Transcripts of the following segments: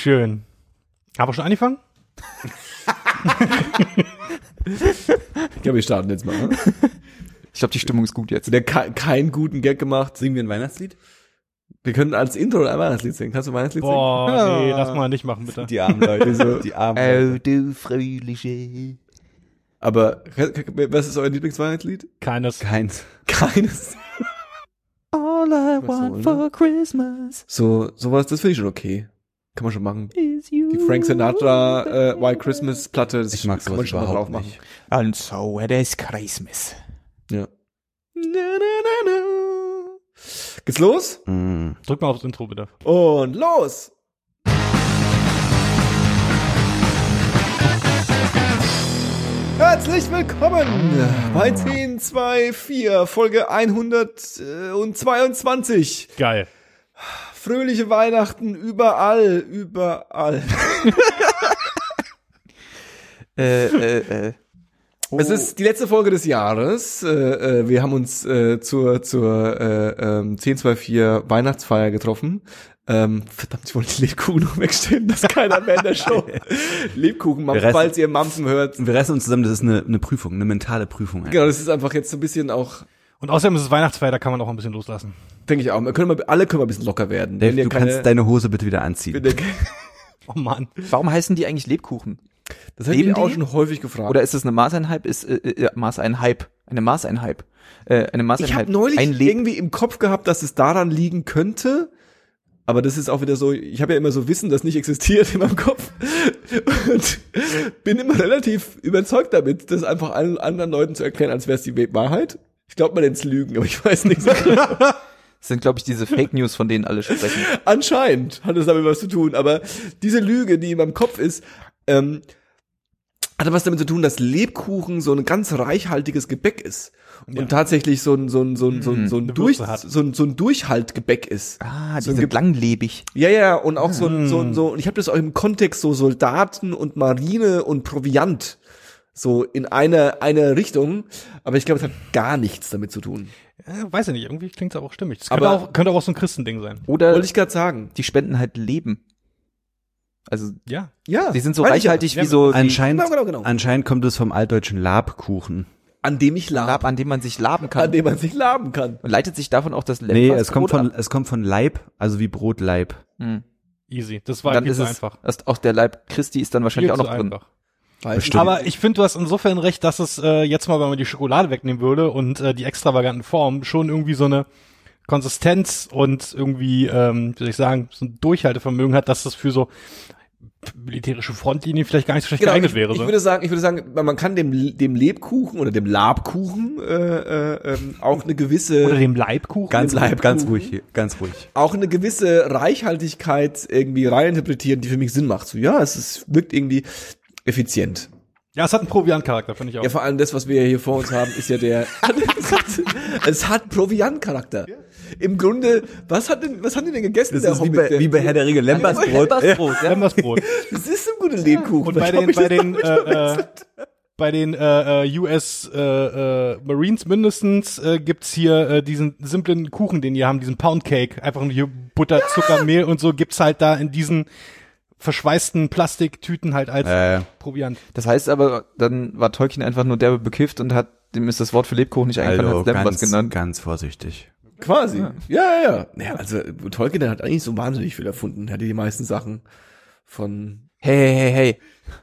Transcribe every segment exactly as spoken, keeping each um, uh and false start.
schön. Haben wir schon angefangen? Ich glaube, wir starten jetzt mal. Ne? Ich glaube, die Stimmung ist gut jetzt. Der ke- keinen guten Gag gemacht. Singen wir ein Weihnachtslied? Wir können als Intro ein Weihnachtslied singen. Kannst du ein Weihnachtslied Boah, Ja. nee, lass mal nicht machen, bitte. Die armen Leute. so. Die armen Leute. Oh, du fröhliche. singen? Aber was ist euer Lieblingsweihnachtslied? Keines. Keins. Keines. All I Was want so, for Christmas So, sowas, das finde ich schon okay. Kann man schon machen. is you. Die Frank Sinatra äh, White Christmas Platte, das Ich mag kann man sowas schon mal drauf überhaupt machen. nicht. And so it is Christmas. Ja. Na, na, na, na. Geht's los? Mm. Drück mal aufs Intro, bitte. Und los! Herzlich willkommen bei zehn zwei vier, Folge hundertzweiundzwanzig. Geil. Fröhliche Weihnachten überall, überall. Äh, äh, äh. Oh. Es ist die letzte Folge des Jahres. Äh, äh, wir haben uns äh, zur zur äh, ähm, zehn zwei vier Weihnachtsfeier getroffen. Ähm, verdammt, ich wollte die Lebkuchen noch wegstellen, dass keiner mehr in der Show Lebkuchen mampft, Wir reißen- falls ihr Mampfen hört. Wir reißen uns zusammen, das ist eine, eine Prüfung, eine mentale Prüfung. Eigentlich. Genau, das ist einfach jetzt so ein bisschen auch, Und außerdem ist es Weihnachtsfeier, da kann man auch ein bisschen loslassen. denke ich auch, wir können mal, alle können mal ein bisschen locker werden. Dave, Wenn ihr du keine- kannst deine Hose bitte wieder anziehen. wenn ihr- Oh Mann. Warum heißen die eigentlich Lebkuchen? Das habe ich Leben mich auch die? schon häufig gefragt. Oder ist das eine Maßeinheit? Ist äh, äh, Maßeinhype? Eine Maßeinhype? Äh, eine Maßeinheit. ich habe neulich ein Leb- irgendwie im Kopf gehabt, dass es daran liegen könnte, aber das ist auch wieder so, ich habe ja immer so Wissen, das nicht existiert in meinem Kopf und bin immer relativ überzeugt damit, das einfach allen anderen Leuten zu erklären, als wäre es die Wahrheit. Ich glaube, man nennt es Lügen, aber ich weiß nicht so genau. Das sind, glaube ich, diese Fake News, von denen alle sprechen. Anscheinend hat es damit was zu tun, aber diese Lüge, die in meinem Kopf ist, ähm, hatte was damit zu tun, dass Lebkuchen so ein ganz reichhaltiges Gebäck ist und Ja. tatsächlich so ein so ein so ein so ein, so ein Eine durch Würze hat. so ein so ein Durchhaltgebäck ist. Ah, So die ein sind Ge- langlebig. Ja, ja, und auch so ein so ein so und ich habe das auch im Kontext so Soldaten und Marine und Proviant so in eine eine Richtung, aber ich glaube, es hat gar nichts damit zu tun. Äh, weiß ich nicht, irgendwie klingt's aber auch stimmig. Das könnte Aber- auch, könnte auch so ein Christending sein. Oder Wollte ich gerade sagen. die spenden halt Leben. Also, Ja. Ja, die sind so weiß ich ja. reichhaltig Ja, wie so die Anscheinend, Genau, genau, genau. anscheinend kommt es vom altdeutschen Labkuchen. An dem ich lab, Lab, an dem man sich laben an kann. dem man sich laben kann. Und leitet sich davon auch das Nee, Lempersbrot es kommt von, ab? es kommt von Leib, also wie Brotleib. Hm. Easy. Das war Dann viel ist zu es, einfach. das, auch der Leib Christi ist dann wahrscheinlich Viel auch zu noch drin. einfach. Weiß Bestimmt. Aber ich finde, du hast insofern recht, dass es äh, jetzt mal, wenn man die Schokolade wegnehmen würde und äh, die extravaganten Formen, schon irgendwie so eine Konsistenz und irgendwie, ähm, wie soll ich sagen, so ein Durchhaltevermögen hat, dass das für so militärische Frontlinien vielleicht gar nicht so schlecht geeignet ich, wäre. ich So. würde sagen, ich würde sagen, man kann dem dem Lebkuchen oder dem Labkuchen äh, äh, ähm, auch eine gewisse Oder dem Leibkuchen. Ganz, Dem Leibkuchen. ganz ruhig, hier, ganz ruhig. auch eine gewisse Reichhaltigkeit irgendwie reininterpretieren, die für mich Sinn macht. So, ja, es ist, wirkt irgendwie effizient. Ja, es hat einen Proviant-Charakter, finde ich auch. Ja, vor allem das, was wir hier vor uns haben, ist ja der, es hat, es hat Proviant-Charakter. Im Grunde, was hat denn, was haben die denn gegessen? Das der ist wie Hobbit? bei, Der- wie bei Herr der Ringe, Lembersbrot. Lembersbrot, ja. Lembersbrot. Das ist ein guter Lebkuchen. Und bei Warum den, ich bei das den, noch nicht äh, äh, verwechselt? bei den äh, äh, U S äh, äh, Marines mindestens äh, gibt's hier äh, diesen simplen Kuchen, den die haben, diesen Pound Cake, einfach nur hier Butter, Zucker, Mehl und so gibt's halt da in diesen verschweißten Plastiktüten halt als Äh, Proviant. Das heißt aber, dann war Tolkien einfach nur derbe bekifft und hat, dem ist das Wort für Lebkuchen nicht eingefallen, also hat Lembas ganz, genannt. ganz vorsichtig. Quasi. Ja, ja, ja. Naja, also Tolkien, der hat eigentlich so wahnsinnig viel erfunden. Er hatte die meisten Sachen von, Hey, hey, hey, hey.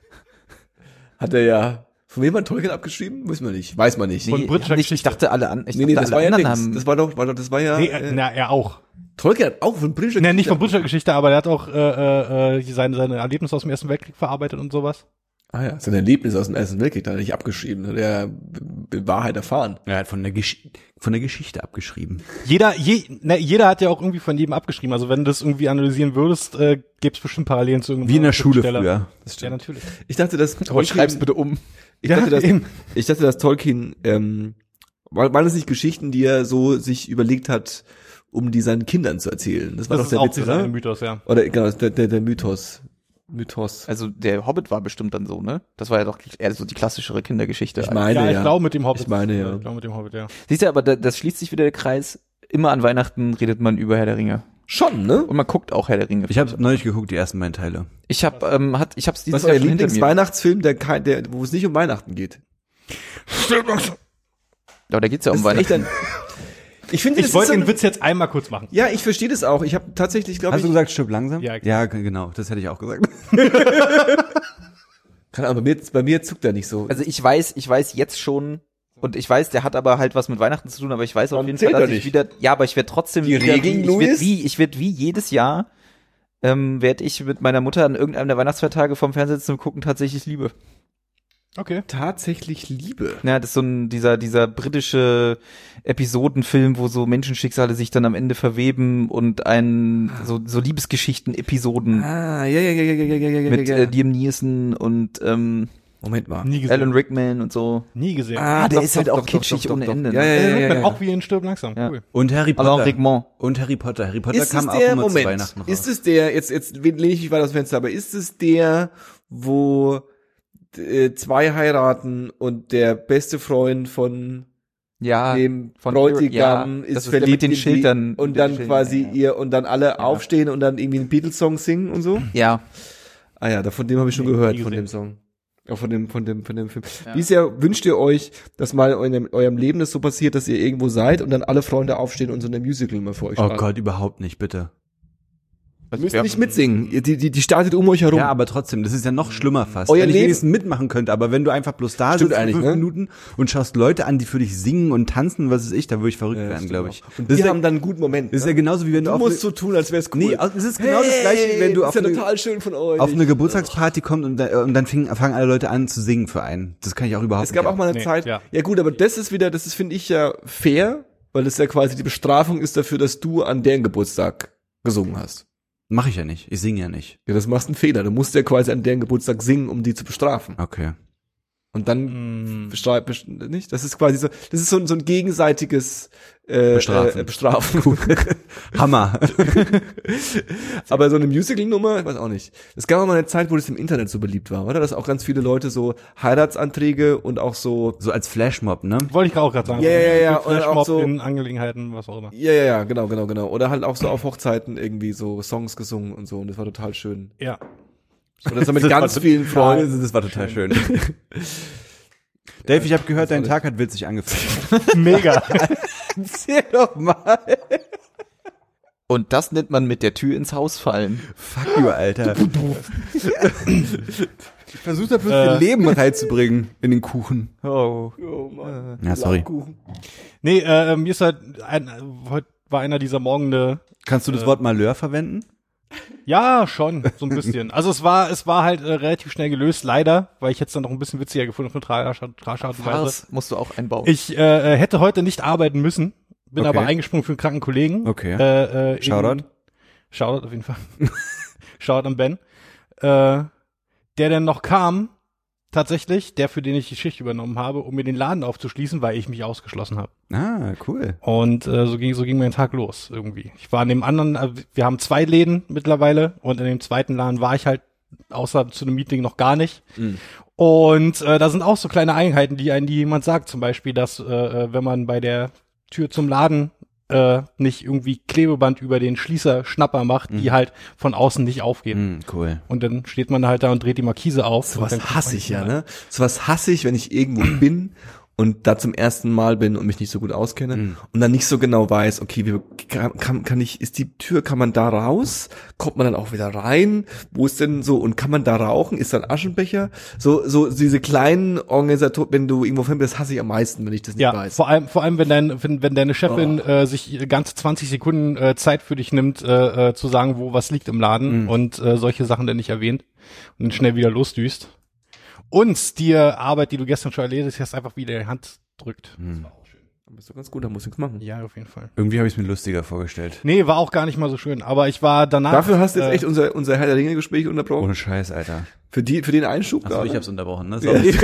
hat er ja, von wem hat Tolkien abgeschrieben? Wissen wir nicht. Weiß man nicht. Von Nee, britischer nicht, ich Geschichte. dachte alle an, ich nee, nee, dachte das war alle ja anderen nix. haben, Das war doch, war doch, das war ja, Nee, äh, äh, na, er auch. Tolkien hat auch von britischer Nee, nicht von Geschichte- britischer Geschichte, aber er hat auch äh, äh, seine, seine Erlebnisse aus dem Ersten Weltkrieg verarbeitet und sowas. Ah ja, sein Erlebnis aus dem Ersten Weltkrieg, da hat er nicht abgeschrieben, hat er in Wahrheit erfahren. Er hat von der, Gesch von der Geschichte abgeschrieben. Jeder, je, ne, jeder hat ja auch irgendwie von jedem abgeschrieben. Also wenn du das irgendwie analysieren würdest, äh, gäbe es bestimmt Parallelen zu irgendeinem Wie in der Schule Schriftsteller. früher. Das Ja, natürlich. Ich dachte, dass aber schreib's bitte um. ich Ja, dachte, dass, eben. ich dachte, dass Tolkien, ähm, waren waren das nicht Geschichten, die er so sich überlegt hat, um die seinen Kindern zu erzählen? Das war Das doch ist der auch Witz, dieser eine oder? Mythos, ja. Oder genau, der, der, der Mythos. Mythos. Also der Hobbit war bestimmt dann so, ne? Das war ja doch eher so die klassischere Kindergeschichte. Ich meine, Ja, ja. ich glaube mit dem Hobbit. Ich meine, ja. Ich glaube mit dem Hobbit, ja. Siehst du, aber da, das schließt sich wieder der Kreis. Immer an Weihnachten redet man über Herr der Ringe. Schon, ne? Und man guckt auch Herr der Ringe. Ich habe neulich geguckt, die ersten beiden Teile. Ich hab, ähm, hat, ich hab's dieses Was ist Jahr euer schon hinter mir. Lieblingsweihnachtsfilm, der, kein- der, wo es nicht um Weihnachten geht? Aber da geht's ja um Das ist echt Weihnachten. ein, ich finde, das Ich ist wollte so den ein, Witz jetzt einmal kurz machen. ja, ich verstehe das auch. Ich habe tatsächlich, glaube Hast ich, du gesagt, stirb langsam? Ja, ja, g- genau, das hätte ich auch gesagt. keine Ahnung, bei mir, bei mir zuckt er nicht so. Also ich weiß, ich weiß jetzt schon, und ich weiß, der hat aber halt was mit Weihnachten zu tun, aber ich weiß auf Warum jeden Fall, zählt dass er ich nicht? wieder, ja, aber ich werde trotzdem Die wieder, Regeln, wie, ich Luis? werd wie, ich werde wie jedes Jahr, ähm, werde ich mit meiner Mutter an irgendeinem der Weihnachtsfeiertage vom Fernseher sitzen und gucken, tatsächlich Liebe. Okay. Tatsächlich Liebe. Ja, das ist so ein, dieser, dieser britische Episodenfilm, wo so Menschenschicksale sich dann am Ende verweben und ein, so, so Liebesgeschichten-Episoden Ah, ja, ja, ja, ja, ja, ja, ja, ja, mit ja. äh, Liam Neeson und, ähm, Moment mal. Nie gesehen. Alan Rickman und so. Nie gesehen. Ah, der doch, ist halt doch, auch doch, kitschig doch, doch, ohne doch, Ende, doch. ne? Ja, ja, ja, ja, ja. Auch wie in Stirb langsam. Ja. Cool. Und Harry Alain Potter. Rickman. Und Harry Potter. Harry Potter Ist kam es auch der, immer zu Moment, Weihnachten raus. ist es der, jetzt, jetzt lehne ich mich weiter aus dem Fenster, aber ist es der, wo äh, zwei heiraten und der beste Freund von Ja, dem von Bräutigam ja, ist das ist der verliebt mit den in die, Schildern. und mit dann den Schildern, quasi ja, ja. ihr und dann alle aufstehen und dann irgendwie einen Beatles-Song singen und so? Ja, Ah ja, da, von dem habe ich schon Nee, gehört, nie von gesehen. dem Song. Auch von dem, von dem, von dem Film. Ja. Wie sehr wünscht ihr euch, dass mal in eurem, eurem Leben das so passiert, dass ihr irgendwo seid und dann alle Freunde aufstehen und so eine Musical mal vor euch Oh starten? Gott, überhaupt nicht, bitte. Ihr müsst nicht mitsingen. Ihr- Die, die, die startet um euch herum. Ja, aber trotzdem, das ist ja noch schlimmer fast. Euer wenn ich Leben- wenigstens mitmachen könnte, aber wenn du einfach bloß da Stimmt sitzt für eigentlich, fünf ne? Minuten und schaust Leute an, die für dich singen und tanzen, was weiß ich, da würde ich verrückt Ja, werden, stimmt glaube auch. ich. Und das die ist, ja, haben dann einen guten Moment. das ist ne? ja genauso wie wenn du, Du auf musst eine, so tun, als wär's cool. Nee, es ist genau das gleiche, wie wenn du das auf ist ja eine, total schön von euch. auf eine Geburtstagsparty kommst und, da, und dann fing, fangen alle Leute an zu singen für einen. Das kann ich auch überhaupt Es gab nicht. auch mal eine Nee, Zeit. ja. Ja gut, aber das ist wieder, das ist, finde ich, ja fair, weil das ja quasi die Bestrafung ist dafür, dass du an deren Geburtstag gesungen hast. Mache ich ja nicht. Ich singe ja nicht. Ja, das machst einen Fehler. Du musst ja quasi an deren Geburtstag singen, um die zu bestrafen. Okay. Und dann Mm. bestraft, best nicht? Das ist quasi so, das ist so, ein- so ein gegenseitiges äh, Bestrafen. Äh, Bestrafen. Hammer. Aber so eine Musical-Nummer, ich weiß auch nicht. Es gab auch mal eine Zeit, wo das im Internet so beliebt war, oder? Dass auch ganz viele Leute so Heiratsanträge und auch so, So als Flashmob, ne? Wollte ich auch gerade sagen. Ja, ja, ja, ja, und Flashmob auch so- in Angelegenheiten, was auch immer. ja, ja, ja, genau, genau, genau. Oder halt auch so auf Hochzeiten irgendwie so Songs gesungen und so. Und das war total schön. Ja. Und das war mit Das ganz war- vielen Freunden. Das, das war total schön. Dave, ich habe gehört, dein Tag hat witzig angefangen. Mega. Erzähl doch mal. und das nennt man mit der Tür ins Haus fallen. Fuck you, Alter. Ich versuche da bloß Äh. dein Leben reinzubringen in den Kuchen. Oh. Oh Mann. Ja, sorry. Labkuchen. Nee, äh, mir ist halt, ein, heute war einer dieser Morgende. Kannst du das Wort Malheur verwenden? Ja, schon, so ein bisschen. Also es war, es war halt äh, relativ schnell gelöst, leider, weil ich jetzt dann noch ein bisschen witziger gefunden auf eine tragische tragische Art und Weise. Farce musst du auch einbauen. Ich äh, hätte heute nicht arbeiten müssen, bin Okay. aber eingesprungen für einen kranken Kollegen. Okay. Äh, äh, Shoutout. in- Shoutout auf jeden Fall. Shoutout an Ben. Äh, der dann noch kam, tatsächlich, der, für den ich die Schicht übernommen habe, um mir den Laden aufzuschließen, weil ich mich ausgeschlossen habe. Ah, cool. Und äh, so ging so ging mein Tag los irgendwie. Ich war in dem anderen, äh, wir haben zwei Läden mittlerweile und in dem zweiten Laden war ich halt außer zu einem Meeting noch gar nicht. Mhm. Und äh, da sind auch so kleine Eigenheiten, die einem die jemand sagt, zum Beispiel, dass äh, äh, wenn man bei der Tür zum Laden äh, nicht irgendwie Klebeband über den Schließer Schnapper macht, die halt von außen nicht aufgehen. Hm, cool. Und dann steht man halt da und dreht die Markise auf. und dann Sowas kommt hasse man ich nicht ja, mehr ne? Sowas hasse ich, wenn ich irgendwo bin und da zum ersten Mal bin und mich nicht so gut auskenne Mhm. und dann nicht so genau weiß, okay, wie kann, kann, kann ich, ist die Tür, kann man da raus? Kommt man dann auch wieder rein? Wo ist denn so, und kann man da rauchen? Ist da ein Aschenbecher? So, so diese kleinen Organisatoren, wenn du irgendwo findest, das hasse ich am meisten, wenn ich das nicht Ja, weiß. vor allem, vor allem, wenn dein, wenn, wenn deine Chefin Oh. äh, sich ganze zwanzig Sekunden äh, Zeit für dich nimmt, äh, äh, zu sagen, wo was liegt im Laden Mhm. und äh, solche Sachen dann nicht erwähnt und dann schnell wieder losdüst. Und dir Arbeit, die du gestern schon erledigt hast, einfach wieder in die Hand drückt. Hm. Dann bist du ganz gut, da musst du nichts machen. Ja, auf jeden Fall. Irgendwie habe ich es mir lustiger vorgestellt. Nee, war auch gar nicht mal so schön, aber ich war danach. Dafür hast du jetzt äh, echt unser, unser Herr der Ringe Gespräch unterbrochen. Ohne Scheiß, Alter. Für die, für den Einschub Achso, gerade. ich hab's unterbrochen, ne? Ja. Sorry.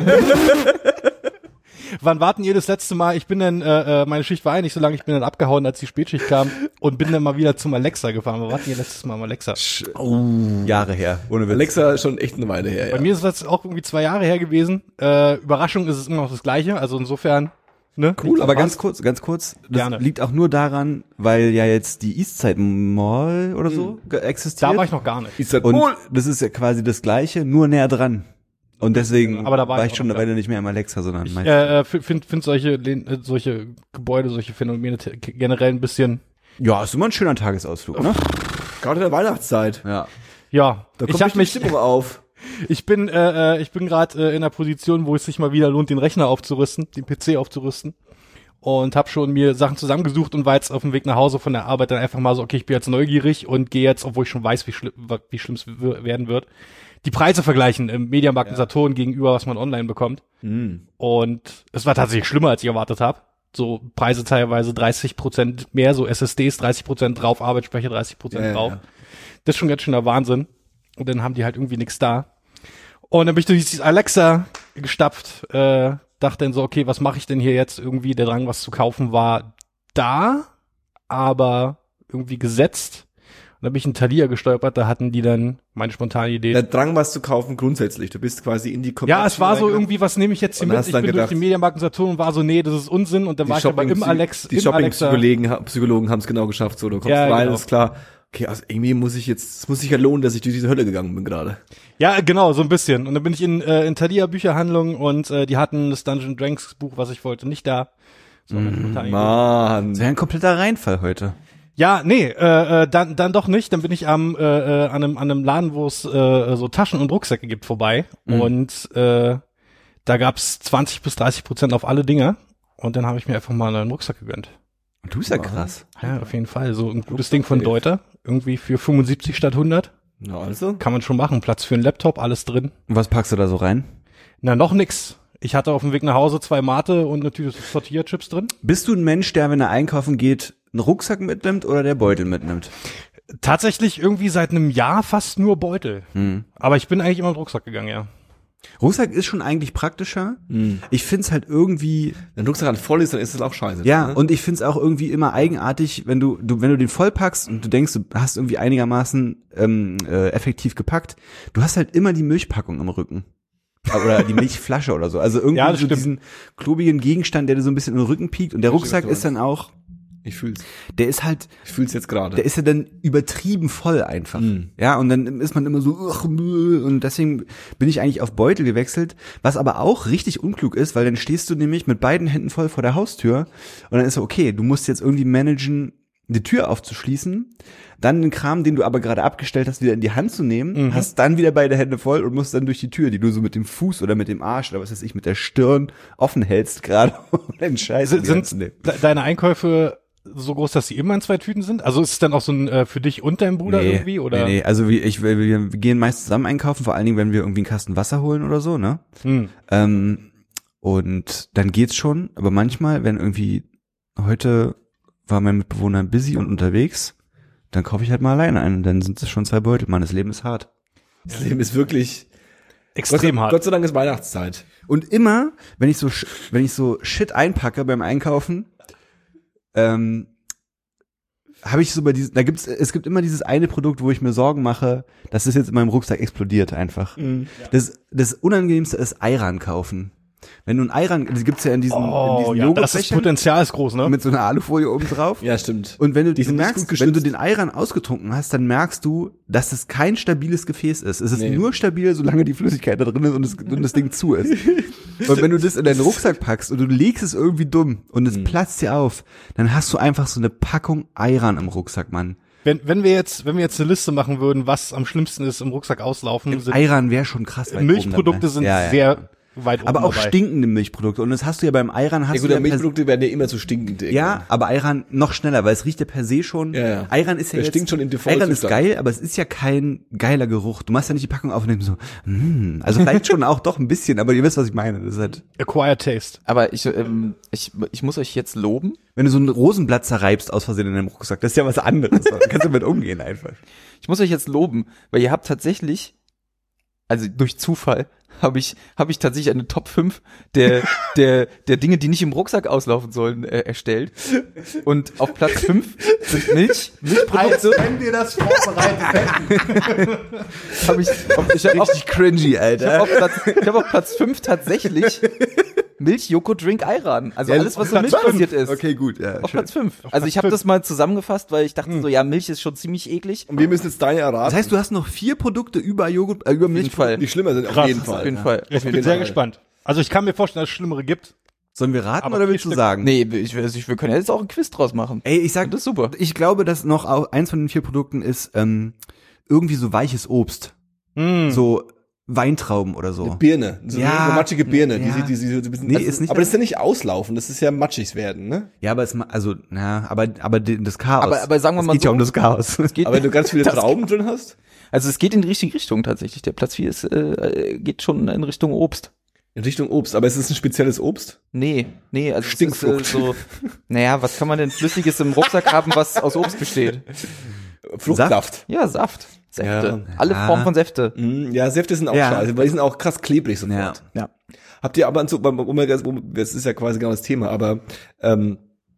Wann warten ihr das letzte Mal? Ich bin dann, äh, äh, meine Schicht war eigentlich so lange, ich bin dann abgehauen, als die Spätschicht kam und bin dann mal wieder zum Alexa gefahren. Wann warten ihr letztes Mal am Alexa? Oh. Jahre her. Ohne Witz. Alexa ist schon echt eine Weile her, ja. Bei mir ist das auch irgendwie zwei Jahre her gewesen. Äh, Überraschung ist es immer noch das Gleiche. Also insofern Ne? Cool, Aber ganz kurz, ganz kurz, das Gerne. liegt auch nur daran, weil ja jetzt die Eastside Mall oder so ge- existiert. Da war ich noch gar nicht. Ist das und cool? das ist ja quasi das Gleiche, nur näher dran. Und deswegen Aber da war war ich ich schon auch eine noch, Weile nicht mehr im Alexa, sondern Ich mein äh, finde find solche, Lehn- äh, solche Gebäude, solche Phänomene t- generell ein bisschen, ja, ist immer ein schöner Tagesausflug, ne? Gerade in der Weihnachtszeit. Ja. ja. Da ich kommt hab die mich, Stimmung auf. ich bin, äh, äh, ich bin gerade äh, in der Position, wo es sich mal wieder lohnt, den Rechner aufzurüsten, den P C aufzurüsten. Und habe schon mir Sachen zusammengesucht und war jetzt auf dem Weg nach Hause von der Arbeit dann einfach mal so, okay, ich bin jetzt neugierig und gehe jetzt, obwohl ich schon weiß, wie schlimm, wie schlimm es w- werden wird, die Preise vergleichen im Mediamarkt und Saturn gegenüber, was man online bekommt. Mhm. Und es war tatsächlich schlimmer, als ich erwartet habe. So Preise teilweise dreißig Prozent mehr, so S S Ds dreißig Prozent drauf, Arbeitsspeicher dreißig Prozent Ja, ja, drauf. ja. Das ist schon ganz schöner Wahnsinn. Und dann haben die halt irgendwie nichts da. Und dann bin ich durch dieses Alexa gestapft, äh, dachte dann so, okay, was mache ich denn hier jetzt? Irgendwie der Drang, was zu kaufen, war da, aber irgendwie gesetzt. Und dann bin ich in Thalia gestolpert, da hatten die dann meine spontane Idee. Der Drang, was zu kaufen, grundsätzlich. Du bist quasi in die Ja, es war so reingegangen. irgendwie, was nehme ich jetzt hier Und mit? hast Ich dann bin durch gedacht- den Mediamarkt und Saturn und war so, nee, das ist Unsinn. Und dann war ich aber im Alex, die im Alexa. Shopping-Psychologen ha- Psychologen haben es genau geschafft. So, du kommst Ja, rein, genau. ist klar. Okay, also irgendwie muss ich jetzt, es muss sich ja lohnen, dass ich durch diese Hölle gegangen bin gerade. Ja, genau, so ein bisschen. Und dann bin ich in, äh, in Thalia Bücherhandlung und äh, die hatten das Dungeon Dragons Buch, was ich wollte, nicht da. So, meine spontane Idee. Mann. Das wäre ein kompletter Reinfall heute. Ja, nee, äh, äh, dann dann doch nicht. Dann bin ich am äh, äh, an einem an einem Laden, wo es äh, so Taschen und Rucksäcke gibt, vorbei. Mhm. Und äh, da gab's zwanzig bis dreißig Prozent auf alle Dinge. Und dann habe ich mir einfach mal einen Rucksack gegönnt. Du bist ja krass. Ja, auf jeden Fall. So ein gutes Ding von Deuter. Irgendwie für fünfundsiebzig statt hundert. Ja, also. Kann man schon machen. Platz für einen Laptop, alles drin. Und was packst du da so rein? Na, noch nix. Ich hatte auf dem Weg nach Hause zwei Mate und eine Tüte Tortilla-Chips drin. Bist du ein Mensch, der, wenn er einkaufen geht, einen Rucksack mitnimmt oder der Beutel mitnimmt? Tatsächlich irgendwie seit einem Jahr fast nur Beutel. Hm. Aber ich bin eigentlich immer mit Rucksack gegangen, ja. Rucksack ist schon eigentlich praktischer. Mhm. Ich find's halt irgendwie, Wenn der Rucksack dann voll ist, dann ist das auch scheiße. ja, ne? und ich find's auch irgendwie immer eigenartig, wenn du, du, wenn du den vollpackst und du denkst, du hast irgendwie einigermaßen ähm, äh, effektiv gepackt, du hast halt immer die Milchpackung im Rücken. Oder die Milchflasche oder so. Also irgendwie Ja, das so stimmt. diesen klobigen Gegenstand, der dir so ein bisschen in den Rücken piekt. Und der Verstehe, Rucksack was du ist dann auch, Ich fühl's. der ist halt, Ich fühl's jetzt gerade. der ist ja dann übertrieben voll einfach. Mhm. Ja, und dann ist man immer so, ugh, bäh, und deswegen bin ich eigentlich auf Beutel gewechselt, was aber auch richtig unklug ist, weil dann stehst du nämlich mit beiden Händen voll vor der Haustür und dann ist so, okay, du musst jetzt irgendwie managen, die Tür aufzuschließen, dann den Kram, den du aber gerade abgestellt hast, wieder in die Hand zu nehmen, Mhm. hast dann wieder beide Hände voll und musst dann durch die Tür, die du so mit dem Fuß oder mit dem Arsch oder was weiß ich, mit der Stirn offen hältst gerade, um den Scheiß in Sind, die Hand sind zu nehmen. de- deine Einkäufe so groß, dass sie immer in zwei Tüten sind? Also ist es dann auch so ein äh, für dich und deinen Bruder irgendwie? Oder? Nee, nee, also wir, ich, wir, wir gehen meist zusammen einkaufen, vor allen Dingen, wenn wir irgendwie einen Kasten Wasser holen oder so, ne? Hm. Ähm, und dann geht's schon, aber manchmal, wenn irgendwie heute war mein Mitbewohner busy und unterwegs, dann kaufe ich halt mal alleine ein und dann sind es schon zwei Beutel. Mann, das Leben ist hart. Das Leben ist wirklich Extrem Gott, hart. Gott sei Dank ist Weihnachtszeit. Und immer, wenn ich so, sch- wenn ich so Shit einpacke beim Einkaufen, ähm, habe ich so bei diesem, da gibt's, es gibt immer dieses eine Produkt, wo ich mir Sorgen mache, dass es jetzt in meinem Rucksack explodiert einfach. Das, das Unangenehmste ist Ayran kaufen. Wenn du ein Ayran, das gibt's ja in diesen, in Oh, diesen ja, das ist Joghurtbechern Potenzial ist groß, ne? mit so einer Alufolie oben drauf. Ja, stimmt. Und wenn du, Die du sind nicht merkst, gut wenn du geschützt. den Ayran ausgetrunken hast, dann merkst du, dass es kein stabiles Gefäß ist. Es ist Nee. nur stabil, solange die Flüssigkeit da drin ist und das, und das Ding zu ist. Und wenn du das in deinen Rucksack packst und du legst es irgendwie dumm und es platzt dir auf, dann hast du einfach so eine Packung Ayran im Rucksack, Mann. Wenn, wenn wir jetzt, wenn wir jetzt eine Liste machen würden, was am schlimmsten ist im Rucksack auslaufen, sind Ayran wäre schon krass weit Milchprodukte oben dabei. sind Ja, ja. sehr weit oben Aber auch dabei. stinkende Milchprodukte. Und das hast du ja beim Ayran, hast Ja gut, du ja aber per- Milchprodukte werden ja immer zu stinkend. Ja, aber Ayran noch schneller, weil es riecht ja per se schon. Ja, ja. Ayran ist ja Der jetzt, stinkt schon im Ayran ist Default-Zustand. geil, aber es ist ja kein geiler Geruch. Du machst ja nicht die Packung auf und denkst so, mm, also vielleicht schon auch doch ein bisschen, aber ihr wisst, was ich meine. Das ist halt, Acquired Taste. Aber ich, ähm, ich, ich muss euch jetzt loben. wenn du so ein Rosenblatt zerreibst aus Versehen in deinem Rucksack, das ist ja was anderes. Da kannst du mit umgehen einfach. Ich muss euch jetzt loben, weil ihr habt tatsächlich, also durch Zufall, habe ich, habe ich tatsächlich eine Top fünf der, der, der Dinge, die nicht im Rucksack auslaufen sollen, äh, erstellt. Und auf Platz fünf sind Milch, Milchprodukte. wenn wir das vorbereitet hätten. Hab ich, auf, ich habe auf, Richtig cringy, ich hab Alter. auf Platz, ich hab auf Platz fünf tatsächlich Milch, Joghurt, Drink, Ayran. Also Ja, alles, was so Platz milchbasiert ist. Okay, gut. Ja, Auf schön. Platz fünf. Also ich habe das mal zusammengefasst, weil ich dachte so, ja, Milch ist schon ziemlich eklig. Und wir müssen jetzt deine erraten, Das heißt, du hast noch vier Produkte über Joghurt, äh, über Auf jeden Milch. Fall. die schlimmer sind, auf Krass. jeden Fall. Auf jeden Fall. Ich bin sehr gespannt. Also ich kann mir vorstellen, dass es Schlimmere gibt. Sollen wir raten Aber oder willst du vier sagen? Nee, ich, ich, wir können ja jetzt auch ein Quiz draus machen. Ey, ich sag, Das ist super. ich glaube, dass noch au- eins von den vier Produkten ist ähm, irgendwie so weiches Obst. Mm. So Weintrauben oder so. Eine Birne, so Ja. eine matschige Birne, die Ja. sie, die sie so ein bisschen, Nee, also, ist nicht aber das- das ist ja nicht auslaufen, das ist ja matschig werden, ne? Ja, aber es ma- also, na, aber aber die- das Chaos. Aber- aber sagen wir es mal geht ja so, um das Chaos. Es geht, Aber wenn du ganz viele Das- Trauben drin hast, also es geht in die richtige Richtung tatsächlich. Der Platz vier ist, äh, geht schon in Richtung Obst. in Richtung Obst, aber es ist ein spezielles Obst. Nee, nee, also Stinkfrucht. es ist, äh, so, naja, was kann man denn Flüssiges im Rucksack haben, was aus Obst besteht? Fruchtsaft. Ja, Saft, Säfte, Ja. alle Ja. Formen von Säfte. Mm, ja, Säfte sind auch Ja. scheiße, weil die sind auch krass klebrig sofort. Ja. Ja. Habt ihr aber an so, um, um, um, das ist ja quasi genau das Thema, aber ähm,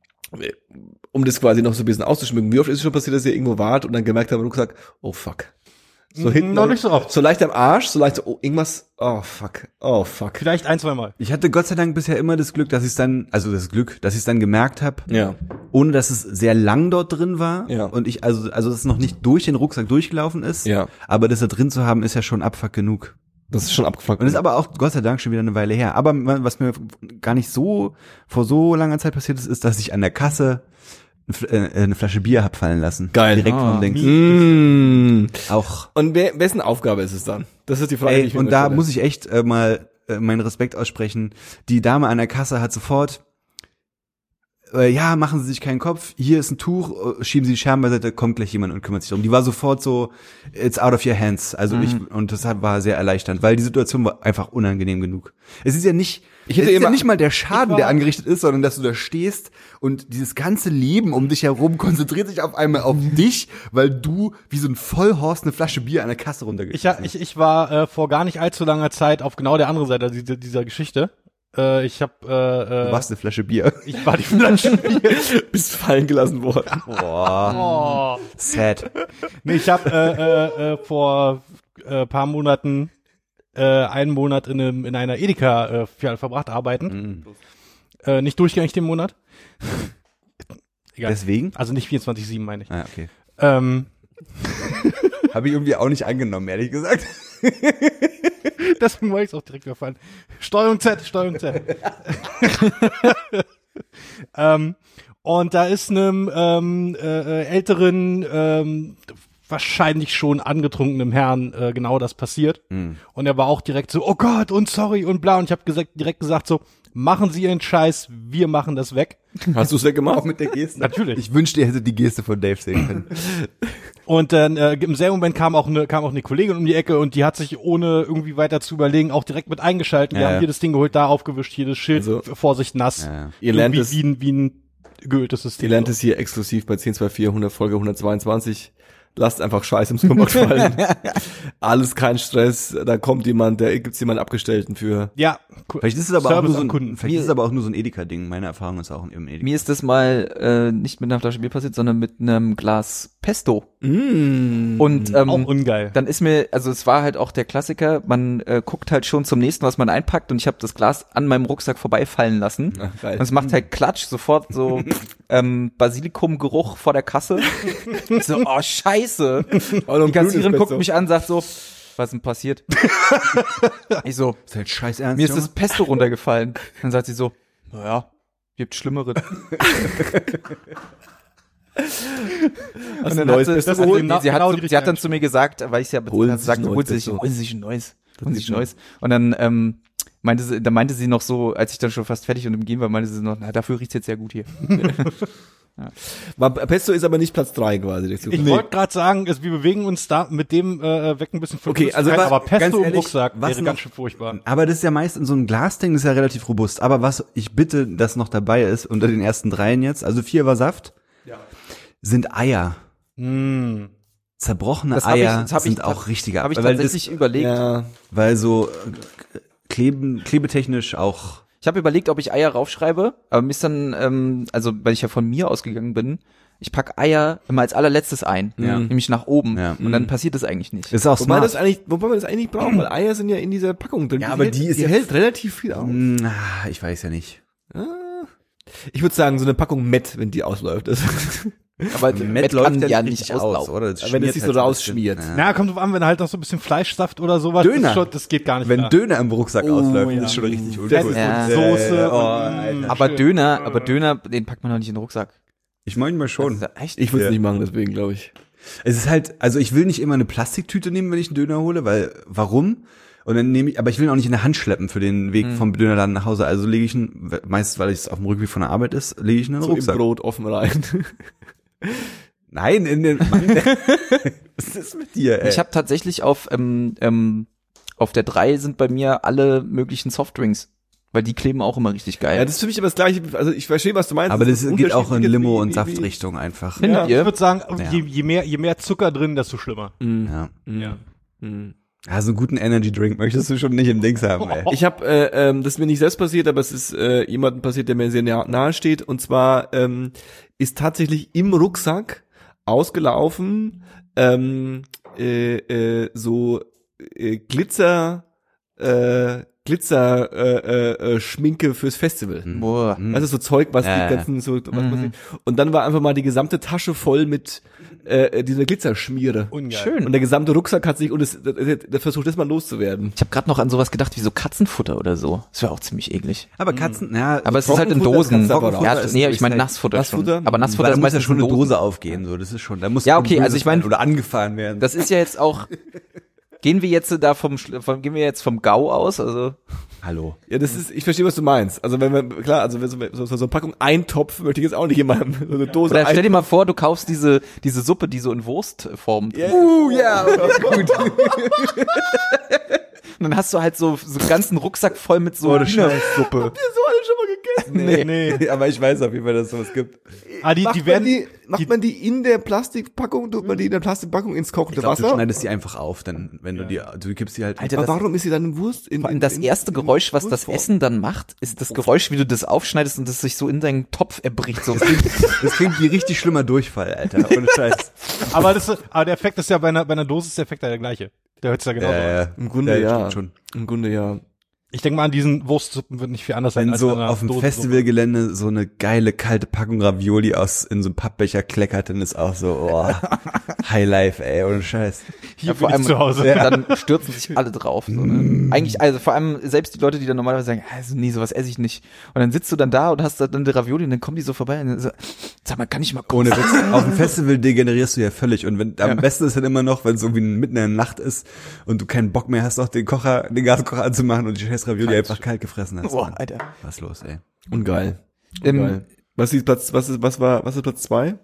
um das quasi noch so ein bisschen auszuschmücken, wie oft ist es schon passiert, dass ihr irgendwo wart und dann gemerkt habt, und gesagt, oh fuck. So Mm, hinten, noch nicht so oft. so leicht am Arsch, so leicht so, oh, irgendwas, oh fuck, oh fuck. Vielleicht ein, zwei Mal. Ich hatte Gott sei Dank bisher immer das Glück, dass ich es dann, also das Glück, dass ich es dann gemerkt habe, Ja. ohne dass es sehr lang dort drin war Ja. und ich also also dass es noch nicht durch den Rucksack durchgelaufen ist, Ja. aber das da drin zu haben ist ja schon Abfuck genug. Das ist schon abgefuckt. Und das ist aber auch Gott sei Dank schon wieder eine Weile her. Aber was mir gar nicht so vor so langer Zeit passiert ist, ist, dass ich an der Kasse eine Fl- äh, eine Flasche Bier hab fallen lassen. Geil. Direkt Ah. vom Dings. Mm. Auch. Und wer, wessen Aufgabe ist es dann? Das ist die Frage, die Ey, ich mir und immer da stelle. muss ich echt äh, mal äh, meinen Respekt aussprechen. Die Dame an der Kasse hat sofort äh, ja, machen Sie sich keinen Kopf, hier ist ein Tuch, äh, schieben Sie die Scherben beiseite, kommt gleich jemand und kümmert sich darum. Die war sofort so, it's out of your hands. Also Mhm. ich, und das hat- war sehr erleichternd, weil die Situation war einfach unangenehm genug. Es ist ja nicht, Ich hätte es ist ja immer- nicht mal der Schaden, war- der angerichtet ist, sondern dass du da stehst und dieses ganze Leben um dich herum konzentriert sich auf einmal auf dich, weil du wie so ein Vollhorst eine Flasche Bier an der Kasse Ich, runtergeschmissen ja, ich, ich war äh, vor gar nicht allzu langer Zeit auf genau der anderen Seite dieser, dieser Geschichte. Äh, ich habe, äh, Du äh, warst eine Flasche Bier. ich war die Flasche. bist fallen gelassen worden. Boah, Oh. sad. Nee, ich habe äh, äh, äh, vor äh, paar Monaten äh, einen Monat in, einem, in einer Edeka äh, ver- verbracht, arbeitend. Mhm. Äh, nicht durchgängig den Monat. Egal. Deswegen? Also nicht vierundzwanzig sieben, meine ich. Ah, okay. Ähm, Habe ich irgendwie auch nicht angenommen, ehrlich gesagt. deswegen wollte ich es auch direkt überfallen. Steuerung Z, Steuerung Z. ähm, und da ist einem ähm, äh, älteren, ähm, wahrscheinlich schon angetrunkenen Herrn äh, genau das passiert. Mhm. Und er war auch direkt so, oh Gott, und sorry und bla. Und ich habe gesagt, direkt gesagt so, machen Sie Ihren Scheiß, wir machen das weg. Hast du es weggemacht? Auch mit der Geste. Natürlich. Ich wünschte, ihr hättet die Geste von Dave sehen können. Und dann äh, im selben Moment kam auch eine kam auch eine Kollegin um die Ecke und die hat sich ohne irgendwie weiter zu überlegen auch direkt mit eingeschaltet. Wir Ja, haben ja. hier das Ding geholt, da aufgewischt, hier das Schild, Also, Vorsicht nass. Ja, ja. Ihr lernt Irgendwie es- wie ein, wie ein geöltes System. Ihr lernt es hier exklusiv bei zehn zwei vier hundert Folge hundertzweiundzwanzig. Lasst einfach Scheiß im Supermarkt fallen. Alles kein Stress. Da kommt jemand, da gibt's jemanden Abgestellten für. Ja, cool. Vielleicht ist es aber auch Service nur so an ein, Kunden. vielleicht ist es aber auch nur so ein Edeka-Ding. Meine Erfahrung ist auch im Edeka. Mir ist das mal äh, nicht mit einer Flasche Bier passiert, sondern mit einem Glas Pesto. Mm. Und ähm, Auch ungeil. dann ist mir, also es war halt auch der Klassiker, man äh, guckt halt schon zum nächsten, was man einpackt und ich habe das Glas an meinem Rucksack vorbeifallen lassen. Ach, geil. Und es macht halt Klatsch, sofort so ähm, Basilikumgeruch vor der Kasse. Ich so, oh scheiße. Auch noch ein Die Kassiererin grünes guckt Pesto. mich an, sagt so, was ist denn passiert? Ich so, ist halt scheiß ernst, mir ist Junge. das Pesto runtergefallen. Dann sagt sie so, naja, gibt Schlimmere. Hast Und du dann ein neues hat sie, Pesto also, geholt? nee, sie, hat, Genau so- die sie hat dann richtige zu mir gesagt, weil ich ja Holen Sie gesagt sich ein holen neues Sie sich, Pesto. holen Sie sich ein neues, holen Sie sich ist ein neues. Und dann ähm, meinte sie, da meinte sie noch so, als ich dann schon fast fertig und im Gehen war, meinte sie noch, na, dafür riecht's jetzt sehr gut hier. War- Pesto ist aber nicht Platz drei quasi. Ich wollte gerade sagen, es, wir bewegen uns da mit dem äh, weg ein bisschen von Okay, also Lustigkeit, wa- aber Pesto ganz im ehrlich, Rucksack was wäre noch- ganz schön furchtbar. Aber das ist ja meist in so einem Glasding, das ist ja relativ robust. Aber was ich bitte, das noch dabei ist, unter den ersten dreien jetzt, also vier war Saft, sind Eier. Mm. Zerbrochene Das hab ich- Eier das hab ich sind ta- auch richtige Habe ich weil, tatsächlich das, überlegt. Ja. weil so äh, kleben, klebetechnisch auch. Ich habe überlegt, ob ich Eier raufschreibe, aber mir ist dann, ähm, also weil ich ja von mir ausgegangen bin, ich pack Eier immer als allerletztes ein, Ja. nämlich nach oben. Ja. Und dann passiert das eigentlich nicht. Ist auch Wobei smart. das eigentlich, wobei man das eigentlich nicht braucht, weil Eier sind ja in dieser Packung drin. Ja, aber hält, die ist die ja- hält relativ viel aus. Na, ich weiß ja nicht. Ich würde sagen, so eine Packung Met, wenn die ausläuft. Das Aber Met Met läuft kann ja nicht richtig aus, auslaufen. oder? Das Aber wenn es schmiert sich halt so ein rausschmiert. bisschen. Na, kommt drauf an, wenn halt noch so ein bisschen Fleischsaft oder sowas Döner. ist schon, das geht gar nicht Wenn klar. Döner im Rucksack Oh, ausläuft, ja. das ist schon richtig Fett uncool. Ja. und Soße. Oh, und, Alter. mm, Aber schön. Döner, aber Döner, den packt man doch nicht in den Rucksack. Ich manchmal schon. Das ist echt. ich würde es Ja. nicht machen, deswegen glaube ich. Es ist halt, also ich will nicht immer eine Plastiktüte nehmen, wenn ich einen Döner hole, weil, warum? Und dann nehme ich, aber ich will ihn auch nicht in der Hand schleppen für den Weg vom Dönerladen nach Hause. Also lege ich ihn, meistens, weil es auf dem Rückweg von der Arbeit ist, lege ich ihn in den So im Rucksack. Brot offen rein. Nein, in den, Mann, was ist mit dir, ey? Ich habe tatsächlich auf ähm, ähm, auf der drei sind bei mir alle möglichen Softdrinks, weil die kleben auch immer richtig geil. Ja, das ist für mich aber das Gleiche. Also ich verstehe, was du meinst. aber das ist geht auch in unterschiedlich Limo wie- und wie- Saftrichtung einfach. Findet Ja, ich ihr? würde sagen, Ja. je, je mehr, je mehr Zucker drin, desto schlimmer. wie- Ja. Ja. Mhm. Ja, so einen guten Energy Drink möchtest du schon nicht im Dings haben, ey. Ich habe, äh, ähm, das ist mir nicht selbst passiert, aber es ist äh, jemandem passiert, der mir sehr nah, nahe steht. Und zwar ähm, ist tatsächlich im Rucksack ausgelaufen ähm, äh, äh, so äh, Glitzer, äh, Glitzer äh, äh, äh, Schminke fürs Festival. Boah. Hm. Das ist so Zeug, was Ja, die ja. ganzen so, was Mhm. weiß ich. Und dann war einfach mal die gesamte Tasche voll mit äh, dieser Glitzerschmiere. Ungeil. Schön. Und der gesamte Rucksack hat sich, und es, der, der, der versucht das mal loszuwerden. Ich habe gerade noch an sowas gedacht wie so Katzenfutter oder so. Das wäre auch ziemlich eklig. Aber Katzen, ja, Aber es ist halt in Trockenfutter Dosen. kannst du aber Ja, raus. nee, ich meine Ist halt Nassfutter, Nassfutter? schon. Aber Nassfutter da ist muss ja meistens schon eine Dosen. Dose aufgehen, so, das ist schon, da muss Ja, okay, Böses also ich mein- sein oder angefahren werden. Das ist ja jetzt auch. Gehen wir jetzt da vom, Schl- vom gehen wir jetzt vom GAU aus? Also Hallo. Ja, das ist, ich verstehe, was du meinst. Also wenn wir, klar, also wenn so, so, so eine Packung Eintopf möchte ich jetzt auch nicht in meinem, so eine Dose oder stell dir Eintopf. mal vor, du kaufst diese diese Suppe, die so in Wurstform drin ist. Uh, ja, okay, gut. Und dann hast du halt so so einen ganzen Rucksack voll mit so Ohne Scheiß. Hühnersuppe. Habt ihr so alle schon mal gegessen? Nee, nee. Aber ich weiß auf jeden Fall, dass es sowas gibt. Ah, die, Macht, die werden, man die, macht man die in der Plastikpackung, tut man die in der Plastikpackung ins Ich kochende glaube, du Wasser? schneidest die einfach auf, dann, wenn du die, du gibst die halt. Alter, Aber das- warum ist sie dann in Wurst? In, Vor allem in, das in, erste in Geräusch, was das Wurstform? Essen dann macht, ist das Geräusch, wie du das aufschneidest und das sich so in deinen Topf erbricht. So. das klingt wie richtig schlimmer Durchfall, Alter. Ohne Scheiß. aber das, aber der Effekt ist ja bei einer, bei einer Dose ist der Effekt ja der gleiche. Der hört ja genauso an. Im Grunde ja. stimmt schon. Im Grunde ja. Ich denke mal, an diesen Wurstsuppen wird nicht viel anders sein Wenn als so an einer auf dem Dosensuppe. Festivalgelände so eine geile kalte Packung Ravioli aus in so einem Pappbecher kleckert, dann ist auch so, oh, High Life, ey, ohne Scheiß. Hier Ja, vor bin ich allem- zu Hause. Dann stürzen sich alle drauf. So, ne? Eigentlich, also vor allem selbst die Leute, die dann normalerweise sagen, also nee, sowas esse ich nicht. Und dann sitzt du dann da und hast dann die Ravioli und dann kommen die so vorbei und dann so, sag mal, kann ich mal kurz? Ohne Witz. Auf dem Festival degenerierst du ja völlig. Und wenn, am besten ist dann immer noch, wenn es irgendwie mitten in der Nacht ist und du keinen Bock mehr hast, noch den Kocher, den Gaskocher anzumachen und die scheiß Ravioli einfach kalt gefressen hast. Boah, Mann. Alter. Was ist los, ey? Ungeil. Ähm, Ungeil. Was ist Platz, was ist, was war, was ist Platz zwei?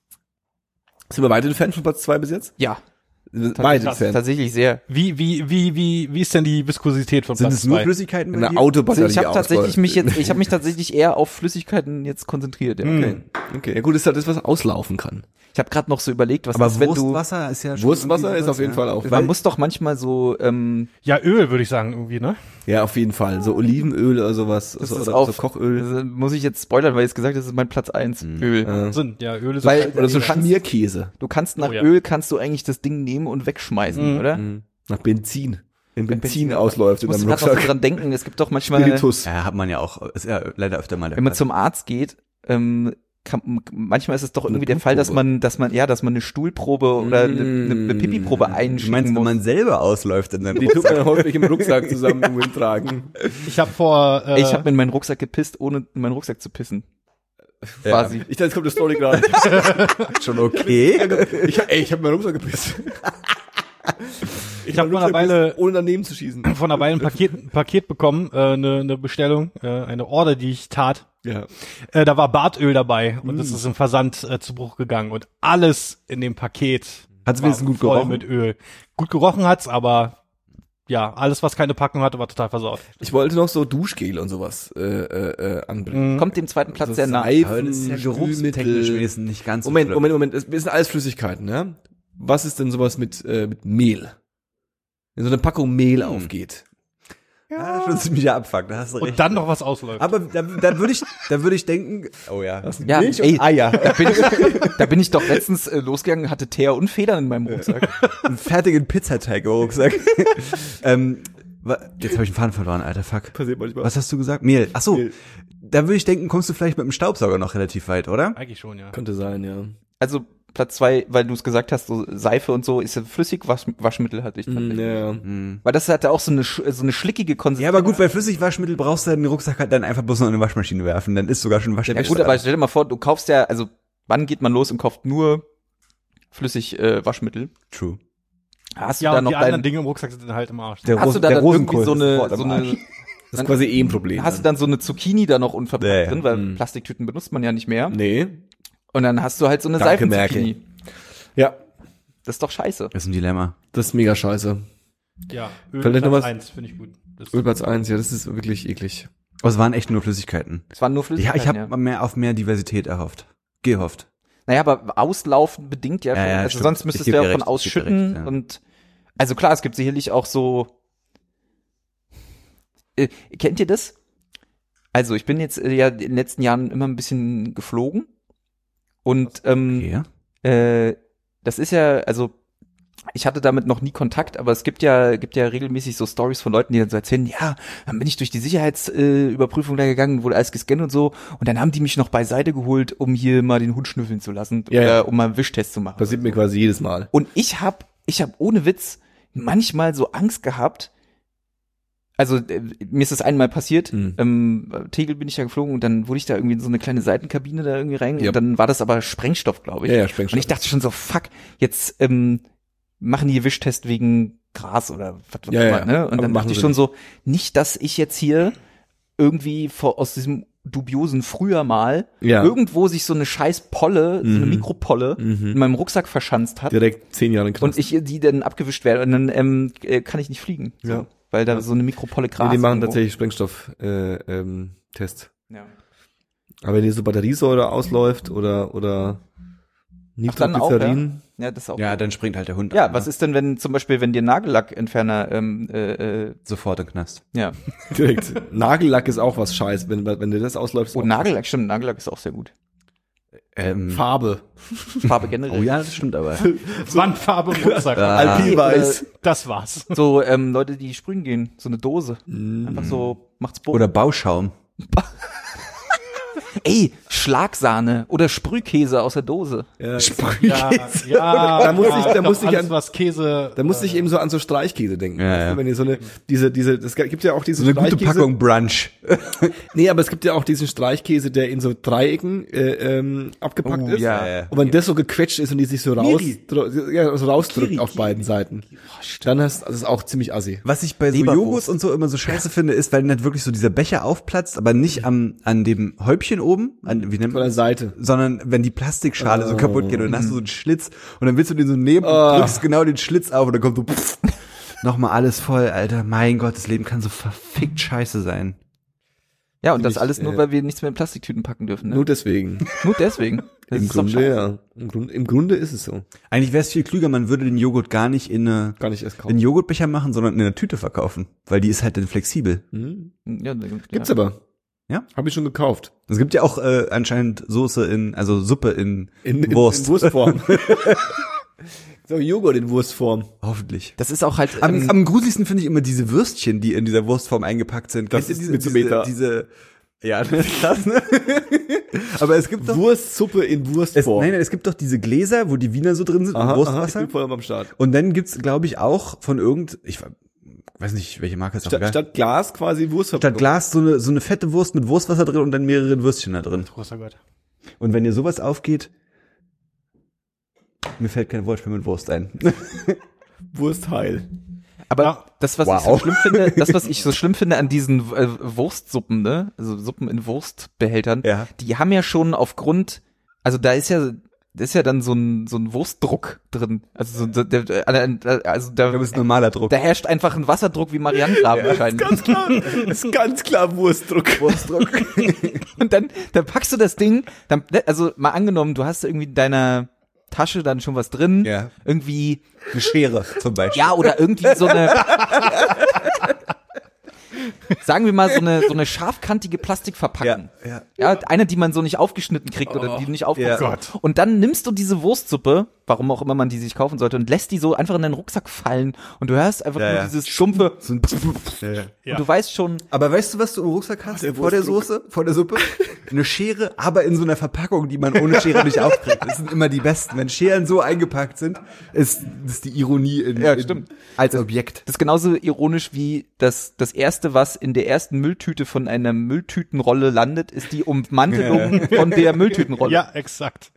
Sind wir weit entfernt von Platz zwei bis jetzt? Ja, Weit tatsächlich, entfernt. tatsächlich sehr. Wie, wie, wie, wie, wie ist denn die Viskosität von Sind Platz es nur zwei? Flüssigkeiten? bei Eine dir? Autobatterie Also ich habe tatsächlich ausläuft. mich jetzt, ich habe mich tatsächlich eher auf Flüssigkeiten jetzt konzentriert. Ja. Hm. Okay. Okay, ja gut, ist halt das, was auslaufen kann. Ich habe gerade noch so überlegt, was Aber ist, wenn du, Wurstwasser ist ja schon Wurstwasser irgendwie ist auf jeden sowas, Fall auch. man muss doch manchmal so, ähm, Ja, Öl würde ich sagen irgendwie, ne? Ja, auf jeden Fall. So Olivenöl oder sowas. das so, ist oder auf, so Kochöl. das muss ich jetzt spoilern, weil ich jetzt gesagt habe, das ist mein Platz eins. Öl. Äh, Sind, ja, Öl ist Weil- halt- oder so du kannst- Schmierkäse. Du kannst nach Oh ja. Öl kannst du eigentlich das Ding nehmen und wegschmeißen, Mhm. oder? Mhm. Nach Benzin. Wenn Wenn Benzin, Benzin- ausläuft Ich in muss deinem gerade noch so Rucksack. dran denken, es gibt doch manchmal, Spiritus. Ja, hat man ja auch, ist ja leider öfter mal der wenn man Fall. zum Arzt geht, ähm, kann, manchmal ist es doch Eine irgendwie der Fall, dass Blutprobe. man, dass man, ja, dass man eine Stuhlprobe oder eine, eine, eine Pipi-Probe Du einschicken meinst, wenn muss. man selber ausläuft in deinem Die tut man häufig im Rucksack zusammen irgendwo tragen. Ich habe vor, äh, Ich habe in meinen Rucksack gepisst, ohne in meinen Rucksack zu pissen. Quasi. Ich dachte, jetzt kommt die Story gerade. schon okay. Ich, ey, ich habe meinen Rucksack gepisst. ich habe vor einer Weile, ohne daneben zu schießen. vor einer Weile ein Paket, ein Paket bekommen, äh, eine, eine Bestellung, äh, eine Order, die ich tat. Ja. Äh, da war Bartöl dabei und das ist im Versand äh, zu Bruch gegangen und alles in dem Paket Hat's war wenigstens gut voll gerochen? mit Öl. Gut gerochen hat's, aber ja, alles, was keine Packung hatte, war total versaut. Ich wollte noch so Duschgel und sowas äh, äh, äh, anbringen. Kommt dem zweiten Platz So sehr nah. Seifen, Aber das ist ja geruchstechnisch Spülmittel. wenigstens nicht ganz so Moment, schlimm. Moment, Moment, das sind alles Flüssigkeiten, ja? Was ist denn sowas mit, äh, mit Mehl? Wenn so eine Packung Mehl Hm. aufgeht. Ja, das ist schon ziemlicher Abfuck, da hast du recht. Und dann noch was ausläuft. Aber da, da würde ich, da würde ich denken, oh ja. Ja, Milch und ey, Eier. da bin ich, da bin ich doch letztens äh, losgegangen, hatte Teer und Federn in meinem Rucksack. Einen fertigen Pizzateig im Rucksack. ähm, wa- jetzt habe ich einen Faden verloren, alter Fuck. Passiert manchmal. Was hast du gesagt? Mehl. Ach so. Mehl. Da würde ich denken, kommst du vielleicht mit dem Staubsauger noch relativ weit, oder? Eigentlich schon, ja. Könnte sein, ja. Also Platz zwei, weil du es gesagt hast, so Seife und so, ist ja Flüssigwaschmittel hatte ich tatsächlich. Ja. Weil das hatte auch so eine sch- so eine schlickige Konsistenz. Ja, aber gut, bei Flüssigwaschmittel brauchst du den Rucksack halt dann einfach bloß noch in eine Waschmaschine werfen, dann ist sogar schon Ja Waschmittel. gut, aber stell dir mal vor, du kaufst ja, also wann geht man los und kauft nur flüssig äh, Waschmittel? True. Hast du Ja, da und noch die anderen dein, Dinge im Rucksack sind halt im Arsch. Der hast Ros- du da der dann irgendwie Rosenkohl so ist eine, sofort am so eine Arsch. Das ist quasi eh ein Problem. hast du dann so eine Zucchini da noch unverpackt Ja, ja. drin, weil Mhm. Plastiktüten benutzt man ja nicht mehr. Nee. Und dann hast du halt so eine Danke, Seifenzucchini. Ja, Das ist doch scheiße. Das ist ein Dilemma. das ist mega scheiße. Ja, Öl Vielleicht noch Platz was- eins, finde ich gut. Das Ölplatz eins, ja, das ist wirklich eklig. Aber es waren echt nur Flüssigkeiten. Es waren nur Ja, Flüssigkeiten. ich habe mehr auf mehr Diversität erhofft. Gehofft. Naja, aber auslaufen bedingt ja, Ja, schon. ja, also stimmt. sonst Ich müsstest geb du ja dir auch von recht, ich geb dir ausschütten. recht, ja. Und also klar, es gibt sicherlich auch so. Äh, kennt ihr das? Also ich bin jetzt äh, ja in den letzten Jahren immer ein bisschen geflogen. Und ähm, Okay. äh, das ist ja, also ich hatte damit noch nie Kontakt, aber es gibt ja gibt ja regelmäßig so Stories von Leuten, die dann so erzählen, ja, dann bin ich durch die Sicherheitsüberprüfung äh, Überprüfung da gegangen, wurde alles gescannt und so, und dann haben die mich noch beiseite geholt, um hier mal den Hund schnüffeln zu lassen, Ja, oder ja. um mal einen Wischtest zu machen. Passiert mir quasi jedes Mal. Und ich hab, ich hab ohne Witz manchmal so Angst gehabt. Also äh, mir ist das einmal passiert. Mhm. Ähm, Tegel bin ich ja geflogen und dann wurde ich da irgendwie in so eine kleine Seitenkabine da irgendwie rein Ja. und dann war das aber Sprengstoff, glaube ich. Ja, ja, Sprengstoff. Und ich dachte schon so, fuck, jetzt ähm, machen die Wischtest wegen Gras oder was auch Ja, immer, ja, ne? Und aber dann machen dachte ich sie schon nicht. so, nicht, dass ich jetzt hier irgendwie vor, aus diesem dubiosen früher mal Ja. irgendwo sich so eine scheiß Polle, so eine Mhm. Mikropolle Mhm. in meinem Rucksack verschanzt hat. Direkt zehn Jahre in Knast. Und ich die dann abgewischt werde und dann ähm, äh, kann ich nicht fliegen. So, Ja. Weil da so eine Mikropolle Gras Nee, die machen irgendwo- tatsächlich Sprengstoff äh, ähm, Test. Ja. Aber wenn dir so Batteriesäure ausläuft oder oder Ach, dann auch, Nitroglycerin, Ja, das ist auch. Ja, dann springt halt der Hund ja, an, was ne? ist denn, wenn zum Beispiel, wenn dir Nagellackentferner, ähm, äh, äh, Sofort im Knast. ja. direkt. Nagellack ist auch was Scheiß, wenn wenn dir das ausläuft. ist Oh, auch Nagellack, stimmt, Nagellack ist auch sehr gut. Ähm, Farbe. Farbe generell. oh ja, das stimmt aber. Wandfarbe im Rucksack. Ah. Alpinweiß. Das war's. So, ähm, Leute, die sprühen gehen, so eine Dose. Mm. Einfach so, macht's Boden. Oder Bauschaum. Ey, Schlagsahne oder Sprühkäse aus der Dose. Ja, Ja, ja. Da muss ich- da ja, muss ich alles, an- was Käse. Da musste ich eben so an so Streichkäse denken. Ja, weißt du, ja. Wenn ihr so eine, diese, diese, das gibt ja auch diesen So eine gute Streichkäse. Packung Brunch. Nee, aber es gibt ja auch diesen Streichkäse, der in so Dreiecken äh, ähm, abgepackt Oh, ist. ja. ja. Und wenn das so gequetscht ist und die sich so raus, Kiri. dr- ja, so rausdrückt Kiri, auf beiden Seiten, dann hast das ist auch ziemlich assi. Was ich bei so Leberwurst. Joghurts und so immer so scheiße finde, ist, weil nicht wirklich so dieser Becher aufplatzt, aber nicht am, an dem Häubchen oben, an, wie nennt Von der man Seite. sondern wenn die Plastikschale so Oh. kaputt geht und dann hast du so einen Schlitz und dann willst du den so nehmen und Oh. drückst genau den Schlitz auf und dann kommt so pff, nochmal alles voll, Alter. Mein Gott, das Leben kann so verfickt scheiße sein. Ja, und Find das ich, alles nur, äh, weil wir nichts mehr in Plastiktüten packen dürfen. Ne? Nur deswegen. Nur deswegen. Das Im ist doch Grunde, scheiße. ja. Im Grunde, Im Grunde ist es so. Eigentlich wäre es viel klüger, man würde den Joghurt gar nicht in eine, Gar nicht erst in kaufen. Joghurtbecher machen, sondern in einer Tüte verkaufen, weil die ist halt dann flexibel. Hm. Ja, ja. Gibt's aber. Ja? Habe ich schon gekauft. Es gibt ja auch äh, anscheinend Soße in, also Suppe in, In, in Wurst. In Wurstform. So Joghurt in Wurstform. Hoffentlich. Das ist auch halt. Am, ähm, am gruseligsten finde ich immer diese Würstchen, die in dieser Wurstform eingepackt sind. Das Kennt ihr ist diese, mit so diese, Meter. diese, ja, das, ne? Aber es gibt doch, Wurstsuppe in es, Wurstform. nein, nein, es gibt doch diese Gläser, wo die Wiener so drin sind, aha, und aha, ich Wurstwasser. bin voll am Start. Und dann gibt's, glaube ich, auch von irgend, ich weiß nicht, welche Marke es ist, auch Statt, egal. statt Glas quasi Wurst. Statt Glas so eine, so eine fette Wurst mit Wurstwasser drin und dann mehrere Würstchen da drin. Großer Gott. Und wenn dir sowas aufgeht, mir fällt kein Wort mehr mit Wurst ein. Wurstheil. Aber Ja. das, was Wow. ich so schlimm finde, das, was ich so schlimm finde an diesen äh, Wurstsuppen, ne, also Suppen in Wurstbehältern, Ja. die haben ja schon aufgrund, also da ist ja, da ist ja dann so ein so ein Wurstdruck drin, also so, der, der, also da, Das ist normaler Druck. da herrscht einfach ein Wasserdruck wie Marianengraben wahrscheinlich. Ganz klar. Das ist ganz klar Wurstdruck. Wurstdruck. Und dann, dann packst du das Ding, dann, also mal angenommen, du hast irgendwie in deiner Tasche dann schon was drin, Ja. irgendwie, Eine Schere zum Beispiel. ja, oder irgendwie so eine, sagen wir mal so eine so eine scharfkantige Plastikverpackung. Ja, Ja, eine, die man so nicht aufgeschnitten kriegt oder die du nicht aufmachst. Ja. Und dann nimmst du diese Wurstsuppe, warum auch immer man die sich kaufen sollte, und lässt die so einfach in deinen Rucksack fallen und du hörst einfach Ja, nur ja. dieses stumpfe So ein ja, ja. Ja. und du weißt schon, Aber weißt du, was du im Rucksack hast? der Vor der Soße, vor der Suppe? Eine Schere, aber in so einer Verpackung, die man ohne Schere nicht aufkriegt. Das sind immer die besten. Wenn Scheren so eingepackt sind, ist das ist die Ironie in, Ja, in, stimmt. als Objekt. das ist genauso ironisch wie das das erste, was in der ersten Mülltüte von einer Mülltütenrolle landet, ist die Ummantelung von der Mülltütenrolle. Ja, exakt.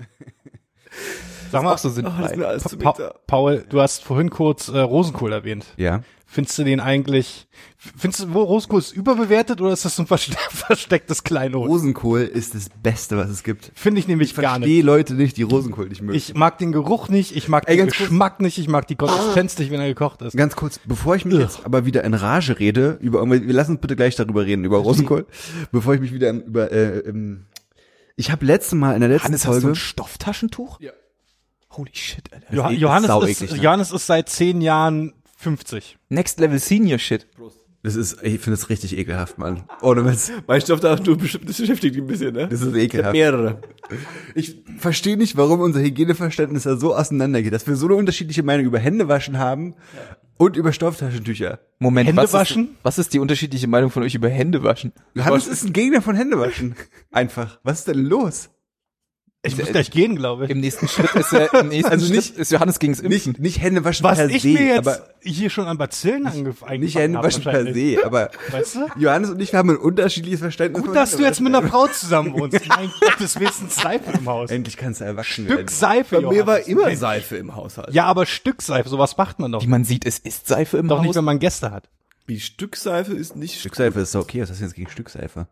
Sag mal, Auch so sinnvoll. Oh, das ist mir alles zu Pa bitter. Paul, du hast vorhin kurz äh, Rosenkohl erwähnt. Ja. Findest du den eigentlich, findest du, wo Rosenkohl ist überbewertet oder ist das so ein verste verstecktes Kleinod? Rosenkohl ist das Beste, was es gibt. Finde ich nämlich Ich gar nicht. verstehe Leute nicht, die Rosenkohl nicht mögen. Ich mag den Geruch nicht, ich mag Ey, den ganz kurz. Geschmack nicht, ich mag die Konsistenz nicht, wenn er gekocht ist. Ganz kurz, bevor ich mich jetzt aber wieder in Rage rede, über irgendwelche- wir lassen uns bitte gleich darüber reden, über Rosenkohl, bevor ich mich wieder über, äh, ähm, ich habe letzte Mal in der letzten Hannes, hast du Folge, ein Stofftaschentuch? Ja. Holy shit, Alter. Jo ist Johannes, sau ist, eklig, ne? Johannes ist seit zehn Jahren fünfzig. Next Level Senior Shit. das ist, ich finde das richtig ekelhaft, Mann. Ohne Witz. Mein Stoff da, du bestimmt, das beschäftigt dich ein bisschen, ne? Das ist Ich hab ekelhaft. mehrere. Ich verstehe nicht, warum unser Hygieneverständnis da so auseinandergeht, dass wir so eine unterschiedliche Meinung über Händewaschen haben und über Stofftaschentücher. Moment, Hände was ist, waschen? was ist die unterschiedliche Meinung von euch über Hände waschen? Johannes ist ein Gegner von Händewaschen. Einfach. Was ist denn los? Ich muss gleich gehen, glaube ich. Im nächsten Schritt ist er, im nächsten Also Schritt nicht- ist Johannes gegens Impfen. Nicht, nicht Händewaschen Was per ich se, mir jetzt aber hier schon an Bazillen angefangen nicht Händewaschen per se, aber Weißt du? Johannes und ich haben ein unterschiedliches Verständnis. Gut, von dass du jetzt mit Händewaschen. einer Frau zusammen wohnst. Mein Gott, das wenigstens Seife im Haus. Endlich kannst du erwachsen Stück werden. Seife, Bei mir war Johannes. immer Mensch. Seife im Haushalt. Ja, aber Stück Seife, sowas macht man doch. Wie man sieht, es ist Seife im Doch Haus. nicht, wenn man Gäste hat. Wie Stückseife ist nicht Stückseife ist okay, was hast du jetzt gegen Stückseife?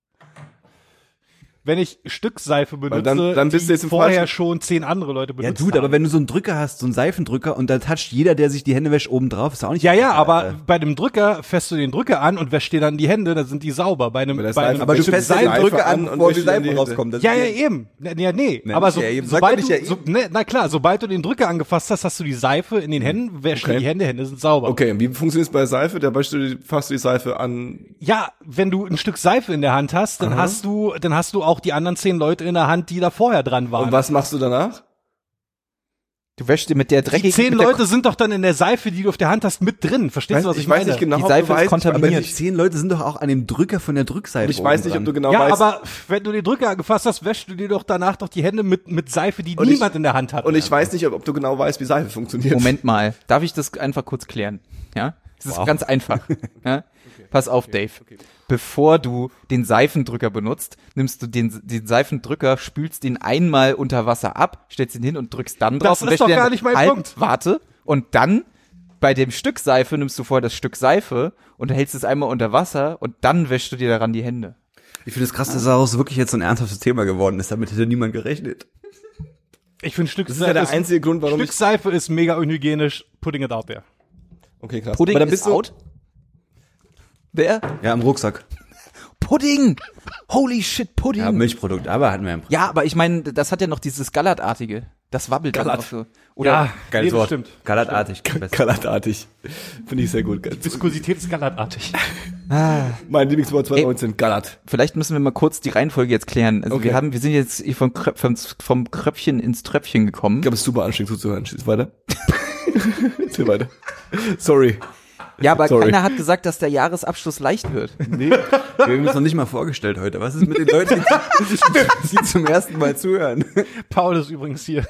Wenn ich Stückseife benutze, dann- dann bist die du jetzt im vorher falschen- schon zehn andere Leute Ja, benutzt Dude, aber haben. wenn du so einen Drücker hast, so einen Seifendrücker und da toucht jeder, der sich die Hände wäscht, oben drauf, ist auch nicht. Ja, ja, aber Alter. bei dem Drücker fässt du den Drücker an und wäschst dir dann die Hände, dann sind die sauber. Bei einem, Aber das bei Seife- einem Aber du Wäsche fässt die den Seife Drücker an an, und bevor die wäschst dir Seife die Hände. rauskommt. Das Ja, ist ja, eben. Nee, ja, nee. Nee, aber nicht so, ja eben. Sag sobald doch du, nicht ja so, eben. ne, na klar, sobald du den Drücker angefasst hast, hast du die Seife in den Händen, wäschst du Okay. die Hände, Hände sind sauber. Okay, und wie funktioniert es bei Seife? Da wäschst du die, fasst du die Seife an. Ja, wenn du ein Stück Seife in der Hand hast, dann hast du, dann hast du auch die anderen zehn Leute in der Hand, die da vorher dran waren. Und was machst du danach? Du wäschst dir mit der die dreckigen zehn mit der- Leute sind doch dann in der Seife, die du auf der Hand hast, mit drin. Verstehst Weiß- du, was ich, ich weiß meine? nicht genau, Die ob Seife du ist weißt, kontaminiert. aber die zehn Leute sind doch auch an dem Drücker von der Drückseife. ich weiß nicht, ob oben du dran. genau Ja, weißt. aber wenn du den Drücker angefasst hast, wäschst du dir doch danach doch die Hände mit, mit Seife, die Und ich- niemand in der Hand hat. Und ich weiß nicht, ob, ob du genau weißt, wie Seife funktioniert. Moment mal, darf ich das einfach kurz klären? Ja? Es ist ganz einfach. Ja? Pass auf, Dave. Bevor du den Seifendrücker benutzt, nimmst du den, den Seifendrücker, spülst den einmal unter Wasser ab, stellst ihn hin und drückst dann drauf. Das und ist wäschst doch dir gar dann- nicht mein halt, Punkt. Warte. Und dann bei dem Stück Seife nimmst du vorher das Stück Seife und hältst es einmal unter Wasser und dann wäschst du dir daran die Hände. Ich finde es krass, dass daraus wirklich jetzt so ein ernsthaftes Thema geworden ist. Damit hätte niemand gerechnet. Ich finde Stück Das ist ja der einzige Grund, warum Stück ich... Seife ist mega unhygienisch. Putting it out there. Okay, krass. Pudding aber dann ist bist du, out. Wer? Ja, im Rucksack. Pudding! Holy shit, Pudding! Ja, Milchprodukt, aber hatten wir im Ja, aber ich meine, das hat ja noch dieses Gallertartige. Das wabbelt dann Gallert. auch so. Oder Ja, Geiles nee, das Wort. stimmt. Gallertartig. Galatartig. Finde ich sehr gut. Viskosität ist gallertartig. Mein Lieblingswort zwanzig neunzehn, Galat. vielleicht müssen wir mal kurz die Reihenfolge jetzt klären. Also Okay. wir haben, wir sind jetzt hier vom, Kröp vom, vom Kröpfchen ins Tröpfchen gekommen. Ich glaube, es ist super anstrengend zuzuhören. Schieß weiter. Erzähl weiter. Sorry. Ja, aber Sorry. keiner hat gesagt, dass der Jahresabschluss leicht wird. Nee. Wir haben uns noch nicht mal vorgestellt heute. Was ist mit den Leuten, die, die zum ersten Mal zuhören? Paul ist übrigens hier.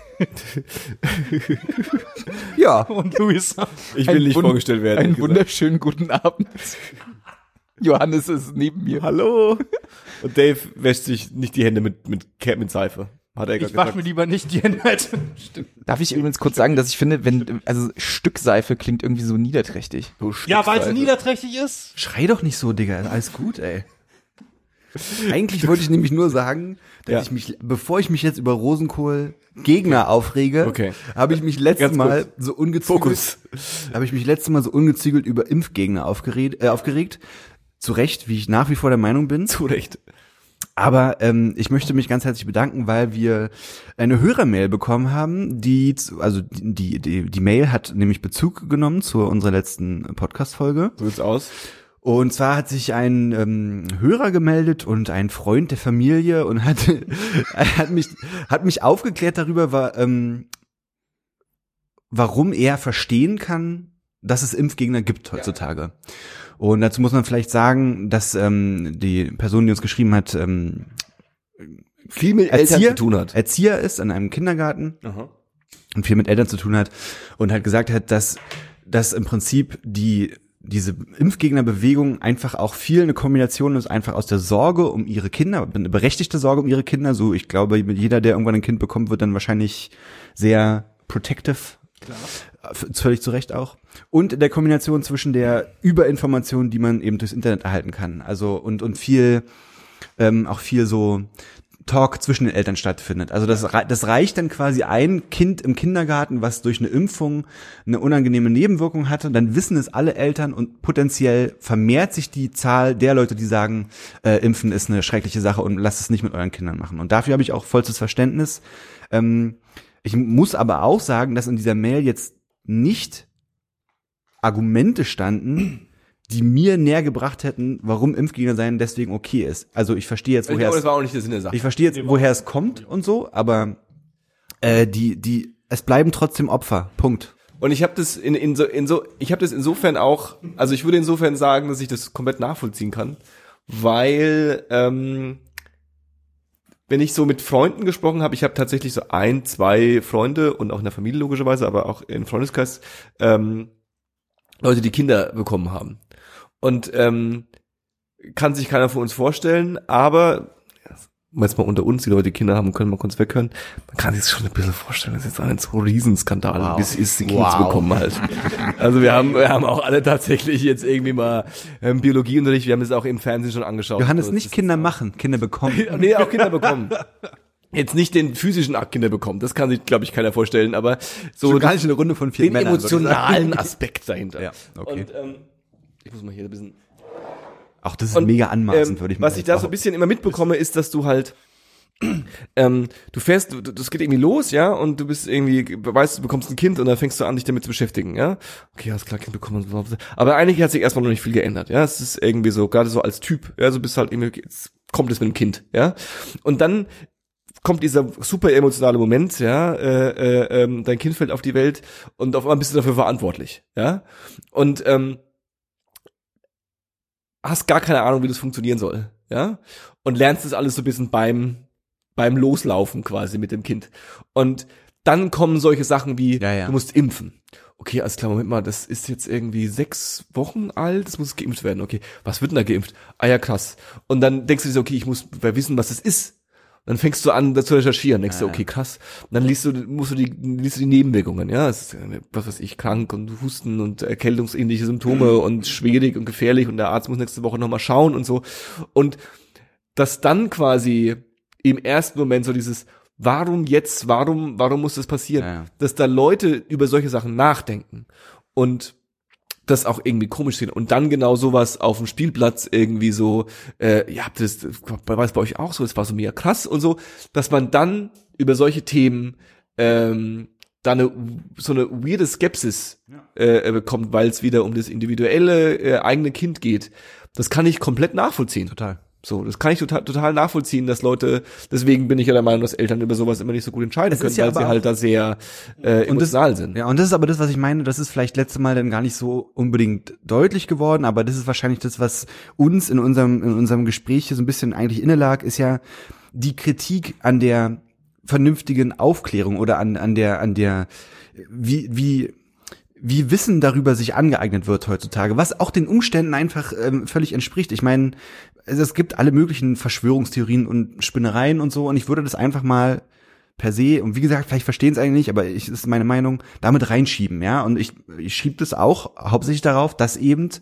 Ja. Und Luis. Ich will Ein nicht Wund- vorgestellt werden. Einen wie gesagt. wunderschönen guten Abend. Johannes ist neben mir. Hallo. Und Dave wäscht sich nicht die Hände mit, mit, Ke- mit Seife. Hat er Ich gerade wasche mir gesagt. lieber nicht die Hände. als- Stimmt. Darf ich übrigens kurz sagen, dass ich finde, wenn, also Stück Seife klingt irgendwie so niederträchtig. Du Ja, weil es Stückseife. niederträchtig ist. Schrei doch nicht so, Digga. Alles gut, ey. Eigentlich wollte ich nämlich nur sagen, dass Ja. ich mich, bevor ich mich jetzt über Rosenkohl Gegner aufrege, Okay. habe ich mich letztes Ganz Mal kurz. so ungezügelt, Fokus. habe ich mich letztes Mal so ungezügelt über Impfgegner aufgeregt, äh, aufgeregt. Zu Recht, wie ich nach wie vor der Meinung bin. Zu Recht. Aber ähm, ich möchte mich ganz herzlich bedanken, weil wir eine Hörermail bekommen haben, die, zu- also die, die, die Mail hat nämlich Bezug genommen zu unserer letzten Podcast-Folge. So sieht's aus. Und zwar hat sich ein ähm, Hörer gemeldet und ein Freund der Familie und hat hat mich hat mich aufgeklärt darüber, war, ähm, warum er verstehen kann, dass es Impfgegner gibt heutzutage. Ja. Und dazu muss man vielleicht sagen, dass ähm, die Person, die uns geschrieben hat, ähm, viel mit Erzieher, Eltern zu tun hat. Erzieher ist an einem Kindergarten Aha. und viel mit Eltern zu tun hat und halt gesagt hat, dass dass im Prinzip die diese Impfgegnerbewegung einfach auch viel eine Kombination ist, einfach aus der Sorge um ihre Kinder, eine berechtigte Sorge um ihre Kinder. So, ich glaube, jeder, der irgendwann ein Kind bekommt, wird dann wahrscheinlich sehr protective. Klar. Völlig zu Recht auch. Und in der Kombination zwischen der Überinformation, die man eben durchs Internet erhalten kann. Also und und viel, ähm, auch viel so Talk zwischen den Eltern stattfindet. Also das, das reicht dann quasi ein Kind im Kindergarten, was durch eine Impfung eine unangenehme Nebenwirkung hatte, dann wissen es alle Eltern und potenziell vermehrt sich die Zahl der Leute, die sagen, äh, Impfen ist eine schreckliche Sache und lasst es nicht mit euren Kindern machen. Und dafür habe ich auch vollstes Verständnis. Ähm, ich muss aber auch sagen, dass in dieser Mail jetzt nicht Argumente standen, die mir näher gebracht hätten, warum Impfgegner sein deswegen okay ist. Also ich verstehe jetzt, woher ich glaube, es, das war auch nicht der Sinn der Sache. ich verstehe jetzt, woher es kommt und so, aber äh, die die es bleiben trotzdem Opfer. Punkt. Und ich habe das in in so in so ich habe das insofern auch, also ich würde insofern sagen, dass ich das komplett nachvollziehen kann, weil ähm, wenn ich so mit Freunden gesprochen habe, ich habe tatsächlich so ein, zwei Freunde und auch in der Familie logischerweise, aber auch im Freundeskreis ähm, Leute, die Kinder bekommen haben. Und ähm, kann sich keiner von uns vorstellen, aber jetzt mal unter uns, die Leute, die Kinder haben, können mal kurz weghören, man kann sich schon ein bisschen vorstellen, das ist jetzt ein so ein Riesenskandal, wow. bis es die Kinder wow. bekommen halt. Also wir haben wir haben auch alle tatsächlich jetzt irgendwie mal ähm, Biologieunterricht, wir haben es auch im Fernsehen schon angeschaut. Johannes, also, nicht Kinder machen, Kinder bekommen. Nee, auch Kinder bekommen. Jetzt nicht den physischen Akt Kinder bekommen, das kann sich, glaube ich, keiner vorstellen, aber so schon gar nicht eine Runde von vier den Männern, emotionalen Aspekt dahinter. Ja, okay. Und, ähm, ich muss mal hier ein bisschen. Auch das ist und, mega anmaßend, ähm, würde ich mal sagen. Was ich da so ein bisschen immer mitbekomme, ist, dass du halt, ähm, du fährst, du, das geht irgendwie los, ja, und du bist irgendwie, weißt, du bekommst ein Kind und dann fängst du an, dich damit zu beschäftigen, ja. Okay, alles klar, Kind bekommen. Aber eigentlich hat sich erstmal noch nicht viel geändert, ja. Es ist irgendwie so, gerade so als Typ, ja, so bist halt irgendwie, jetzt kommt es mit dem Kind, ja. Und dann kommt dieser super emotionale Moment, ja, äh, äh, ähm, dein Kind fällt auf die Welt und auf einmal bist du dafür verantwortlich, ja. Und ähm, hast gar keine Ahnung, wie das funktionieren soll, ja, und lernst das alles so ein bisschen beim beim Loslaufen quasi mit dem Kind. Und dann kommen solche Sachen wie, ja, ja. du musst impfen. Okay, alles klar, Moment mal, das ist jetzt irgendwie sechs Wochen alt, das muss geimpft werden. Okay, was wird denn da geimpft? Ah ja, krass. Und dann denkst du dir so, okay, ich muss wissen, was das ist. Dann fängst du an, das zu recherchieren, denkst du, okay, krass. Und dann liest du, musst du die, liest du die Nebenwirkungen, ja, es ist, was weiß ich, krank und Husten und erkältungsähnliche Symptome und schwierig und gefährlich und der Arzt muss nächste Woche nochmal schauen und so. Und dass dann quasi im ersten Moment so dieses, warum jetzt, warum, warum muss das passieren? Ja. Dass da Leute über solche Sachen nachdenken und das auch irgendwie komisch sehen und dann genau sowas auf dem Spielplatz irgendwie so, äh, ihr habt das, war es bei euch auch so, das war so mega krass und so, dass man dann über solche Themen ähm, da eine, so eine weirde Skepsis äh, bekommt, weil es wieder um das individuelle äh, eigene Kind geht. Das kann ich komplett nachvollziehen. Total. So, das kann ich total, total nachvollziehen, dass Leute, deswegen bin ich ja der Meinung, dass Eltern über sowas immer nicht so gut entscheiden Das können, ist ja weil sie aber halt da sehr äh, emotional das, sind. Ja, und das ist aber das, was ich meine, das ist vielleicht letzte Mal dann gar nicht so unbedingt deutlich geworden, aber das ist wahrscheinlich das, was uns in unserem, in unserem Gespräch hier so ein bisschen eigentlich inne lag, ist ja die Kritik an der vernünftigen Aufklärung oder an, an der, an der, wie, wie, wie Wissen darüber sich angeeignet wird heutzutage, was auch den Umständen einfach ähm, völlig entspricht. Ich meine, also es gibt alle möglichen Verschwörungstheorien und Spinnereien und so, und ich würde das einfach mal per se, und wie gesagt, vielleicht verstehen es eigentlich nicht, aber ich, das ist meine Meinung, damit reinschieben, ja, und ich, ich schiebe das auch hauptsächlich darauf, dass eben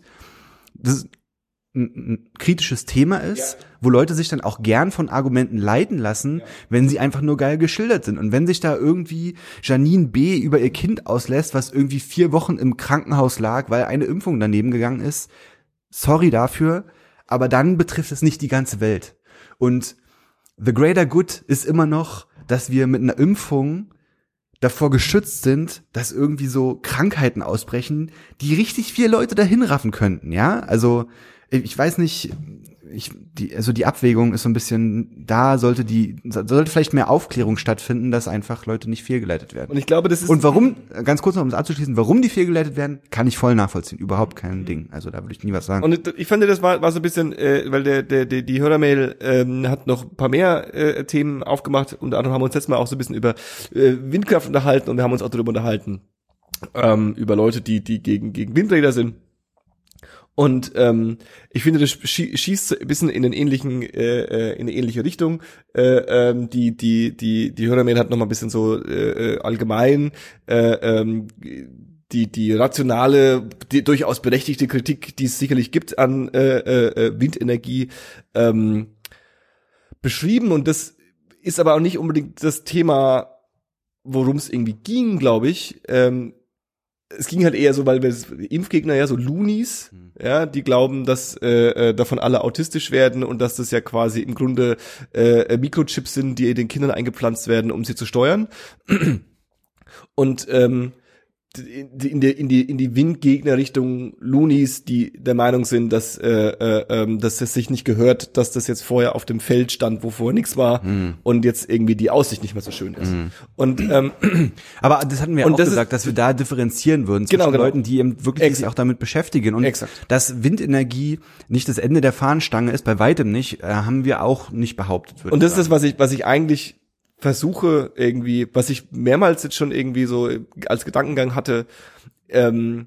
das ein, ein kritisches Thema ist, ja, wo Leute sich dann auch gern von Argumenten leiten lassen, ja, wenn sie einfach nur geil geschildert sind. Und wenn sich da irgendwie Janine B. über ihr Kind auslässt, was irgendwie vier Wochen im Krankenhaus lag, weil eine Impfung daneben gegangen ist, sorry dafür, aber dann betrifft es nicht die ganze Welt. Und the greater good ist immer noch, dass wir mit einer Impfung davor geschützt sind, dass irgendwie so Krankheiten ausbrechen, die richtig viele Leute dahin raffen könnten, ja? Also, ich weiß nicht, ich, die, also die Abwägung ist so ein bisschen, da sollte die, sollte vielleicht mehr Aufklärung stattfinden, dass einfach Leute nicht fehlgeleitet werden. Und ich glaube, das ist. Und warum, ganz kurz noch, um das abzuschließen, warum die fehlgeleitet werden, kann ich voll nachvollziehen. Überhaupt kein Ding. Also da würde ich nie was sagen. Und ich fand, das war, war so ein bisschen, äh, weil der, der, der, die Hörermail ähm, hat noch ein paar mehr äh, Themen aufgemacht. Unter anderem haben wir uns letztes Mal auch so ein bisschen über äh, Windkraft unterhalten und wir haben uns auch darüber unterhalten, ähm, über Leute, die, die gegen, gegen Windräder sind. Und ähm, ich finde, das schie- schießt ein bisschen in den ähnlichen, äh, in eine ähnliche Richtung. Äh, ähm, die die die die Hörermail hat noch mal ein bisschen so äh, allgemein äh, ähm, die die rationale, die durchaus berechtigte Kritik, die es sicherlich gibt an äh, äh, Windenergie, ähm, beschrieben. Und das ist aber auch nicht unbedingt das Thema, worum es irgendwie ging, glaube ich. Ähm, Es ging halt eher so, weil wir Impfgegner ja so Loonies, hm. ja, die glauben, dass äh, davon alle autistisch werden und dass das ja quasi im Grunde äh, Mikrochips sind, die den Kindern eingepflanzt werden, um sie zu steuern. Und ähm, in die in die in die Windgegner-Richtung Loonies, die der Meinung sind, dass äh, äh, dass es sich nicht gehört, dass das jetzt vorher auf dem Feld stand, wo vorher nichts war mm. und jetzt irgendwie die Aussicht nicht mehr so schön ist. Mm. Und ähm, aber das hatten wir und auch das gesagt, ist, dass wir da differenzieren würden zwischen genau, genau. Leuten, die eben wirklich Exakt. sich auch damit beschäftigen und Exakt. dass Windenergie nicht das Ende der Fahnenstange ist, bei weitem nicht, äh, haben wir auch nicht behauptet. Und das ist das, was ich was ich eigentlich versuche irgendwie, was ich mehrmals jetzt schon irgendwie so als Gedankengang hatte, ähm,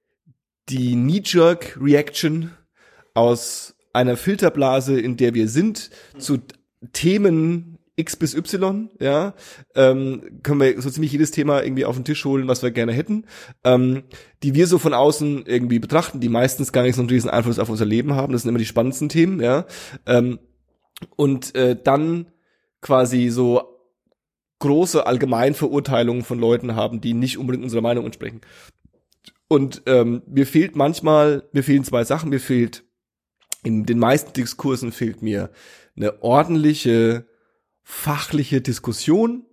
die Knee-Jerk-Reaction aus einer Filterblase, in der wir sind, zu Themen X bis Y, ja, ähm, können wir so ziemlich jedes Thema irgendwie auf den Tisch holen, was wir gerne hätten, ähm, die wir so von außen irgendwie betrachten, die meistens gar nicht so einen riesen Einfluss auf unser Leben haben, das sind immer die spannendsten Themen, ja, ähm, und äh, dann quasi so große Allgemeinverurteilungen von Leuten haben, die nicht unbedingt unserer Meinung entsprechen. Und ähm, mir fehlt manchmal, mir fehlen zwei Sachen, mir fehlt, in den meisten Diskursen fehlt mir eine ordentliche, fachliche Diskussion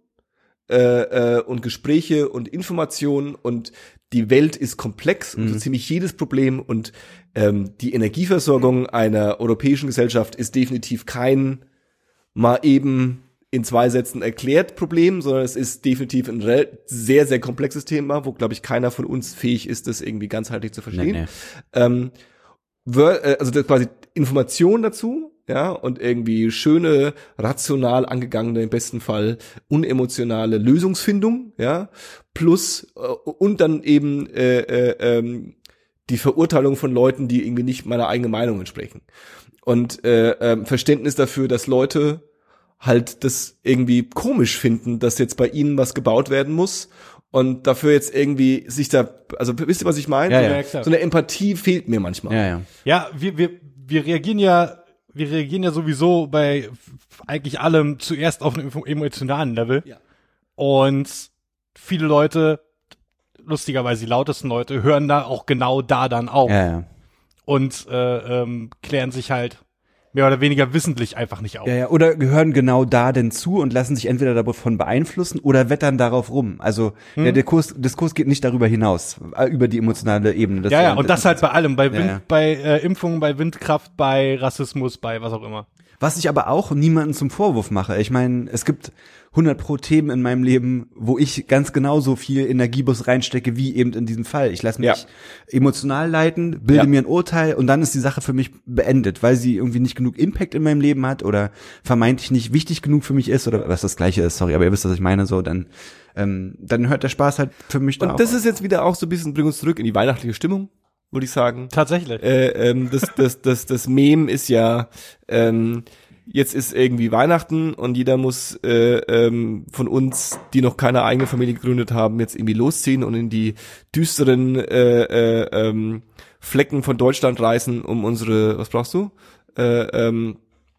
äh, äh, und Gespräche und Informationen und die Welt ist komplex mhm. und so ziemlich jedes Problem und ähm, die Energieversorgung einer europäischen Gesellschaft ist definitiv kein mal eben in zwei Sätzen erklärt Problem, sondern es ist definitiv ein sehr, sehr komplexes Thema, wo, glaube ich, keiner von uns fähig ist, das irgendwie ganzheitlich zu verstehen. Nee, nee. Ähm, also das quasi Information dazu, ja, und irgendwie schöne, rational angegangene, im besten Fall unemotionale Lösungsfindung, ja, plus äh, und dann eben äh, äh, ähm, die Verurteilung von Leuten, die irgendwie nicht meiner eigenen Meinung entsprechen. Und äh, äh, Verständnis dafür, dass Leute halt das irgendwie komisch finden, dass jetzt bei ihnen was gebaut werden muss und dafür jetzt irgendwie sich da, also wisst ihr, was ich meine? Ja, so, ja, eine, klar. so eine Empathie fehlt mir manchmal. Ja, ja. Ja, wir, wir, wir reagieren ja, wir reagieren ja sowieso bei eigentlich allem zuerst auf einem emotionalen Level. Ja. Und viele Leute, lustigerweise die lautesten Leute, hören da auch genau da dann auf. Ja, ja. Und äh, ähm, klären sich halt mehr oder weniger wissentlich einfach nicht auf. Ja, ja, oder gehören genau da denn zu und lassen sich entweder davon beeinflussen oder wettern darauf rum. Also hm. der Diskurs, Diskurs geht nicht darüber hinaus, über die emotionale Ebene. Das ja, ja, und das halt bei allem, bei Wind, ja, ja. bei äh, Impfungen, bei Windkraft, bei Rassismus, bei was auch immer. Was ich aber auch niemandem zum Vorwurf mache. Ich meine, es gibt hundert pro Themen in meinem Leben, wo ich ganz genauso viel Energiebus reinstecke, wie eben in diesem Fall. Ich lasse mich ja. emotional leiten, bilde ja. mir ein Urteil und dann ist die Sache für mich beendet, weil sie irgendwie nicht genug Impact in meinem Leben hat oder vermeintlich nicht wichtig genug für mich ist oder was das Gleiche ist, sorry, aber ihr wisst, was ich meine, so, dann ähm, dann hört der Spaß halt für mich da Und auch das auf. ist jetzt wieder auch so ein bisschen, bring uns zurück in die weihnachtliche Stimmung, würde ich sagen. Tatsächlich. Äh, ähm, das, das, das, das Meme ist ja, ähm, jetzt ist irgendwie Weihnachten und jeder muss äh, ähm, von uns, die noch keine eigene Familie gegründet haben, jetzt irgendwie losziehen und in die düsteren äh, äh, ähm, Flecken von Deutschland reisen, um unsere, was brauchst du? Äh, ähm,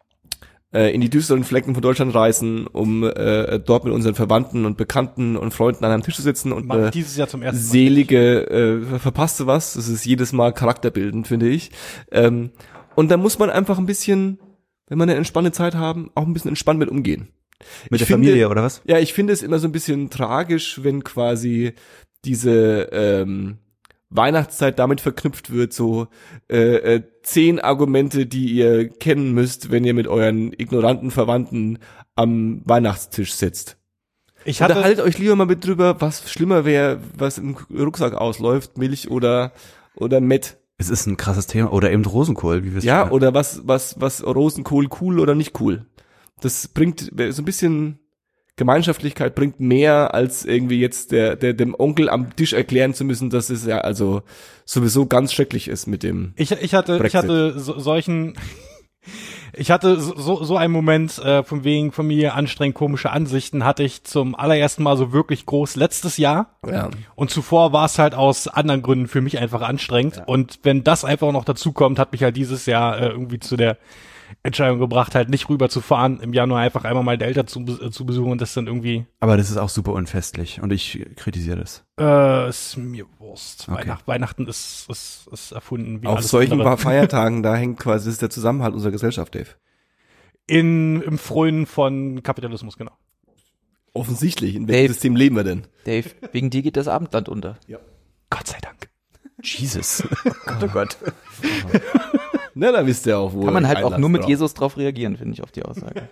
äh, in die düsteren Flecken von Deutschland reisen, um äh, dort mit unseren Verwandten und Bekannten und Freunden an einem Tisch zu sitzen und Mache äh, dieses Jahr zum ersten Mal. selige, äh, verpasste was, das ist jedes Mal charakterbildend, finde ich. Ähm, und da muss man einfach ein bisschen, wenn wir eine entspannte Zeit haben, auch ein bisschen entspannt mit umgehen. Mit Ich der Familie, finde- oder was? Ja, ich finde es immer so ein bisschen tragisch, wenn quasi diese ähm, Weihnachtszeit damit verknüpft wird, so äh, äh, zehn Argumente, die ihr kennen müsst, wenn ihr mit euren ignoranten Verwandten am Weihnachtstisch sitzt. Ich hatte, Unterhaltet euch lieber mal mit drüber, was schlimmer wäre, was im Rucksack ausläuft, Milch oder oder Mett. Es ist ein krasses Thema. Oder eben Rosenkohl, wie wir es Ja, schon- oder was was was Rosenkohl cool oder nicht cool. Das bringt so ein bisschen Gemeinschaftlichkeit bringt mehr als irgendwie jetzt der der dem Onkel am Tisch erklären zu müssen, dass es ja also sowieso ganz schrecklich ist mit dem. ich, ich hatte, ich Brexit. hatte so, solchen, ich hatte so, so so einen Moment, äh, von wegen Familie anstrengend, komische Ansichten, hatte ich zum allerersten Mal so wirklich groß letztes Jahr. Ja. Und zuvor war es halt aus anderen Gründen für mich einfach anstrengend. Und wenn das einfach noch dazu kommt, hat mich halt dieses Jahr äh, irgendwie zu der Entscheidung gebracht, halt nicht rüber zu fahren, im Januar einfach einmal mal Delta zu, äh, zu besuchen und das dann irgendwie, Aber das ist auch super unfestlich und ich kritisiere das. äh, ist mir Wurst. Okay. Weihnacht, Weihnachten ist, ist, ist erfunden wie Auf alles solchen andere. Feiertagen, da hängt quasi das ist der Zusammenhalt unserer Gesellschaft, Dave. In, im Frönen von Kapitalismus, genau. Offensichtlich. In welchem Dave. System leben wir denn? Dave, wegen dir geht das Abendland unter. Gott sei Dank. Jesus. Oh Gott. Na, da wisst ihr auch, wo Kann man ihr halt auch Einlass nur mit braucht. Jesus drauf reagieren, finde ich, auf die Aussage.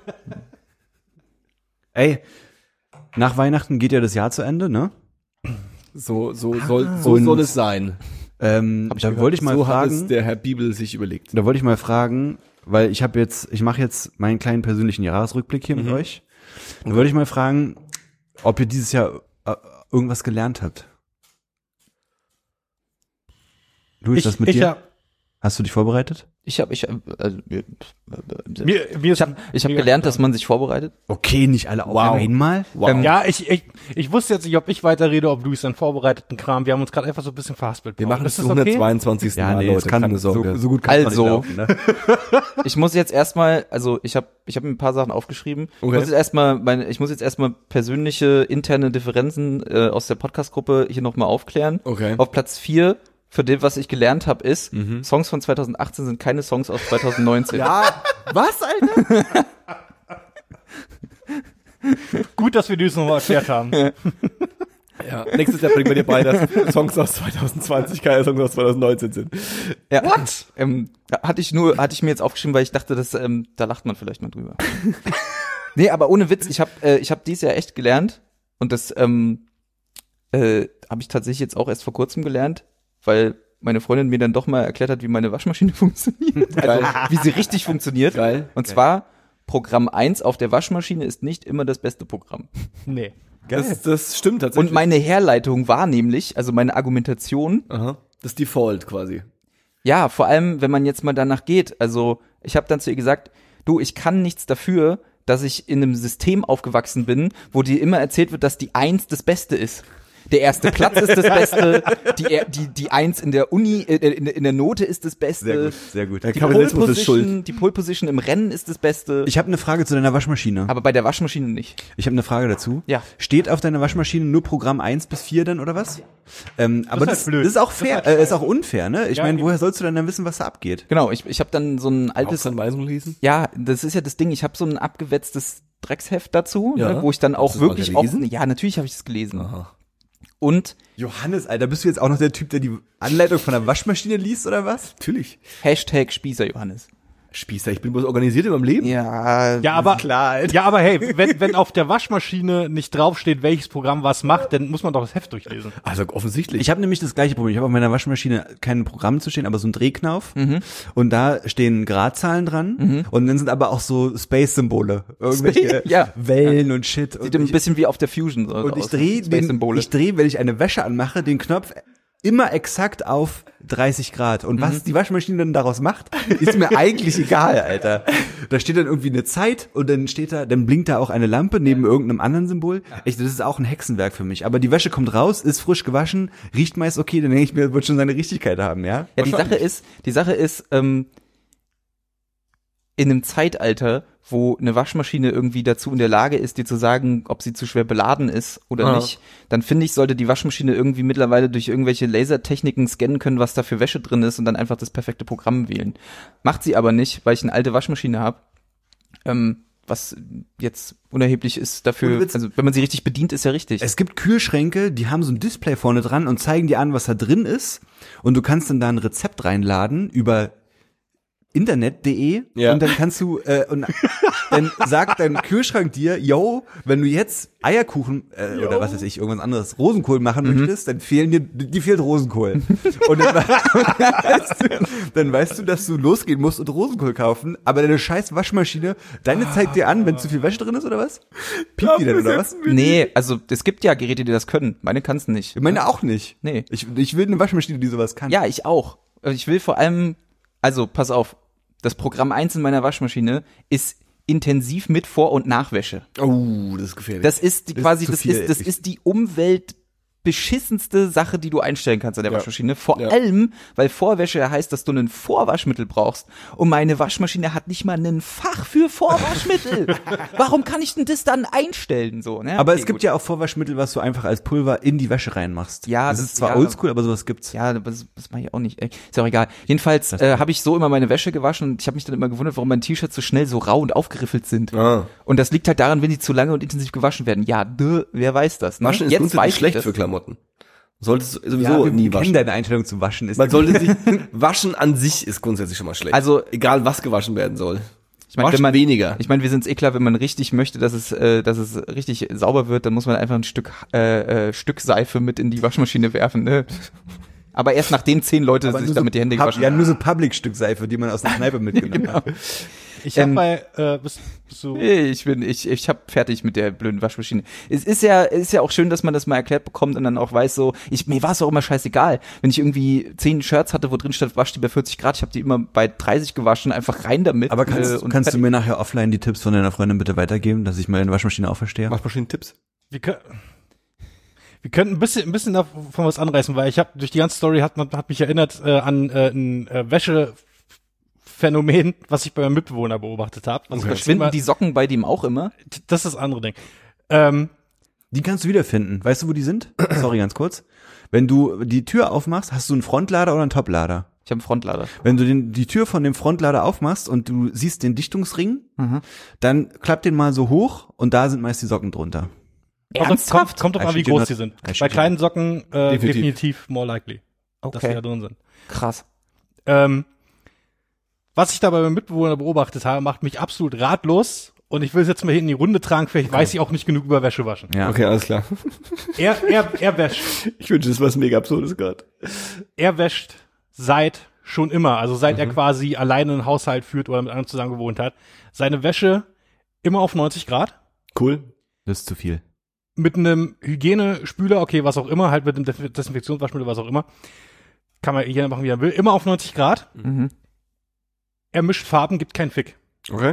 Ey, nach Weihnachten geht ja das Jahr zu Ende, ne? So, so soll, so Und- soll es sein. Ähm, Hab ich da gehört. wollte ich mal so hat es fragen, der Herr Bibel sich überlegt. da wollte ich mal fragen, weil ich habe jetzt, ich mache jetzt meinen kleinen persönlichen Jahresrückblick hier Mhm. mit euch. Da wollte ich mal fragen, ob ihr dieses Jahr äh, irgendwas gelernt habt. Luis, Ich, was mit ich, dir? ja, Hast du dich vorbereitet? Ich habe, ich, äh, also, äh, mir, mir ich habe ich hab gelernt, dass man sich vorbereitet. Okay, nicht alle auf Wow. einmal. Wow. Ähm, Ja, ich, ich, ich wusste jetzt nicht, ob ich weiterrede, ob Luis dann vorbereiteten Kram. Wir haben uns gerade einfach so ein bisschen verhaspelt. wir Paul. machen es Ist zum das okay? hundertzweiundzwanzigsten Mal, Leute, keine Sorge. so, so gut kann Also. es nicht laufen, ne? Ich muss jetzt erstmal, also ich habe ich hab mir ein paar Sachen aufgeschrieben. Okay. Ich muss jetzt erstmal meine, ich muss jetzt erstmal persönliche interne Differenzen äh, aus der Podcast-Gruppe hier nochmal aufklären. Okay. Auf Platz vier für dem, was ich gelernt habe, ist, Mhm. Songs von zweitausendachtzehn sind keine Songs aus zweitausendneunzehn. Ja, was, Alter? Gut, dass wir dies nochmal erklärt haben. Ja, nächstes Jahr bringen wir dir bei, dass Songs aus zweitausendzwanzig keine Songs aus zweitausendneunzehn sind. Ja. What? Ähm, hatte ich nur, hatte ich mir jetzt aufgeschrieben, weil ich dachte, dass, ähm, da lacht man vielleicht mal drüber. Nee, aber ohne Witz, ich habe äh, ich hab dieses Jahr echt gelernt und das ähm, äh, habe ich tatsächlich jetzt auch erst vor kurzem gelernt, weil meine Freundin mir dann doch mal erklärt hat, wie meine Waschmaschine funktioniert. Also, wie sie richtig funktioniert. Geil. Und zwar, Programm eins auf der Waschmaschine ist nicht immer das beste Programm. Nee. Das, das stimmt tatsächlich. Und meine Herleitung war nämlich, also meine Argumentation, Aha. Das Default quasi. ja, vor allem, wenn man jetzt mal danach geht. Also, ich habe dann zu ihr gesagt, du, ich kann nichts dafür, dass ich in einem System aufgewachsen bin, wo dir immer erzählt wird, dass die Eins das Beste ist. Der erste Platz ist das Beste, die, die, die Eins in der Uni, äh, in, in der Note ist das Beste. Sehr gut, sehr gut. Der Die Pole Kapitalismus ist schuld. Position, die Pole Position im Rennen ist das Beste. Ich habe eine Frage zu deiner Waschmaschine. aber bei der Waschmaschine nicht. Ich habe eine Frage dazu. Ja. Steht auf deiner Waschmaschine nur Programm eins bis vier dann oder was? Ähm, aber halt das, blöd. das ist auch Das fair, ist halt äh, ist auch unfair, ne? Ich Ja, meine, eben. woher sollst du denn dann wissen, was da abgeht? Genau, ich, ich habe dann so ein altes, Aufsanweisung lesen? ja, das ist ja das Ding, ich habe so ein abgewetztes Drecksheft dazu, Ja. ne, wo ich dann Hast auch du's mal wirklich oft, gelesen? ja, natürlich habe ich es gelesen. Aha. Und Johannes, Alter, bist du jetzt auch noch der Typ, der die Anleitung von der Waschmaschine liest oder was? Natürlich. Hashtag Spießer Johannes. Spießer, ich bin bloß organisiert in meinem Leben. Ja, Ja, aber, Klar, Alter. ja, aber hey, wenn, wenn auf der Waschmaschine nicht draufsteht, welches Programm was macht, dann muss man doch das Heft durchlesen. Also offensichtlich. Ich habe nämlich das gleiche Problem. Ich habe auf meiner Waschmaschine kein Programm zu stehen, aber so ein Drehknauf. Und da stehen Gradzahlen dran. Und dann sind aber auch so Space-Symbole. Irgendwelche Ja. Wellen und Shit. sieht Und ein ich, bisschen wie auf der Fusion so und ich aus. drehe den, Space-Symbole. ich drehe, wenn ich eine Wäsche anmache, den Knopf immer exakt auf dreißig Grad. Und was die Waschmaschine dann daraus macht, ist mir eigentlich egal, Alter. Da steht dann irgendwie eine Zeit und dann steht da, dann blinkt da auch eine Lampe neben irgendeinem anderen Symbol. Echt, das ist auch ein Hexenwerk für mich. Aber die Wäsche kommt raus, ist frisch gewaschen, riecht meist okay, dann denke ich mir, wird schon seine Richtigkeit haben, ja? Ja, die Sache ist, die Sache ist, ähm, in einem Zeitalter, wo eine Waschmaschine irgendwie dazu in der Lage ist, dir zu sagen, ob sie zu schwer beladen ist oder Ja. nicht, dann finde ich, sollte die Waschmaschine irgendwie mittlerweile durch irgendwelche Lasertechniken scannen können, was da für Wäsche drin ist und dann einfach das perfekte Programm wählen. Macht sie aber nicht, weil ich eine alte Waschmaschine habe, ähm, was jetzt unerheblich ist dafür, Witz. also wenn man sie richtig bedient, ist ja richtig. Es gibt Kühlschränke, die haben so ein Display vorne dran und zeigen dir an, was da drin ist. Und du kannst dann da ein Rezept reinladen über internet punkt de Ja. und dann kannst du äh, und dann sagt dein Kühlschrank dir, yo, wenn du jetzt Eierkuchen äh, oder was weiß ich, irgendwas anderes, Rosenkohl machen Mhm. möchtest, dann fehlen dir, die fehlt Rosenkohl. Und dann, weißt du, dann weißt du, dass du losgehen musst und Rosenkohl kaufen, aber deine scheiß Waschmaschine, deine zeigt dir an, wenn zu viel Wäsche drin ist oder was? Piept die denn oder was? Nee, also es gibt ja Geräte, die das können. Meine kann's nicht. Ich meine auch nicht. Nee. Ich, ich will eine Waschmaschine, die sowas kann. Ja, ich auch. Ich will vor allem, also pass auf, das Programm eins in meiner Waschmaschine ist intensiv mit Vor- und Nachwäsche. Oh, das ist gefährlich. Das ist die, Ist quasi, zu das viel. ist, das Ich- ist die Umwelt beschissenste Sache, die du einstellen kannst an der Ja. Waschmaschine. Vor Ja. allem, weil Vorwäsche heißt, dass du ein Vorwaschmittel brauchst. Und meine Waschmaschine hat nicht mal ein Fach für Vorwaschmittel. Warum kann ich denn das dann einstellen? So, ne? Aber Okay, es gibt gut. ja auch Vorwaschmittel, was du einfach als Pulver in die Wäsche reinmachst. Ja, das, das- ist zwar ja. oldschool, aber sowas gibt's. Ja, aber das, das mache ich auch nicht. Ey. Ist ja auch egal. Jedenfalls äh, habe ich so immer meine Wäsche gewaschen und ich habe mich dann immer gewundert, warum meine T-Shirts so schnell so rau und aufgeriffelt sind. Ah. Und das liegt halt daran, wenn die zu lange und intensiv gewaschen werden. Ja, duh, wer weiß das. Ne? Waschen ist Jetzt grundsätzlich weiß ich schlecht das. für Klamotten. Solltest du sowieso Ja, wir nie kennen waschen. deine Einstellung zum Waschen. Ist Man sollte sich, waschen an sich ist grundsätzlich schon mal schlecht. Also- egal was gewaschen werden soll. Ich meine, wenn Waschen man weniger. Ich meine, wir sind eh klar, wenn man richtig möchte, dass es, äh, dass es richtig sauber wird, dann muss man einfach ein Stück, äh, äh, Stück Seife mit in die Waschmaschine werfen. Ne? Aber erst nachdem zehn Leute aber sich nur damit so die Hände Pub- gewaschen Ja, nur so Public-Stück Seife, die man aus der Kneipe mitgenommen hat. Ich habe Ähm, bei, äh, bist, bist du, Ich bin, ich, ich hab fertig mit der blöden Waschmaschine. Es ist ja, es ist ja auch schön, dass man das mal erklärt bekommt und dann auch weiß so, ich, mir war es auch immer scheißegal. Wenn ich irgendwie zehn Shirts hatte, wo drin stand, wasch die bei vierzig Grad, ich habe die immer bei dreißig gewaschen, einfach rein damit. Aber kannst, äh, und kannst du fertig. mir nachher offline die Tipps von deiner Freundin bitte weitergeben, dass ich meine Waschmaschine auch verstehe? Waschmaschinen-Tipps. wir können, wir könnten ein bisschen, ein bisschen davon was anreißen, weil ich habe durch die ganze Story hat man hat mich erinnert äh, an äh, ein äh, Wäschephänomen, was ich bei meinem Mitbewohner beobachtet habe. Also Verschwinden die Socken bei dem auch immer? Das ist das andere Ding. Ähm, Die kannst du wiederfinden. Weißt du, wo die sind? Sorry, ganz kurz. Wenn du die Tür aufmachst, hast du einen Frontlader oder einen Toplader? Ich habe einen Frontlader. Wenn du den, die Tür von dem Frontlader aufmachst und du siehst den Dichtungsring, Mhm. dann klapp den mal so hoch und da sind meist die Socken drunter. kommt, kommt, kommt drauf an, wie I shit you groß not. die sind. I Bei shit you kleinen Socken äh, Definitiv. definitiv. more likely, dass die da Okay, drin sind. krass. Ähm, was ich da bei meinem Mitbewohner beobachtet habe, macht mich absolut ratlos. Und ich will es jetzt mal hier in die Runde tragen, vielleicht weiß ich auch nicht genug über Wäsche waschen. Ja. Okay, alles klar. Er, er, er wäscht, Ich wünsche, das was mega absurdes gerade. er wäscht seit schon immer, also seit Mhm. er quasi alleine einen Haushalt führt oder mit anderen zusammen gewohnt hat, seine Wäsche immer auf neunzig Grad, Cool. Das ist zu viel. mit einem Hygienespüler, okay, was auch immer, halt mit einem Desinf- Desinfektionswaschmittel, was auch immer. Kann man jeder machen, wie er will, immer auf neunzig Grad. Mhm. Er mischt Farben, gibt keinen Fick. Okay.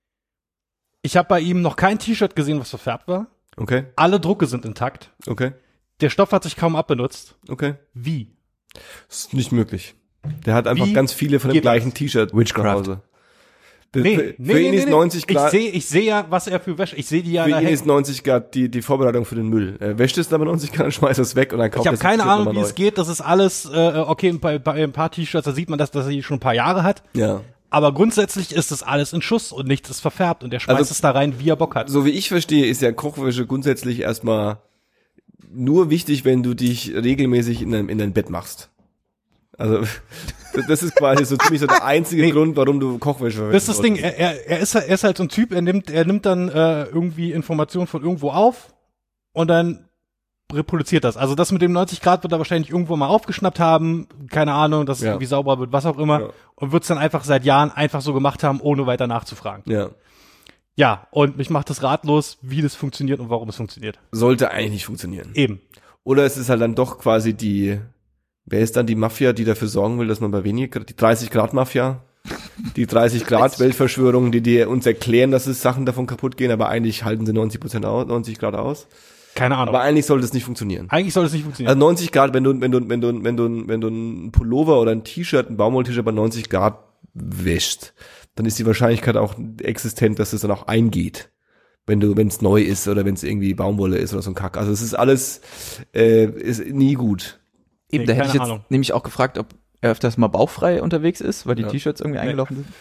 Ich habe bei ihm noch kein T-Shirt gesehen, was verfärbt war. Okay. Alle Drucke sind intakt. Okay. Der Stoff hat sich kaum abbenutzt. Okay. Wie? Das ist nicht möglich. Der hat einfach Wie ganz viele von dem geht gleichen das? T-Shirt Witchcraft. zu Hause. Für, Nee, für, nee, für nee, ihn nee, ist nee. neunzig Ich Grad. sehe ich sehe ja, was er für Wäsche, ich sehe die ja Für da ihn hängen. ist neunzig Grad die, die Vorbereitung für den Müll. Er wäscht es dann bei neunzig Grad, schmeißt es weg und dann kauft Ich habe er sich keine das T-Shirt Ahnung, wie nochmal es geht. Das ist alles, äh, okay, bei, bei ein paar T-Shirts, da sieht man, dass, dass er die schon ein paar Jahre hat. neu. Ja. Aber grundsätzlich ist das alles in Schuss und nichts ist verfärbt. Und er schmeißt Also- es da rein, wie er Bock hat. So wie ich verstehe, ist ja Kochwäsche grundsätzlich erstmal nur wichtig, wenn du dich regelmäßig in dein, in dein Bett machst. Also, das ist quasi so ziemlich so der einzige Grund, warum du Kochwäsche verwendest. Das ist das Ding, er, er, er, ist, halt- er ist halt so ein Typ, er nimmt, er nimmt dann äh, irgendwie Informationen von irgendwo auf und dann reproduziert das. Also das mit dem neunzig Grad wird er wahrscheinlich irgendwo mal aufgeschnappt haben, keine Ahnung, dass es Ja. irgendwie sauber wird, was auch immer. Ja. Und wird es dann einfach seit Jahren einfach so gemacht haben, ohne weiter nachzufragen. Ja. Ja, und mich macht das ratlos, wie das funktioniert und warum es funktioniert. Sollte eigentlich nicht funktionieren. Eben. Oder es ist halt dann doch quasi die, wer ist dann die Mafia, die dafür sorgen will, dass man bei weniger, die dreißig Grad Mafia, die dreißig Grad Weltverschwörung, die dir uns erklären, dass es Sachen davon kaputt gehen, aber eigentlich halten sie neunzig Prozent aus, neunzig Grad aus. Keine Ahnung. Aber eigentlich sollte es nicht funktionieren. Eigentlich soll es nicht funktionieren. Also neunzig Grad, wenn du, wenn du, wenn du, wenn du, wenn du ein Pullover oder ein T-Shirt, ein Baumwoll-T-Shirt bei neunzig Grad wäschst, dann ist die Wahrscheinlichkeit auch existent, dass es dann auch eingeht. Wenn du, wenn es neu ist oder wenn es irgendwie Baumwolle ist oder so ein Kack. Also es ist alles, äh, ist nie gut. Eben, Nee, da hätte ich keine jetzt Ahnung. nämlich auch gefragt, ob er öfters mal bauchfrei unterwegs ist, weil die Ja. T-Shirts irgendwie eingelaufen sind.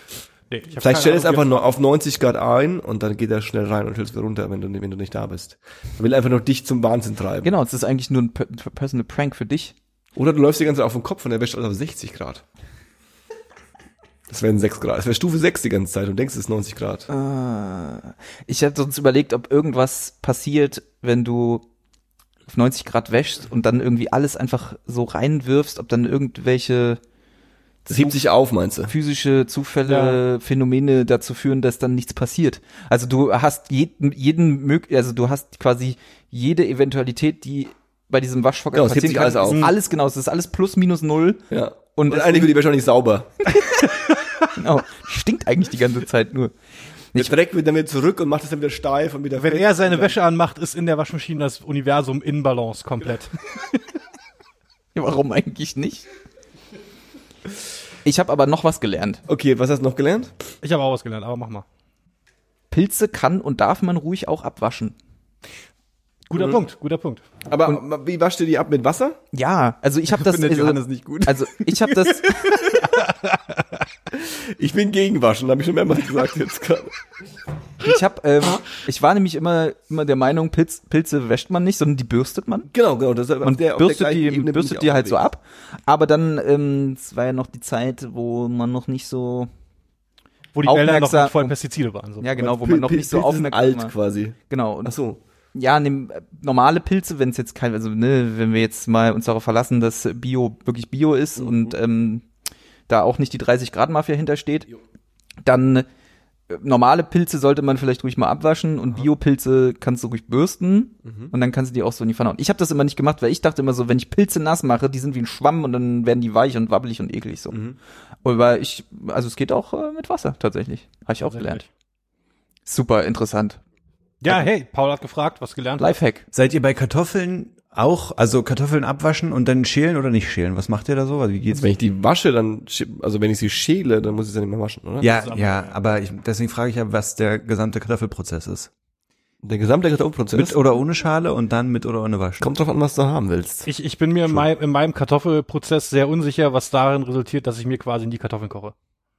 Nee, ich hab Vielleicht keine stell es Ahnung, einfach wie- nur auf neunzig Grad ein und dann geht er schnell rein und hältst wieder runter, wenn du, wenn du nicht da bist. Er will einfach nur dich zum Wahnsinn treiben. Genau, es ist eigentlich nur ein per- Personal Prank für dich. Oder du läufst die ganze Zeit auf den Kopf und er wäscht alles auf sechzig Grad. Das wären sechs Grad. Das wäre Stufe sechs die ganze Zeit und denkst, es ist neunzig Grad. Äh, ich hätte sonst überlegt, ob irgendwas passiert, wenn du auf neunzig Grad wäschst und dann irgendwie alles einfach so reinwirfst, ob dann irgendwelche Das hebt sich auf, meinst du? physische Zufälle, Phänomene dazu führen, dass dann nichts passiert. Also du hast jeden, jeden mög, also du hast quasi jede Eventualität, die bei diesem Waschvorgang Genau, es hebt passieren sich alles ist auf. alles genau, es ist alles plus minus null. Ja. Und Und, es- eigentlich wird die Wäsche auch nicht sauber. Genau, stinkt eigentlich die ganze Zeit nur. Der Dreck wird dann wieder zurück und macht es dann wieder steif und wieder Wenn fest. er seine Wäsche anmacht, ist in der Waschmaschine das Universum in Balance komplett. Ja, warum eigentlich nicht? Ich habe aber noch was gelernt. Okay, was hast du noch gelernt? Ich habe auch was gelernt, aber mach mal. Pilze kann und darf man ruhig auch abwaschen. Guter Punkt, guter Punkt. Aber wie wascht ihr die ab? Mit Wasser? Ja, also ich habe das Findet also, Johannes nicht gut. also ich habe das Ich bin gegen Waschen, habe ich schon mehrmals gesagt jetzt gerade. ich habe ähm, ich war nämlich immer immer der Meinung, Pilz, Pilze wäscht man nicht, sondern die bürstet man. Genau, genau. Das ist auf Und der, auf der bürstet gleichen die, Ebene bin bürstet ich die auch halt so unterwegs. ab. Aber dann, ähm, es war ja noch die Zeit, wo man noch nicht so, Wo die Wälder noch Aufmerksam- voll Pestizide waren. So. ja genau, wo Pil- man noch Pil- nicht so Pilze sind aufmerksam alt war. quasi. Genau. Und Ach so. ja, nehm, äh, normale Pilze, wenn es jetzt kein, also ne, wenn wir jetzt mal uns darauf verlassen, dass Bio wirklich Bio ist Mhm. und ähm, da auch nicht die dreißig Grad Mafia hintersteht, dann äh, normale Pilze sollte man vielleicht ruhig mal abwaschen und Biopilze kannst du ruhig bürsten Mhm. und dann kannst du die auch so in die Pfanne hauen. Ich habe das immer nicht gemacht, weil ich dachte immer so, wenn ich Pilze nass mache, die sind wie ein Schwamm und dann werden die weich und wabbelig und eklig so. Mhm. Aber ich, also es geht auch äh, mit Wasser tatsächlich. Habe ich auch gelernt. Super interessant. Ja, hey, Paul hat gefragt, was gelernt. Lifehack. Seid ihr bei Kartoffeln auch, also Kartoffeln abwaschen und dann schälen oder nicht schälen? Was macht ihr da so? Also wie geht's? Also wenn ich die wasche, dann, sch- also wenn ich sie schäle, dann muss ich sie ja nicht mehr waschen, oder? Ja, zusammen, ja, ja. aber ich, deswegen frage ich ja, was der gesamte Kartoffelprozess ist. Der gesamte Kartoffelprozess Mit oder ohne Schale und dann mit oder ohne Waschen. kommt drauf an, was du haben willst. Ich, ich bin mir in, mein, in meinem Kartoffelprozess sehr unsicher, was darin resultiert, dass ich mir quasi in die Kartoffeln koche.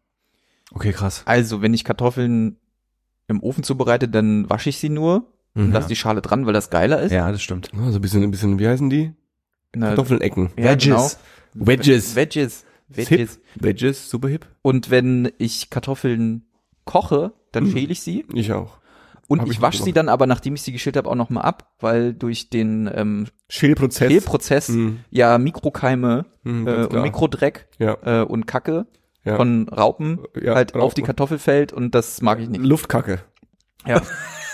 Okay, krass. Also, wenn ich Kartoffeln im Ofen zubereite, dann wasche ich sie nur und Mhm. lasse die Schale dran, weil das geiler ist. Ja, das stimmt. Ja, so ein bisschen, ein bisschen, wie heißen die? Na, Kartoffelecken. ja, Wedges. Genau. Wedges. Wedges. Hip. Wedges. Wedges, super hip. Und wenn ich Kartoffeln koche, dann Mhm. schäle ich sie Ich auch. und Hab ich ich nicht wasche sie gemacht. dann aber, nachdem ich sie geschält habe, auch nochmal ab, weil durch den ähm, Schälprozess. Schälprozess Mhm. ja Mikrokeime Mhm, äh, ganz und klar. Mikrodreck Ja, äh, und Kacke ja. von Raupen Ja, halt auf Raupen. die Kartoffel fällt und das mag ich nicht. Luftkacke. Ja.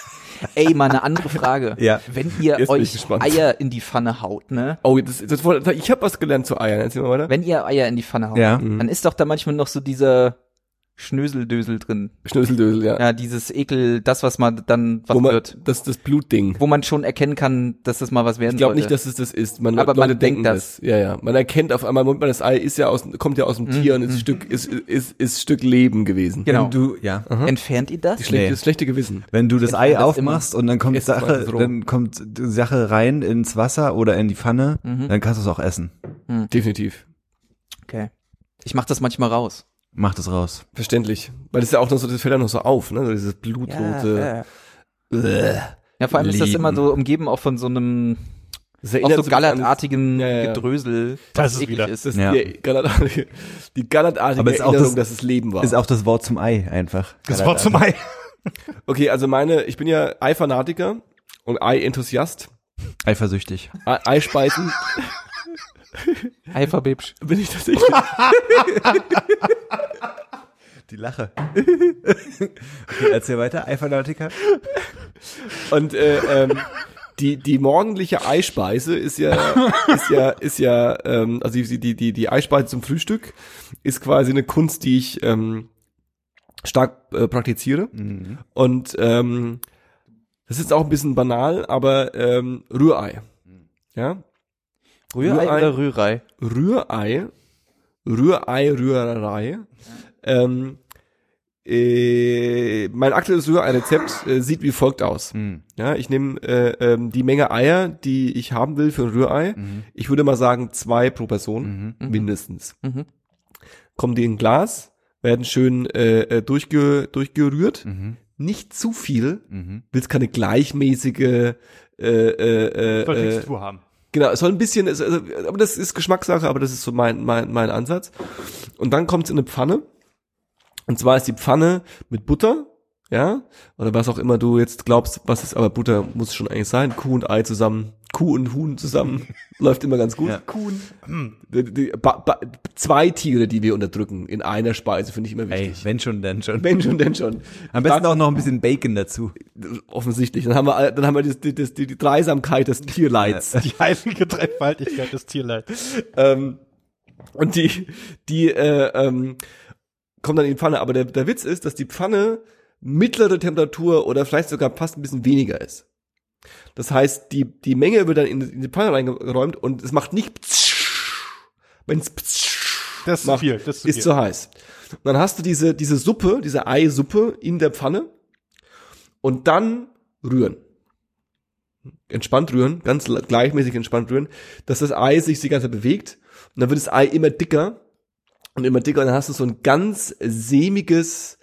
Ey, mal eine andere Frage. Ja. Wenn ihr Jetzt bin ich euch gespannt. Eier in die Pfanne haut, ne? Oh, das, das, das, ich habe was gelernt zu Eiern. Erzähl mal weiter. Wenn ihr Eier in die Pfanne haut, Ja. Mhm. dann ist doch da manchmal noch so dieser Schnöseldösel drin. Schnöseldösel, ja. Ja, dieses Ekel, das, was man dann was Wo man, wird. das, das Blutding. Wo man schon erkennen kann, dass das mal was werden Ich glaube sollte. nicht, dass es das ist. Man, Aber Leute man denken denkt das. Ja, ja. Man erkennt auf einmal, man, das Ei ist ja aus, kommt ja aus dem Mhm. Tier und ist Stück, ist, ist, ist Stück Leben gewesen. Genau. Wenn du, ja. Entfernt ihr das? Die schlechte, Nee. Das schlechte Gewissen. Wenn du das Ich Ei fand das aufmachst und dann kommt Essen Sache, meistens roh. dann kommt die Sache rein ins Wasser oder in die Pfanne, Mhm. dann kannst du es auch essen. Definitiv. Okay. Ich mach das manchmal raus. Mach das raus. Verständlich. Weil das ist ja auch noch so, das fällt ja noch so auf, ne? So dieses blutrote. ja. ja, vor allem ist das Lieben. immer so umgeben auch von so einem Das auch erinnert so mich an- gallertartigen Ja, ja, ja. Gedrösel. Das was ist eklig wieder- ist. Das Ja. die gallertartige, die gallertartige Aber ist auch Erinnerung, das- dass es Leben war. Ist auch das Wort zum Ei einfach. Das Wort zum Ei. Okay, also meine, ich bin ja Ei-Fanatiker und Ei-Enthusiast. Eifersüchtig. Ei- Eispeisen Eiferbebsch. bin ich tatsächlich. Die Lache. Okay, erzähl weiter. Eifanatiker. Und äh, ähm, die die morgendliche Eispeise ist ja ist ja ist ja ähm, also die die die die Eispeise zum Frühstück ist quasi eine Kunst, die ich ähm, stark äh, praktiziere. Mhm. Und ähm, das ist auch ein bisschen banal, aber ähm, Rührei. Ja? Rührei, Rührei. oder Rührei? Rührei, Rührei, Rührerei. Ähm, äh, mein aktuelles Rührei-Rezept äh, sieht wie folgt aus. Mhm. Ja, ich nehme äh, ähm, die Menge Eier, die ich haben will für ein Rührei. Mhm. Ich würde mal sagen zwei pro Person Mhm. Mhm. mindestens. Mhm. Kommen die in ein Glas, werden schön äh, durchge, durchgerührt. Mhm. Nicht zu viel. Mhm. Willst keine gleichmäßige äh, äh, Soll äh, Textur haben. Genau, es soll ein bisschen, also, aber das ist Geschmackssache, aber das ist so mein mein mein Ansatz. Und dann kommt's in eine Pfanne. Und zwar ist die Pfanne mit Butter, ja, oder was auch immer du jetzt glaubst, was ist, aber Butter muss schon eigentlich sein. Kuh und Ei zusammen, Kuh und Huhn zusammen, läuft immer ganz gut. Ja. Kuh. Die, die, ba, ba, zwei Tiere, die wir unterdrücken in einer Speise, finde ich immer Ey, wichtig. wenn schon, dann schon. Wenn schon, denn schon. Am besten auch noch ein bisschen Bacon dazu. Offensichtlich. Dann haben wir, all- dann haben wir die, die, die, die Dreisamkeit des Tierleids. Die heilige Dreifaltigkeit des Tierleids. ähm, und die, die, äh, ähm, kommt dann in die Pfanne. Aber der, der Witz ist, dass die Pfanne mittlere Temperatur oder vielleicht sogar fast ein bisschen weniger ist. Das heißt, die, die Menge wird dann in, in die Pfanne reingeräumt und es macht nicht wenn es Das ist zu macht, viel. Das ist zu ist viel. zu heiß. Und dann hast du diese, diese Suppe, diese Eisuppe in der Pfanne und dann rühren. Entspannt rühren, ganz gleichmäßig entspannt rühren, dass das Ei sich die ganze Zeit bewegt und dann wird das Ei immer dicker und immer dicker und dann hast du so ein ganz sämiges,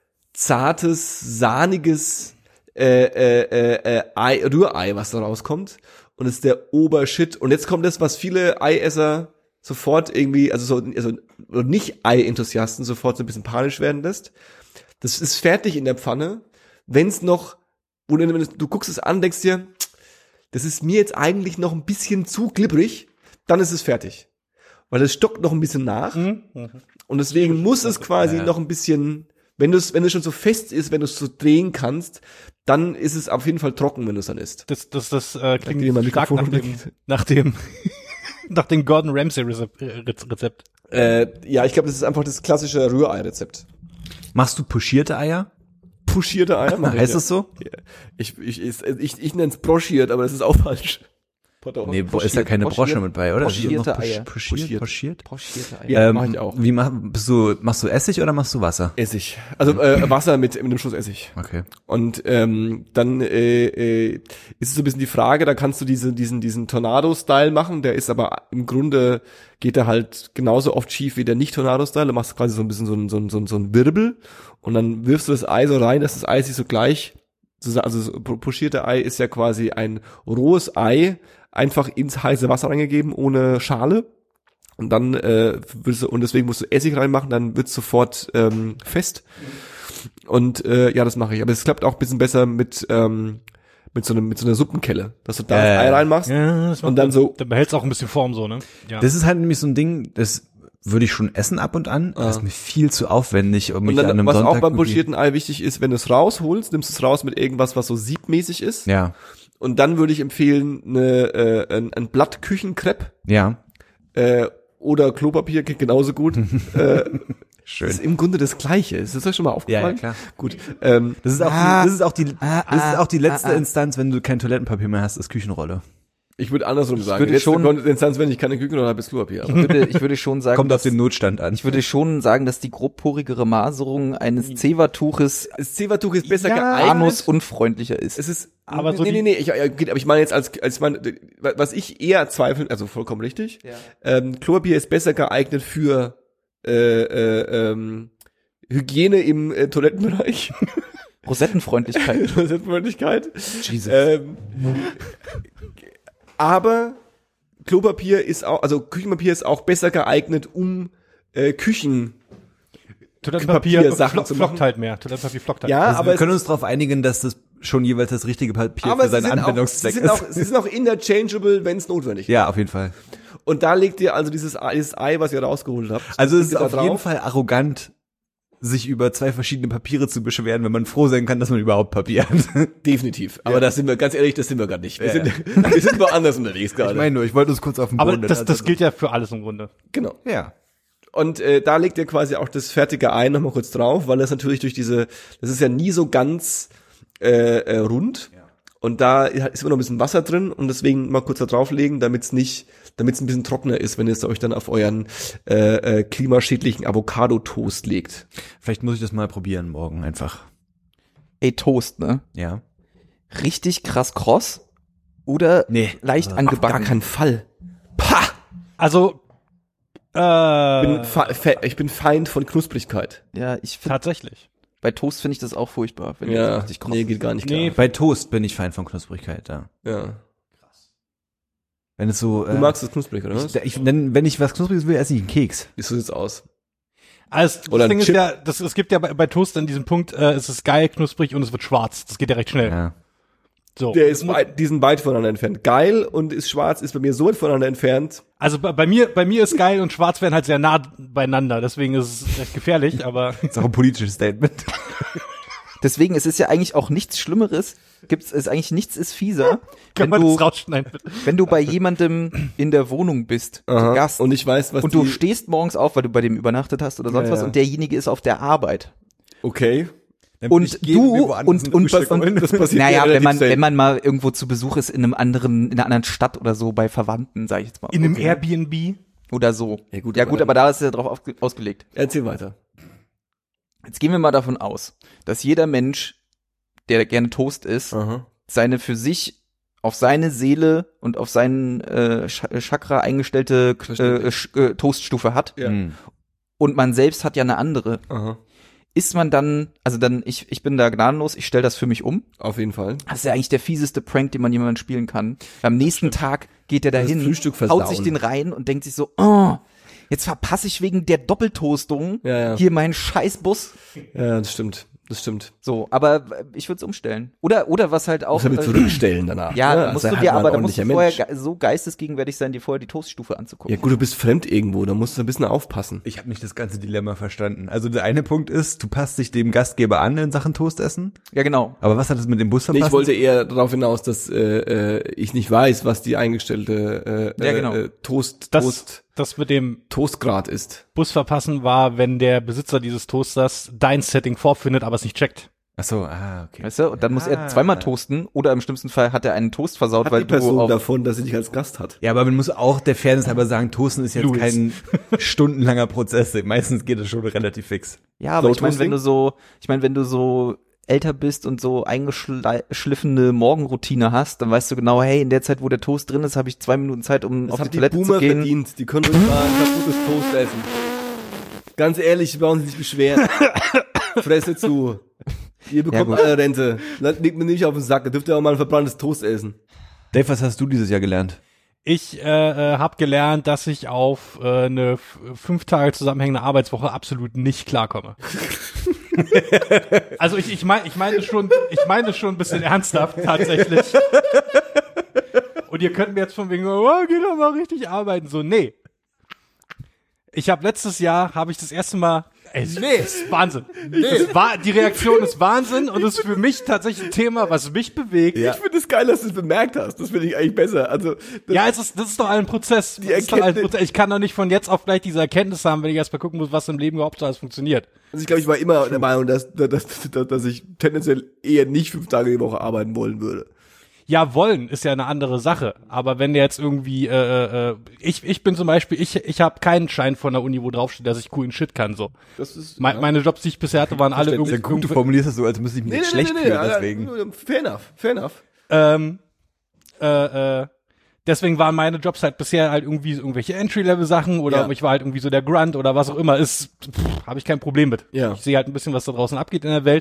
zartes, sahniges äh, äh, äh, Ei, Rührei, was da rauskommt und das ist der Obershit. Und jetzt kommt das, was viele Eiesser sofort irgendwie, also so also nicht Ei-Enthusiasten sofort so ein bisschen panisch werden lässt. Das ist fertig in der Pfanne, wenn es noch, wo du, du guckst es an, denkst dir, das ist mir jetzt eigentlich noch ein bisschen zu glibberig, dann ist es fertig. Weil es stockt noch ein bisschen nach Mhm. Mhm. und deswegen muss es quasi Ja. noch ein bisschen, wenn du es, wenn es schon so fest ist, wenn du es so drehen kannst, dann ist es auf jeden Fall trocken, wenn du es dann isst. Das, das, das äh, dir klingt mal stark Mikrofon nach dem, nach dem, nach dem Gordon Ramsay Rezept. Rezept. Äh, ja, ich glaube, das ist einfach das klassische Rührei-Rezept. Machst du pochierte Eier? Puschierte Eier? mach ich, Heißt ja. das so? Ich, ich, ich, ich, ich nenne es broschiert, aber das ist auch falsch. Pardon. Nee, bo- ist ja keine Pochiert- Brosche mit bei, oder? pochierte Poch- Eier. Pochiert, Pochiert. pochiert. Pochierte Eier. Ja, Ähm, mach ich auch. Wie mach, bist du, machst du Essig oder machst du Wasser? Essig. Also äh, Wasser mit, mit einem Schuss Essig. Okay. Und ähm, dann äh, äh, ist es so ein bisschen die Frage, da kannst du diese, diesen diesen Tornado-Style machen, der ist aber im Grunde, geht der halt genauso oft schief wie der Nicht-Tornado-Style. Du machst quasi so ein bisschen so ein, so ein, so ein, so ein Wirbel und dann wirfst du das Ei so rein, dass das Ei sich so gleich, so- also so pochierte Ei ist ja quasi ein rohes Ei, einfach ins heiße Wasser reingegeben, ohne Schale. Und dann äh, willst du, und deswegen musst du Essig reinmachen, dann wird's sofort ähm, fest. Und äh, ja, das mache ich. Aber es klappt auch ein bisschen besser mit ähm, mit so einem mit so einer Suppenkelle, dass du da Äh, das Ei reinmachst. Ja, das Und dann so- Dann behält's auch ein bisschen Form so, ne? Ja. Das ist halt nämlich so ein Ding, das würde ich schon essen ab und an. Das ist mir viel zu aufwendig, um Und mich an dann, einem was Sonntag auch beim irgendwie- pochierten Ei wichtig ist, wenn du es rausholst, nimmst du es raus mit irgendwas, was so siebmäßig ist. Ja, Und dann würde ich empfehlen, eine, äh, ein, ein Blatt Küchenkrepp ja. äh, oder Klopapier geht genauso gut. äh, Schön. ist im Grunde das Gleiche. Ist das euch schon mal aufgefallen? klar. Gut. Ähm, Das ist auch, Ah, die, das ist auch die, ah, das ist auch die letzte ah, ah. Instanz, wenn du kein Toilettenpapier mehr hast, ist Küchenrolle. ich würde andersrum sagen. würde Jetzt schon- schon Instanz, wenn ich keine Küchenrolle habe, ist Klopapier. Ich würde, ich würde schon sagen, Kommt auf dass, den Notstand an. ich würde schon sagen, dass die grobporigere Maserung eines Zewa-Tuches Das Zewa-Tuch ist besser Ja, geeignet. anusunfreundlicher ist. Es ist, Aber nee, so nee, die- nee, nee, ich, ja, geht, aber ich meine jetzt als, als meine, was ich eher zweifle, also vollkommen richtig. Ja. Ähm, Klopapier ist besser geeignet für äh, äh, ähm, Hygiene im äh, Toilettenbereich. Rosettenfreundlichkeit. Selbstverständlichkeit. Jesus. Ähm, aber Klopapier ist auch, also Küchenpapier ist auch besser geeignet, um äh, Küchen. Toilettenpapier Papiersachen flo- zu flockt machen. halt mehr. Toilettenpapier flockt halt Ja, mehr. Also aber wir es- können uns darauf einigen, dass das schon jeweils das richtige Papier Aber für sie seinen sind, auch, sie, Anwendungszweck sind ist. auch, sie sind auch interchangeable, wenn es notwendig ist. Ja, auf jeden Fall. Und da legt ihr also dieses Ei, dieses Ei, was ihr rausgeholt habt. Also es legt ist ihr da auf jeden drauf. Fall arrogant, sich über zwei verschiedene Papiere zu beschweren, wenn man froh sein kann, dass man überhaupt Papier hat. Definitiv. Aber das sind wir, ganz ehrlich, das sind wir gerade nicht. Wir, Ja, sind, wir sind woanders unterwegs gerade. Ich meine nur, ich wollte uns kurz auf den Aber Boden. das, das also- gilt ja für alles im Grunde. genau. Ja. Und äh, da legt ihr quasi auch das fertige Ei nochmal kurz drauf, weil das natürlich durch diese, das ist ja nie so ganz äh, äh, rund. Ja. Und da ist immer noch ein bisschen Wasser drin und deswegen mal kurz da drauflegen, damit es nicht, damit es ein bisschen trockener ist, wenn ihr es euch dann auf euren äh, äh, klimaschädlichen Avocado-Toast legt. Vielleicht muss ich das mal probieren morgen einfach. Ey, Toast, ne? Ja. Richtig krass kross oder Nee. leicht Äh, angebacken. Fall. Pah! Also, Äh, bin fe- fe- ich bin Feind von Knusprigkeit. Ja, ich finde, tatsächlich. bei Toast finde ich das auch furchtbar. Wenn Ja, das richtig kross nee, ist. geht gar nicht klar. Nee, Bei Toast bin ich Fan von Knusprigkeit, ja. Ja. Wenn es so, Du äh, magst es knusprig, oder was? ich, ich, wenn, wenn ich was Knuspriges will, esse ich einen Keks. Wie so sieht's aus? Also das Oder ein Ding ist Chip. ja, das, es gibt ja bei, bei Toast dann diesen Punkt, äh, es ist geil, knusprig und es wird schwarz. Das geht ja recht schnell. Ja. So. Der ist weit, die sind weit voneinander entfernt. Geil und ist schwarz, ist bei mir so weit voneinander entfernt. Also bei, bei mir, bei mir ist geil und schwarz werden halt sehr nah beieinander, deswegen ist es recht gefährlich, aber Das ist auch ein politisches Statement. Deswegen, es ist ja eigentlich auch nichts Schlimmeres. Gibt's, es eigentlich nichts ist fieser, kann wenn man du, das rausschneiden, bitte? wenn du bei jemandem in der Wohnung bist, zu Aha. Gast, Und ich weiß, was und du die, stehst morgens auf, weil du bei dem übernachtet hast oder sonst Ja, was, ja. und derjenige ist auf der Arbeit. okay. Und du und, und, Das, und, das passiert naja, ja wenn relativ man, selten. wenn man mal irgendwo zu Besuch ist in einem anderen, in einer anderen Stadt oder so, bei Verwandten, sag ich jetzt mal. In einem Okay. Airbnb. Oder so. Ja, gut, ja aber gut, dann- aber da ist ja drauf aufge- ausgelegt. Erzähl weiter. Jetzt gehen wir mal davon aus, dass jeder Mensch, der gerne Toast isst, Aha. seine für sich auf seine Seele und auf seinen äh, Ch- Chakra eingestellte äh, Verständlich. Sch- äh, Toaststufe hat Ja. Hm. und man selbst hat ja eine andere. Aha. Ist man dann, also dann, ich, ich bin da gnadenlos, ich stelle das für mich um. Auf jeden Fall. Das ist ja eigentlich der fieseste Prank, den man jemandem spielen kann. Am nächsten Tag geht er Das dahin, Frühstück haut versauen. sich den rein und denkt sich so, oh, jetzt verpasse ich wegen der Doppeltoastung Ja, ja. hier meinen Scheißbus. Ja, das stimmt. Das stimmt. So, aber äh, ich würde es umstellen. Oder, oder was halt auch. Muss er äh, zurückstellen danach. Ja, ne? da musst Also du halt dir, mal aber ein da musst du ordentlicher vorher Mensch. ge- so geistesgegenwärtig sein, dir vorher die Toaststufe anzugucken. Ja gut, du bist fremd irgendwo, da musst du ein bisschen aufpassen. Ich habe nicht das ganze Dilemma verstanden. Also der eine Punkt ist, du passt dich dem Gastgeber an in Sachen Toastessen. Ja, genau. Aber was hat das mit dem Bus Nee, verpasst? ich wollte eher darauf hinaus, dass äh, äh, ich nicht weiß, was die eingestellte äh, Ja, genau. äh, Toast, Das, Toast, das mit dem Toastgrad ist. Bus verpassen war, wenn der Besitzer dieses Toasters dein Setting vorfindet, aber es nicht checkt. Ach so, ah, okay. Weißt du? Und dann muss er zweimal toasten oder im schlimmsten Fall hat er einen Toast versaut, Hat weil die Person du auf, davon, dass sie dich als Gast hat. Ja, aber man muss auch der Fairness halber sagen, Toasten ist jetzt Louis. kein stundenlanger Prozess. Meistens geht es schon relativ fix. Ja, aber So ich meine, wenn Toasting? du so, ich meine, wenn du so älter bist und so eingeschliffene Morgenroutine hast, dann weißt du genau, hey, in der Zeit, wo der Toast drin ist, habe ich zwei Minuten Zeit, um Das auf haben die die Toilette Boomer zu gehen. verdient. Die können ruhig mal ein kaputtes Toast essen. Ganz ehrlich, wir brauchen sich nicht beschweren. Fresse zu. Ihr bekommt gut. alle Rente. Legt mir nicht auf den Sack. Ihr dürft ja auch mal ein verbranntes Toast essen. Dave, was hast du dieses Jahr gelernt? Ich äh, äh, habe gelernt, dass ich auf äh, eine f- fünf Tage zusammenhängende Arbeitswoche absolut nicht klarkomme. Also ich ich meine ich meine schon ich meine schon ein bisschen ernsthaft tatsächlich. Und ihr könnt mir jetzt von wegen, oh, geh doch mal richtig arbeiten. So, nee. Ich habe letztes Jahr, habe ich das erste Mal, ey, es Nee. ist Wahnsinn. Das war, die Reaktion ist Wahnsinn und ist für mich tatsächlich ein Thema, was mich bewegt. Ich finde es geil, dass du es bemerkt hast. Das finde ich eigentlich besser. Also, das, Ja, es ist, das ist doch ein Prozess. Die Das ist doch ein Erkenntnis- Prozess. Ich kann doch nicht von jetzt auf gleich diese Erkenntnis haben, wenn ich erst mal gucken muss, was im Leben überhaupt so alles funktioniert. also ich glaube, ich war immer der Meinung, dass, dass, dass, dass ich tendenziell eher nicht fünf Tage die Woche arbeiten wollen würde. Ja, wollen ist ja eine andere Sache. Aber wenn der jetzt irgendwie, äh, äh, ich, ich bin zum Beispiel, ich, ich habe keinen Schein von der Uni, wo draufsteht, dass ich coolen Shit kann. So, Das ist Me meine Jobs, die ich bisher hatte, waren alle Verständlich. irgendwie. Sehr gut, du formulierst das so, als müsste ich mich jetzt schlecht fühlen deswegen. deswegen. Fair enough, fair enough. Ähm, äh, äh, deswegen waren meine Jobs halt bisher halt irgendwie so irgendwelche Entry-Level-Sachen oder Ja. ich war halt irgendwie so der Grunt oder was auch immer. Ist, habe ich kein Problem mit. Ja. Ich sehe halt ein bisschen, was da draußen abgeht in der Welt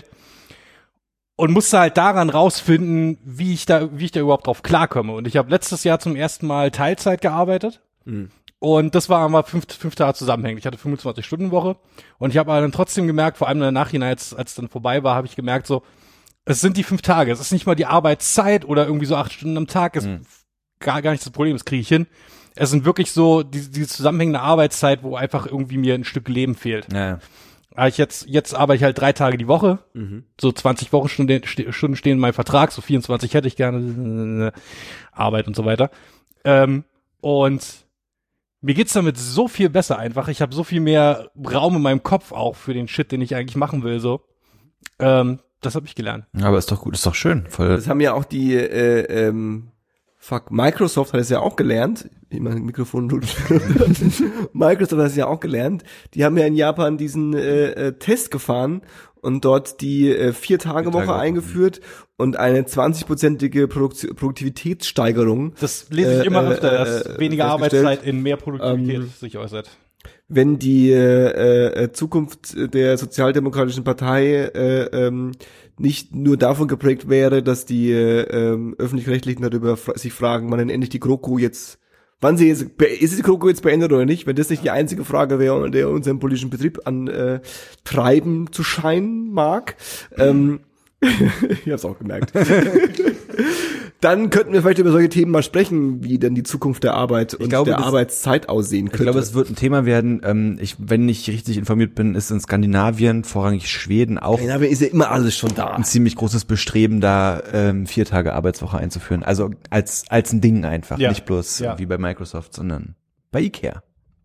und musste halt daran rausfinden, wie ich da, wie ich da überhaupt drauf klarkomme. Und ich habe letztes Jahr zum ersten Mal Teilzeit gearbeitet. Mhm. Und das war aber fünf, fünf Tage zusammenhängend. Ich hatte fünfundzwanzig Stunden Woche und ich habe aber dann trotzdem gemerkt, vor allem im Nachhinein, als als es dann vorbei war, habe ich gemerkt, so, es sind die fünf Tage. Es ist nicht mal die Arbeitszeit oder irgendwie so acht Stunden am Tag. Es Mhm. gar gar nicht das Problem. Das kriege ich hin. Es sind wirklich so die, diese zusammenhängende Arbeitszeit, wo einfach irgendwie mir ein Stück Leben fehlt. Ja. Aber ich jetzt jetzt arbeite ich halt drei Tage die Woche. Mhm. So zwanzig Wochenstunden ste- Stunden stehen in meinem Vertrag. So vierundzwanzig hätte ich gerne äh, Arbeit und so weiter. Ähm, und mir geht's damit so viel besser einfach. Ich habe so viel mehr Raum in meinem Kopf auch für den Shit, den ich eigentlich machen will. So, ähm, das habe ich gelernt. Aber ist doch gut, ist doch schön. Voll. Das haben ja auch die, äh, ähm, fuck, Microsoft hat es ja auch gelernt. Ich mein Mikrofon tut. Microsoft hat es ja auch gelernt. Die haben ja in Japan diesen äh, äh, Test gefahren und dort die äh, Vier-Tage-Woche Vier-Tage-Woche. eingeführt und eine zwanzigprozentige Produkt- Produktivitätssteigerung. Das lese ich Äh, immer äh, öfter, dass äh, weniger festgestellt. Arbeitszeit in mehr Produktivität Ähm, sich äußert. wenn die äh, äh, Zukunft der Sozialdemokratischen Partei äh, ähm, nicht nur davon geprägt wäre, dass die äh, ähm, Öffentlich-Rechtlichen darüber fra- sich fragen, wann denn endlich die GroKo jetzt, wann sie jetzt, be- ist die GroKo jetzt beendet oder nicht, wenn das nicht die einzige Frage wäre, der unseren politischen Betrieb an äh, treiben zu scheinen mag, ähm, ich hab's auch gemerkt. Dann könnten wir vielleicht über solche Themen mal sprechen, wie denn die Zukunft der Arbeit und glaube, der das- Arbeitszeit aussehen Ich könnte. glaube, es wird ein Thema werden. Ähm, ich, wenn ich richtig informiert bin, ist in Skandinavien, vorrangig Schweden, auch Ja, aber ist ja immer alles schon da. ein ziemlich großes Bestreben, da ähm, vier Tage Arbeitswoche einzuführen. Also als als ein Ding einfach, Ja. nicht bloß Ja. wie bei Microsoft, sondern bei Ikea.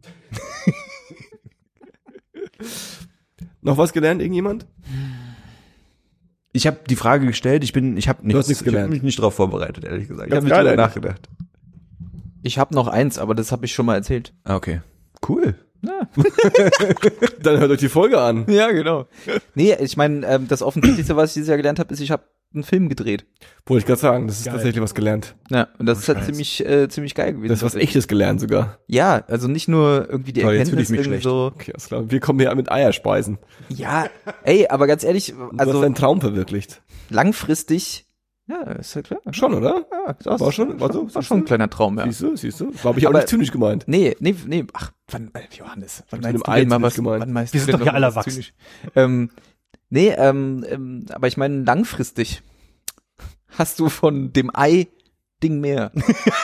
Noch was gelernt, irgendjemand? Ich habe die Frage gestellt. Ich bin, ich habe nichts, hast nichts ich habe gelernt. mich nicht darauf vorbereitet, ehrlich gesagt. Ich Ganz habe nicht geil drüber eigentlich. nachgedacht. Ich habe noch eins, aber das habe ich schon mal erzählt. Ah, okay, cool. Dann hört euch die Folge an. Ja, genau. Nee, ich meine, ähm, das Offensichtlichste, was ich dieses Jahr gelernt habe, ist, ich habe einen Film gedreht. Wollte ich gerade sagen, das ist Geil. tatsächlich was gelernt. Ja, und das ist halt Scheiß. ziemlich, äh, ziemlich geil gewesen. Das ist was Echtes gelernt sogar. Ja, also nicht nur irgendwie die Toll, jetzt fühl Erkenntnis ich mich irgendwie schlecht. so. Okay, alles klar. Wir kommen hier mit Eierspeisen. Ja, ey, aber ganz ehrlich, Du hast also deinen Traum verwirklicht. langfristig, ja, ist ja klar. Schon, oder? Ja, das War schon- war so? war Siehst schon ein du? kleiner Traum, ja. Siehst du, siehst du? War ich auch Aber- nicht zynisch gemeint. Nee, nee, nee, ach, wann, äh, Johannes, wann Mit dem meinst du Ei denn mal zynisch was, gemeint. wann meinst Wir du sind denn doch hier noch alle was erwachsen. zynisch? Ähm, nee, ähm, ähm, aber ich meine, langfristig hast du von dem Ei Ding mehr.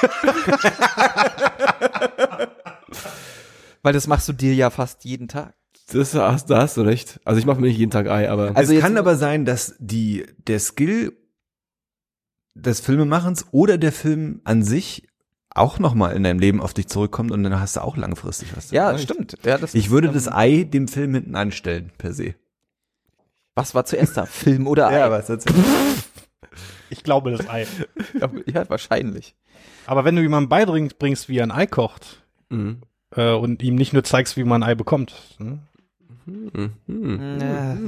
Weil das machst du dir ja fast jeden Tag. Das hast, da hast du recht. Also ich mache mir nicht jeden Tag Ei, aber Also es jetzt- kann aber sein, dass die der Skill des Filmemachens oder der Film an sich auch noch mal in deinem Leben auf dich zurückkommt und dann hast du auch langfristig was. Ja, erreicht. stimmt. Ja, das Ich ist, würde ähm, das Ei dem Film hinten anstellen, per se. Was war zuerst da? Film oder Ei? was jetzt? Ich glaube das Ei. Ja, wahrscheinlich. Aber wenn du jemandem beibringst, wie er ein Ei kocht, Mhm. äh, und ihm nicht nur zeigst, wie man ein Ei bekommt, ne? Mhm. Mhm.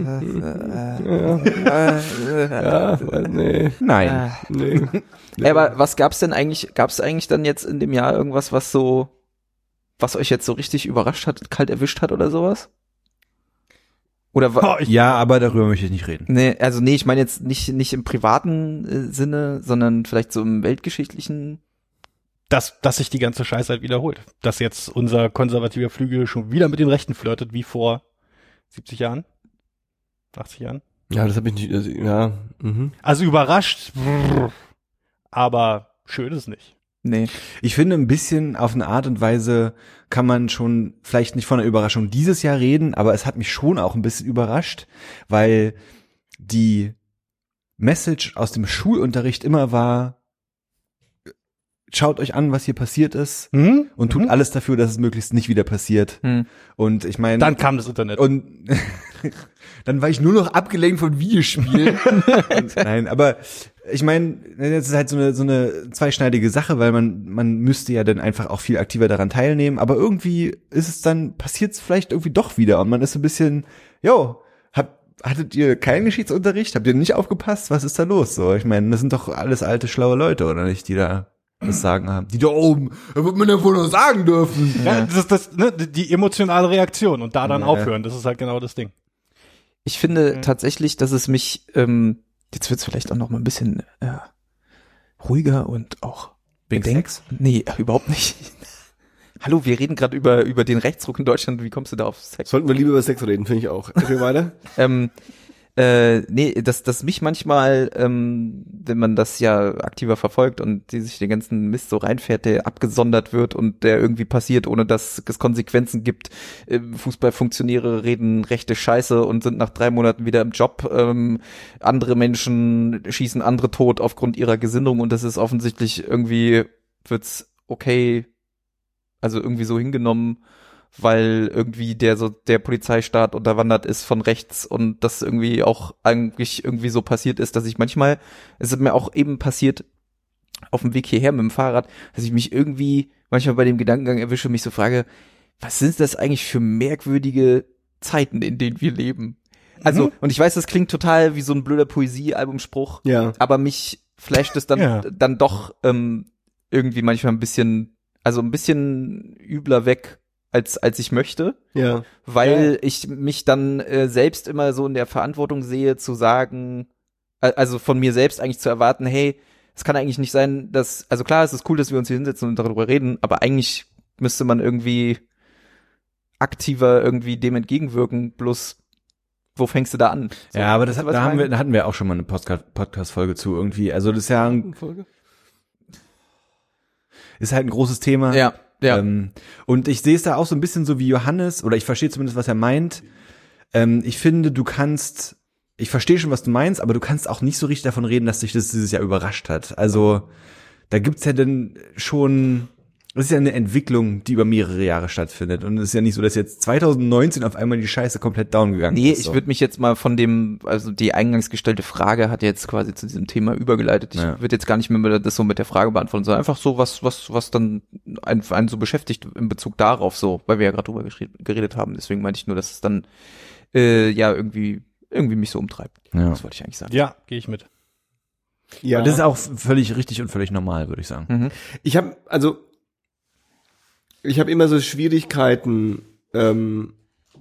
Ja, Ja, weiß- nee, Nein. nee. Ey, aber was gab's denn eigentlich, gab's eigentlich dann jetzt in dem Jahr irgendwas, was so, was euch jetzt so richtig überrascht hat, kalt erwischt hat oder sowas? Oder wa- Oh, ich, Ja, aber darüber möchte ich nicht reden. nee, also nee, ich meine jetzt nicht, nicht im privaten äh, Sinne, sondern vielleicht so im weltgeschichtlichen. dass, dass sich die ganze Scheiße halt wiederholt. Dass jetzt unser konservativer Flügel schon wieder mit den Rechten flirtet, wie vor siebzig Jahren? achtzig Jahren? Ja, das habe ich nicht, also, ja. Mhm. Also überrascht, brrr, aber schön ist nicht. Nee. Ich finde, ein bisschen auf eine Art und Weise kann man schon vielleicht nicht von einer Überraschung dieses Jahr reden, aber es hat mich schon auch ein bisschen überrascht, weil die Message aus dem Schulunterricht immer war, schaut euch an, was hier passiert ist Hm? und tut Mhm. alles dafür, dass es möglichst nicht wieder passiert. Hm. Und ich meine, Dann kam das Internet. und dann war ich nur noch abgelenkt von Videospielen. Und, nein, aber ich meine, das ist halt so eine so eine zweischneidige Sache, weil man man müsste ja dann einfach auch viel aktiver daran teilnehmen. Aber irgendwie ist es dann passiert es vielleicht irgendwie doch wieder und man ist so ein bisschen, jo, hab, hattet ihr keinen Geschichtsunterricht? Habt ihr nicht aufgepasst? Was ist da los? So, ich meine, das sind doch alles alte schlaue Leute oder nicht, die da das Sagen haben. Die da oben, da wird man ja wohl noch sagen dürfen. ja, das ist das, ne, die emotionale Reaktion und da dann Ja. aufhören, das ist halt genau das Ding. Ich finde Mhm. tatsächlich, dass es mich, ähm, jetzt wird's vielleicht auch noch mal ein bisschen äh, ruhiger und auch Wegen bedenkt. Sex? Nee, überhaupt nicht. Hallo, wir reden gerade über über den Rechtsruck in Deutschland. Wie kommst du da auf Sex? Sollten wir lieber über Sex reden, finde ich auch. Erzähl weiter. ähm, äh, nee, dass dass mich manchmal, ähm, wenn man das ja aktiver verfolgt und die sich den ganzen Mist so reinfährt, der abgesondert wird und der irgendwie passiert, ohne dass es Konsequenzen gibt. Ähm, Fußballfunktionäre reden rechte Scheiße und sind nach drei Monaten wieder im Job. Ähm, andere Menschen schießen andere tot aufgrund ihrer Gesinnung und das ist offensichtlich irgendwie wird's okay, also irgendwie so hingenommen, weil irgendwie der so der Polizeistaat unterwandert ist von rechts und das irgendwie auch eigentlich irgendwie so passiert ist, dass ich manchmal, es ist mir auch eben passiert auf dem Weg hierher mit dem Fahrrad, dass ich mich irgendwie manchmal bei dem Gedankengang erwische, mich so frage, was sind das eigentlich für merkwürdige Zeiten, in denen wir leben? Also, Mhm. und ich weiß, das klingt total wie so ein blöder Poesie-Albumspruch, Ja. aber mich flasht es dann, Ja. dann doch ähm, irgendwie manchmal ein bisschen, also ein bisschen übler weg, als als ich möchte, Ja. weil ich mich dann äh, selbst immer so in der Verantwortung sehe, zu sagen, äh, also von mir selbst eigentlich zu erwarten, hey, es kann eigentlich nicht sein, dass, also klar, es ist cool, dass wir uns hier hinsetzen und darüber reden, aber eigentlich müsste man irgendwie aktiver irgendwie dem entgegenwirken, bloß wo fängst du da an? So, Ja, aber das weißt hat, du, was da ich haben wir, meine? da hatten wir auch schon mal eine Podcast- Podcast-Folge zu irgendwie. Also das ist ja ein, Folge? ist halt ein großes Thema. Ja, ja. Ähm, und ich sehe es da auch so ein bisschen so wie Johannes, oder ich verstehe zumindest, was er meint. Ähm, ich finde, du kannst, ich verstehe schon, was du meinst, aber du kannst auch nicht so richtig davon reden, dass dich das dieses Jahr überrascht hat. Also da gibt's ja dann schon, das ist ja eine Entwicklung, die über mehrere Jahre stattfindet. Und es ist ja nicht so, dass jetzt zwanzig neunzehn auf einmal die Scheiße komplett down gegangen Nee, ist. ich so. würde mich jetzt mal von dem, also die eingangs gestellte Frage hat jetzt quasi zu diesem Thema übergeleitet. Ich Ja. würde jetzt gar nicht mehr das so mit der Frage beantworten, sondern einfach so, was, was, was dann einen, einen so beschäftigt in Bezug darauf so, weil wir ja gerade drüber geschrieben- geredet haben. Deswegen meinte ich nur, dass es dann äh, ja irgendwie irgendwie mich so umtreibt. Ja. Das wollte ich eigentlich sagen. Ja, gehe ich mit. Ja. Aber das ist auch völlig richtig und völlig normal, würde ich sagen. Mhm. Ich habe also ich habe immer so Schwierigkeiten, ähm,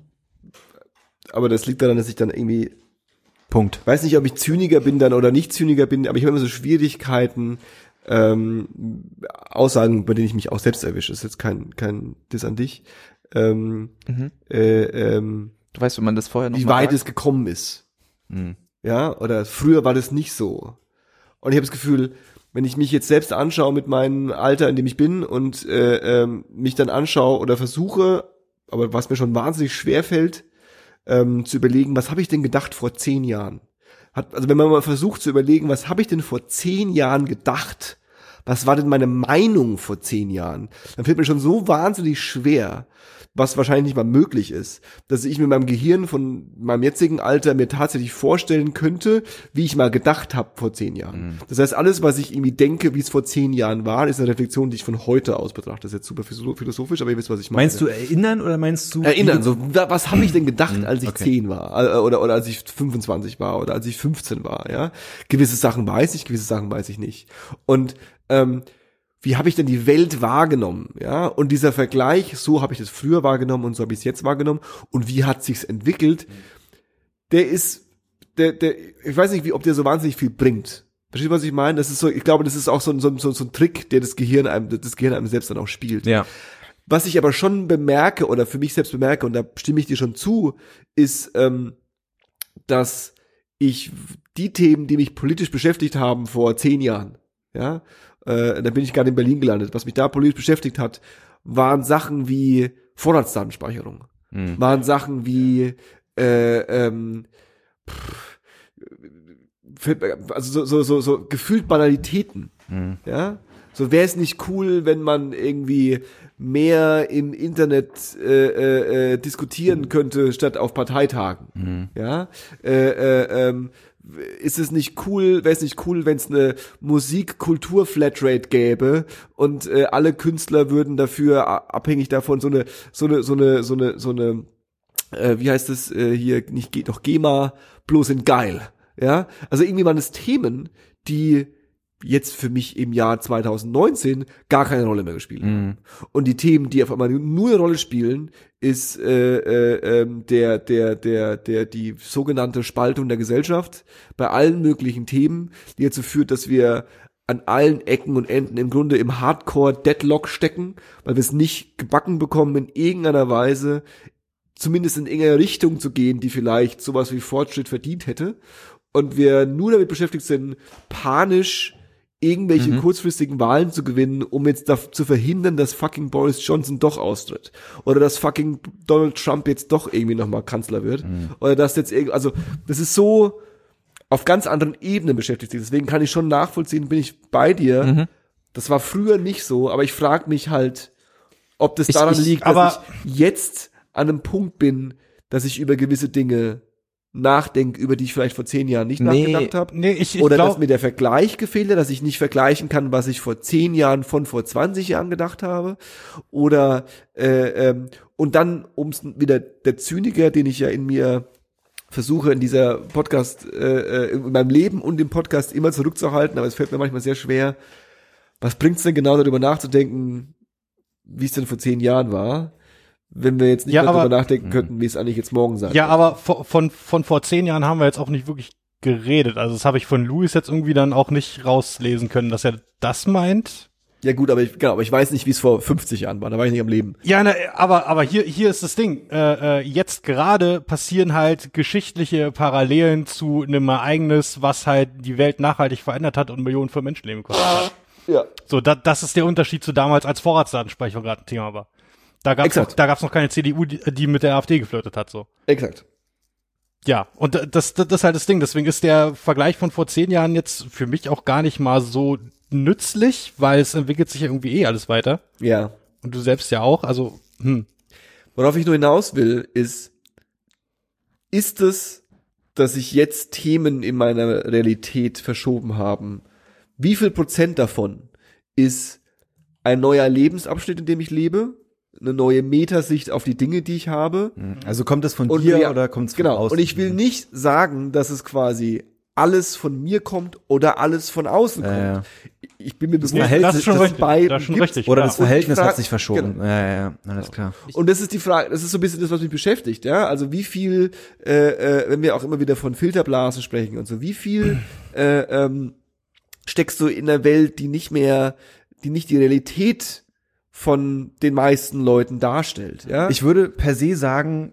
aber das liegt daran, dass ich dann irgendwie, Punkt. weiß nicht, ob ich Zyniker bin dann oder nicht Zyniker bin, aber ich habe immer so Schwierigkeiten, ähm, Aussagen, bei denen ich mich auch selbst erwische. Das ist jetzt kein kein Diss an dich. Ähm, Mhm. äh, ähm, Du weißt, wenn man das vorher noch wie mal weit sagt? es gekommen ist. Mhm. Ja, oder früher war das nicht so. Und ich habe das Gefühl, wenn ich mich jetzt selbst anschaue mit meinem Alter, in dem ich bin und äh, ähm, mich dann anschaue oder versuche, aber was mir schon wahnsinnig schwer fällt, ähm, zu überlegen, was habe ich denn gedacht vor zehn Jahren? Hat, also wenn man mal versucht zu überlegen, was habe ich denn vor zehn Jahren gedacht? Was war denn meine Meinung vor zehn Jahren? Dann fällt mir schon so wahnsinnig schwer, was wahrscheinlich nicht mal möglich ist, dass ich mit meinem Gehirn von meinem jetzigen Alter mir tatsächlich vorstellen könnte, wie ich mal gedacht habe vor zehn Jahren. Mhm. Das heißt, alles, was ich irgendwie denke, wie es vor zehn Jahren war, ist eine Reflexion, die ich von heute aus betrachte. Das ist jetzt super philosophisch, aber ihr wisst, was ich meine. Meinst du erinnern oder meinst du Erinnern, so, wa- was habe ich denn gedacht, Mhm, als ich okay. zehn war, äh, oder, oder als ich fünfundzwanzig war, oder als ich fünfzehn war, ja. Gewisse Sachen weiß ich, gewisse Sachen weiß ich nicht. Und, ähm, wie habe ich denn die Welt wahrgenommen, ja? Und dieser Vergleich, so habe ich das früher wahrgenommen und so habe ich es jetzt wahrgenommen und wie hat sich's entwickelt, der ist, der, der, ich weiß nicht, wie, ob der so wahnsinnig viel bringt. Verstehst du, was ich meine? Das ist so, ich glaube, das ist auch so ein, so, ein- so, so ein Trick, der das Gehirn einem, das Gehirn einem selbst dann auch spielt. Ja. Was ich aber schon bemerke oder für mich selbst bemerke, und da stimme ich dir schon zu, ist, ähm, dass ich die Themen, die mich politisch beschäftigt haben vor zehn Jahren, ja, äh, da bin ich gerade in Berlin gelandet, was mich da politisch beschäftigt hat, waren Sachen wie Vorratsdatenspeicherung, Mhm. waren Sachen wie, äh, ähm, pff, fällt mir- also so, so, so, so gefühlt Banalitäten, Mhm. ja. So wäre es nicht cool, wenn man irgendwie mehr im Internet äh, äh, äh, diskutieren könnte, statt auf Parteitagen. Mhm. Ja, äh, äh, ähm, ist es nicht cool, wäre es nicht cool, wenn es eine Musik-Kultur-Flatrate gäbe und äh, alle Künstler würden dafür a- abhängig davon so eine, so eine, so eine, so eine, so eine, äh, wie heißt es äh, hier, nicht geht doch GEMA, bloß in geil. Ja, also irgendwie waren es Themen, die jetzt für mich im Jahr zwanzig neunzehn gar keine Rolle mehr gespielt haben. Mhm. Und die Themen, die auf einmal nur eine Rolle spielen, ist äh, äh, ähm, der der der der die sogenannte Spaltung der Gesellschaft bei allen möglichen Themen, die dazu führt, dass wir an allen Ecken und Enden im Grunde im Hardcore-Deadlock stecken, weil wir es nicht gebacken bekommen, in irgendeiner Weise zumindest in irgendeine Richtung zu gehen, die vielleicht sowas wie Fortschritt verdient hätte. Und wir nur damit beschäftigt sind, panisch irgendwelche Mhm. kurzfristigen Wahlen zu gewinnen, um jetzt da zu verhindern, dass fucking Boris Johnson doch austritt. Oder dass fucking Donald Trump jetzt doch irgendwie nochmal Kanzler wird. Mhm. Oder dass jetzt irgendwie, also das ist so auf ganz anderen Ebenen beschäftigt sich. Deswegen kann ich schon nachvollziehen, bin ich bei dir. Mhm. Das war früher nicht so, aber ich frage mich halt, ob das Ich- daran ich- liegt, aber- dass ich jetzt an einem Punkt bin, dass ich über gewisse Dinge nachdenke, über die ich vielleicht vor zehn Jahren nicht Nee, nachgedacht habe. Nee, ich, ich Oder dass glaube, mir der Vergleich gefehlt hat, dass ich nicht vergleichen kann, was ich vor zehn Jahren von vor zwanzig Jahren gedacht habe. Oder äh, ähm, und dann, um es wieder der Zyniker, den ich ja in mir versuche in dieser Podcast, äh, äh, in meinem Leben und im Podcast immer zurückzuhalten, aber es fällt mir manchmal sehr schwer. Was bringt's denn genau darüber nachzudenken, wie es denn vor zehn Jahren war? wenn wir jetzt nicht Ja, mehr aber- darüber nachdenken könnten, wie es eigentlich jetzt morgen sein Ja, wird. aber von, von, von vor zehn Jahren haben wir jetzt auch nicht wirklich geredet. Also das habe ich von Louis jetzt irgendwie dann auch nicht rauslesen können, dass er das meint. Ja gut, aber ich, genau, aber ich weiß nicht, wie es vor fünfzig Jahren war, da war ich nicht am Leben. Ja, ne, aber aber hier hier ist das Ding. Äh, äh, jetzt gerade passieren halt geschichtliche Parallelen zu einem Ereignis, was halt die Welt nachhaltig verändert hat und Millionen von Menschenleben gekostet hat. Ja. So, da, das ist der Unterschied zu damals, als Vorratsdatenspeicherung gerade ein Thema war. Da gab's noch, Exakt. da gab's noch keine C D U, die, die mit der AfD geflirtet hat. So. Exakt. Ja, und das, das, das ist halt das Ding. Deswegen ist der Vergleich von vor zehn Jahren jetzt für mich auch gar nicht mal so nützlich, weil es entwickelt sich ja irgendwie eh alles weiter. Ja. Und du selbst ja auch. Also, hm. Worauf ich nur hinaus will, ist, ist es, dass sich jetzt Themen in meiner Realität verschoben haben? Wie viel Prozent davon ist ein neuer Lebensabschnitt, in dem ich lebe? Eine neue Metasicht auf die Dinge, die ich habe? Also kommt das von Und dir ja, oder kommt es von Genau. außen? Und ich will nicht sagen, dass es quasi alles von mir kommt oder alles von außen kommt. Ja, ja. Ich bin mir bewusst, Verhält das ist schon dass es richtig. beiden Das ist schon gibt. richtig. Oder ja. das Verhältnis Und die hat sich Frage- verschoben. genau. Ja, ja, ja, alles klar. Und das ist die Frage, das ist so ein bisschen das, was mich beschäftigt, ja. Also wie viel, äh, äh, wenn wir auch immer wieder von Filterblasen sprechen und so, wie viel äh, ähm, steckst du in der Welt, die nicht mehr, die nicht die Realität von den meisten Leuten darstellt, ja? Ich würde per se sagen,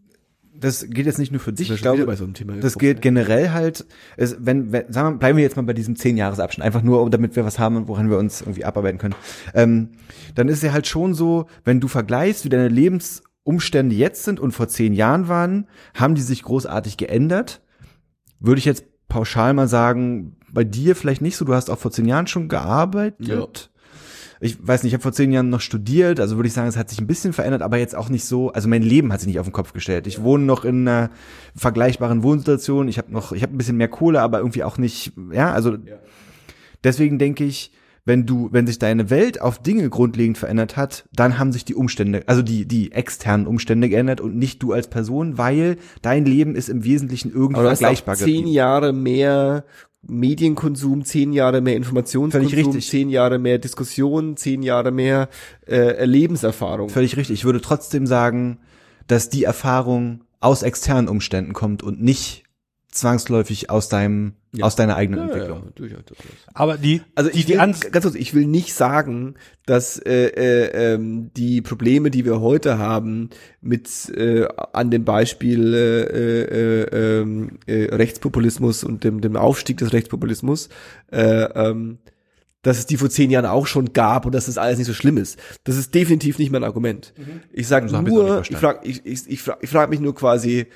das geht jetzt nicht nur für dich, ich glaube, bei so einem Thema das gilt generell halt, es, wenn, wenn, sagen wir, bleiben wir jetzt mal bei diesem zehn-Jahres-Abschnitt, einfach nur, damit wir was haben, woran wir uns irgendwie abarbeiten können. Ähm, dann ist ja halt schon so, wenn du vergleichst, wie deine Lebensumstände jetzt sind und vor zehn Jahren waren, haben die sich großartig geändert. Würde ich jetzt pauschal mal sagen, bei dir vielleicht nicht so, du hast auch vor zehn Jahren schon gearbeitet. Ja. Ich weiß nicht, ich habe vor zehn Jahren noch studiert, also würde ich sagen, es hat sich ein bisschen verändert, aber jetzt auch nicht so, also mein Leben hat sich nicht auf den Kopf gestellt. Ich wohne noch in einer vergleichbaren Wohnsituation, ich habe noch, ich habe ein bisschen mehr Kohle, aber irgendwie auch nicht, ja, also deswegen denke ich, wenn du, wenn sich deine Welt auf Dinge grundlegend verändert hat, dann haben sich die Umstände, also die, die externen Umstände geändert und nicht du als Person, weil dein Leben ist im Wesentlichen irgendwie Aber du hast vergleichbar auch zehn geblieben. Jahre mehr Medienkonsum, zehn Jahre mehr Informationskonsum, Völlig richtig. zehn Jahre mehr Diskussion, zehn Jahre mehr äh, Lebenserfahrung. Völlig richtig. Ich würde trotzdem sagen, dass die Erfahrung aus externen Umständen kommt und nicht zwangsläufig aus deinem, Ja. aus deiner eigenen Ja, Entwicklung. ja, durchaus, durchaus. Aber die, Also die, ich die will, Ans ganz kurz, ich will nicht sagen, dass äh, äh, ähm, die Probleme, die wir heute haben, mit äh, an dem Beispiel äh, äh, ähm, äh, Rechtspopulismus und dem, dem Aufstieg des Rechtspopulismus, äh, ähm, dass es die vor zehn Jahren auch schon gab und dass das alles nicht so schlimm ist. Das ist definitiv nicht mein Argument. Ich sage So hab ich's auch nur, nicht ich frage ich, ich, ich frag, ich frag mich nur quasi,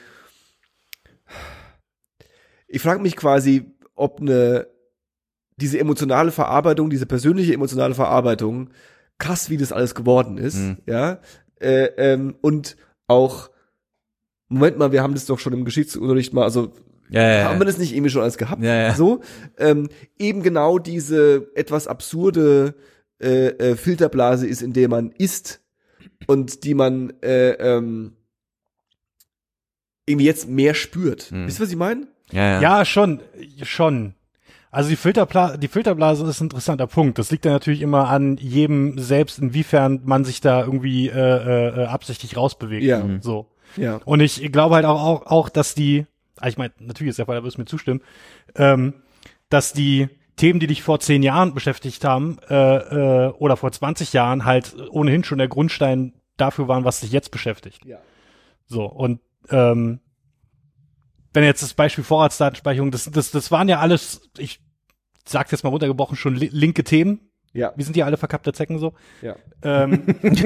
ich frage mich quasi, ob eine diese emotionale Verarbeitung, diese persönliche emotionale Verarbeitung, krass, wie das alles geworden ist, Mhm. ja, äh, ähm, und auch, Moment mal, wir haben das doch schon im Geschichtsunterricht mal, also Ja, ja, haben wir das nicht irgendwie schon alles gehabt? Ja, ja. So, ähm, eben genau diese etwas absurde äh, äh, Filterblase ist, in der man ist und die man äh, ähm, irgendwie jetzt mehr spürt. Mhm. Wisst ihr, was ich meine? ja, ja. ja, schon, schon. Also die Filterbla die Filterblase ist ein interessanter Punkt. Das liegt ja natürlich immer an jedem selbst, inwiefern man sich da irgendwie äh, äh, absichtlich rausbewegt. Ja. Mhm. So. Ja. Und ich glaube halt auch, auch, auch dass die, also ich meine, natürlich ist der Fall, da wirst du mir zustimmen, ähm, dass die Themen, die dich vor zehn Jahren beschäftigt haben, äh, äh, oder vor zwanzig Jahren halt ohnehin schon der Grundstein dafür waren, was dich jetzt beschäftigt. Ja. So, und ähm, wenn jetzt das Beispiel Vorratsdatenspeicherung, das, das, das waren ja alles, ich sag's jetzt mal runtergebrochen, schon li linke Themen. Ja. Wir sind ja alle verkappte Zecken so. Ja. Ähm,